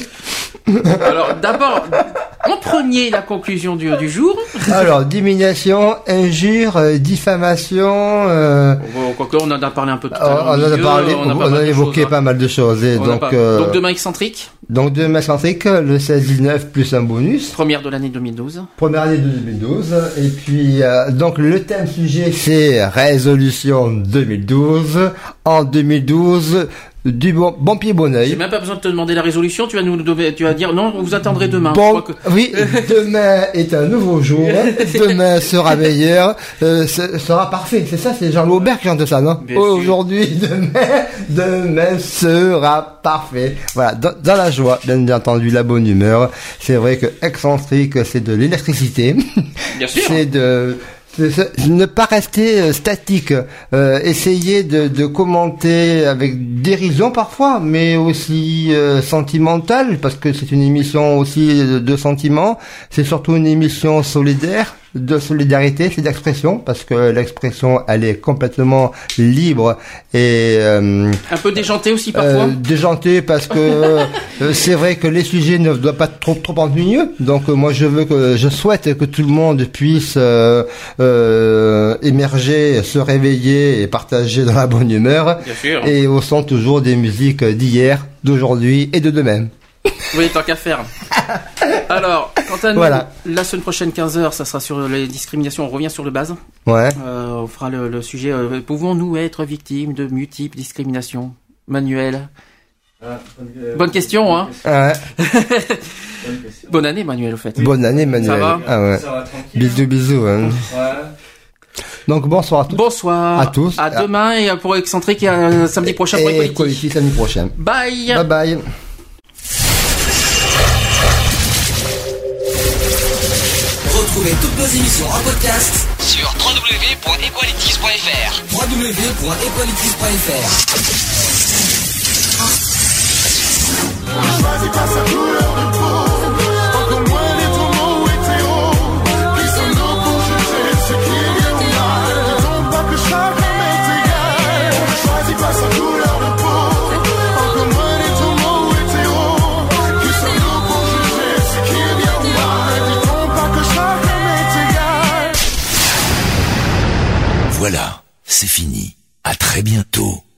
Alors, d'abord, en premier, la conclusion du, du jour. Alors, diminution, injure, euh, diffamation. Euh... Quoique, on en a parlé un peu tout à l'heure. On en a parlé, on a, on a évoqué choses, pas hein. mal de choses. Et donc, pas... euh... donc, demain, excentrique. Donc, demain, excentrique, le seize dix-neuf plus un bonus. Première de l'année deux mille douze. Première année de deux mille douze. Et puis, euh, donc, le thème sujet, c'est résolution deux mille douze. En deux mille douze, du bon, bon pied, bon oeil. J'ai même pas besoin de te demander la résolution, tu vas nous, tu vas dire, non, vous attendrez demain. Bon, que... oui, demain est un nouveau jour, demain sera meilleur, euh, sera parfait, c'est ça, c'est Jean-Louis Aubert qui chante ça, non? Bien Aujourd'hui, sûr. demain, demain sera parfait. Voilà, dans, dans la joie, bien entendu, la bonne humeur. C'est vrai que excentrique, c'est de l'électricité. Bien sûr. C'est de... Ne pas rester euh, statique, euh, essayer de, de commenter avec dérision parfois, mais aussi euh, sentimentale, parce que c'est une émission aussi de, de sentiments. C'est surtout une émission solidaire, de solidarité, c'est d'expression, parce que l'expression, elle est complètement libre et euh, un peu déjantée aussi parfois. Euh, déjantée parce que euh, c'est vrai que les sujets ne doivent pas être trop trop ennuyeux. Donc euh, moi je veux que je souhaite que tout le monde puisse euh, euh, émerger, se réveiller et partager dans la bonne humeur. Bien sûr. Et au son toujours des musiques d'hier, d'aujourd'hui et de demain. Oui, tant qu'à faire. Alors, quant à nous, voilà. La semaine prochaine, quinze heures, ça sera sur les discriminations. On revient sur le base. Ouais. Euh, on fera le, le sujet. Euh, pouvons-nous être victimes de multiples discriminations? Manuel. Ah, bonne, euh, bonne question, hein. Ouais. Bonne, bonne année, Manuel, au fait. Bonne année, Manuel. Ça va? Ah ouais. Ça va tranquille. Bisous, bisous. Hein. Ouais. Donc bonsoir à tous. Bonsoir à tous. À demain et pour Excentrique et à samedi prochain pour Equality. Equality samedi prochain. Bye. Bye bye. Retrouvez toutes nos émissions en podcast sur w w w point equalities point f r. w w w point equalities point f r. Choisis pas sa couleur de peau, encore moins les tourments hétéros. Qui sommes-nous pour juger ce qui est bien ou mal? Ne pas que chacun est égal. Choisis pas sa couleur de peau, encore moins les tourments hétéros. Qui sommes-nous pour juger ce qui est bien ou mal? Ne pas que chacun est égal. Voilà, c'est fini. À très bientôt.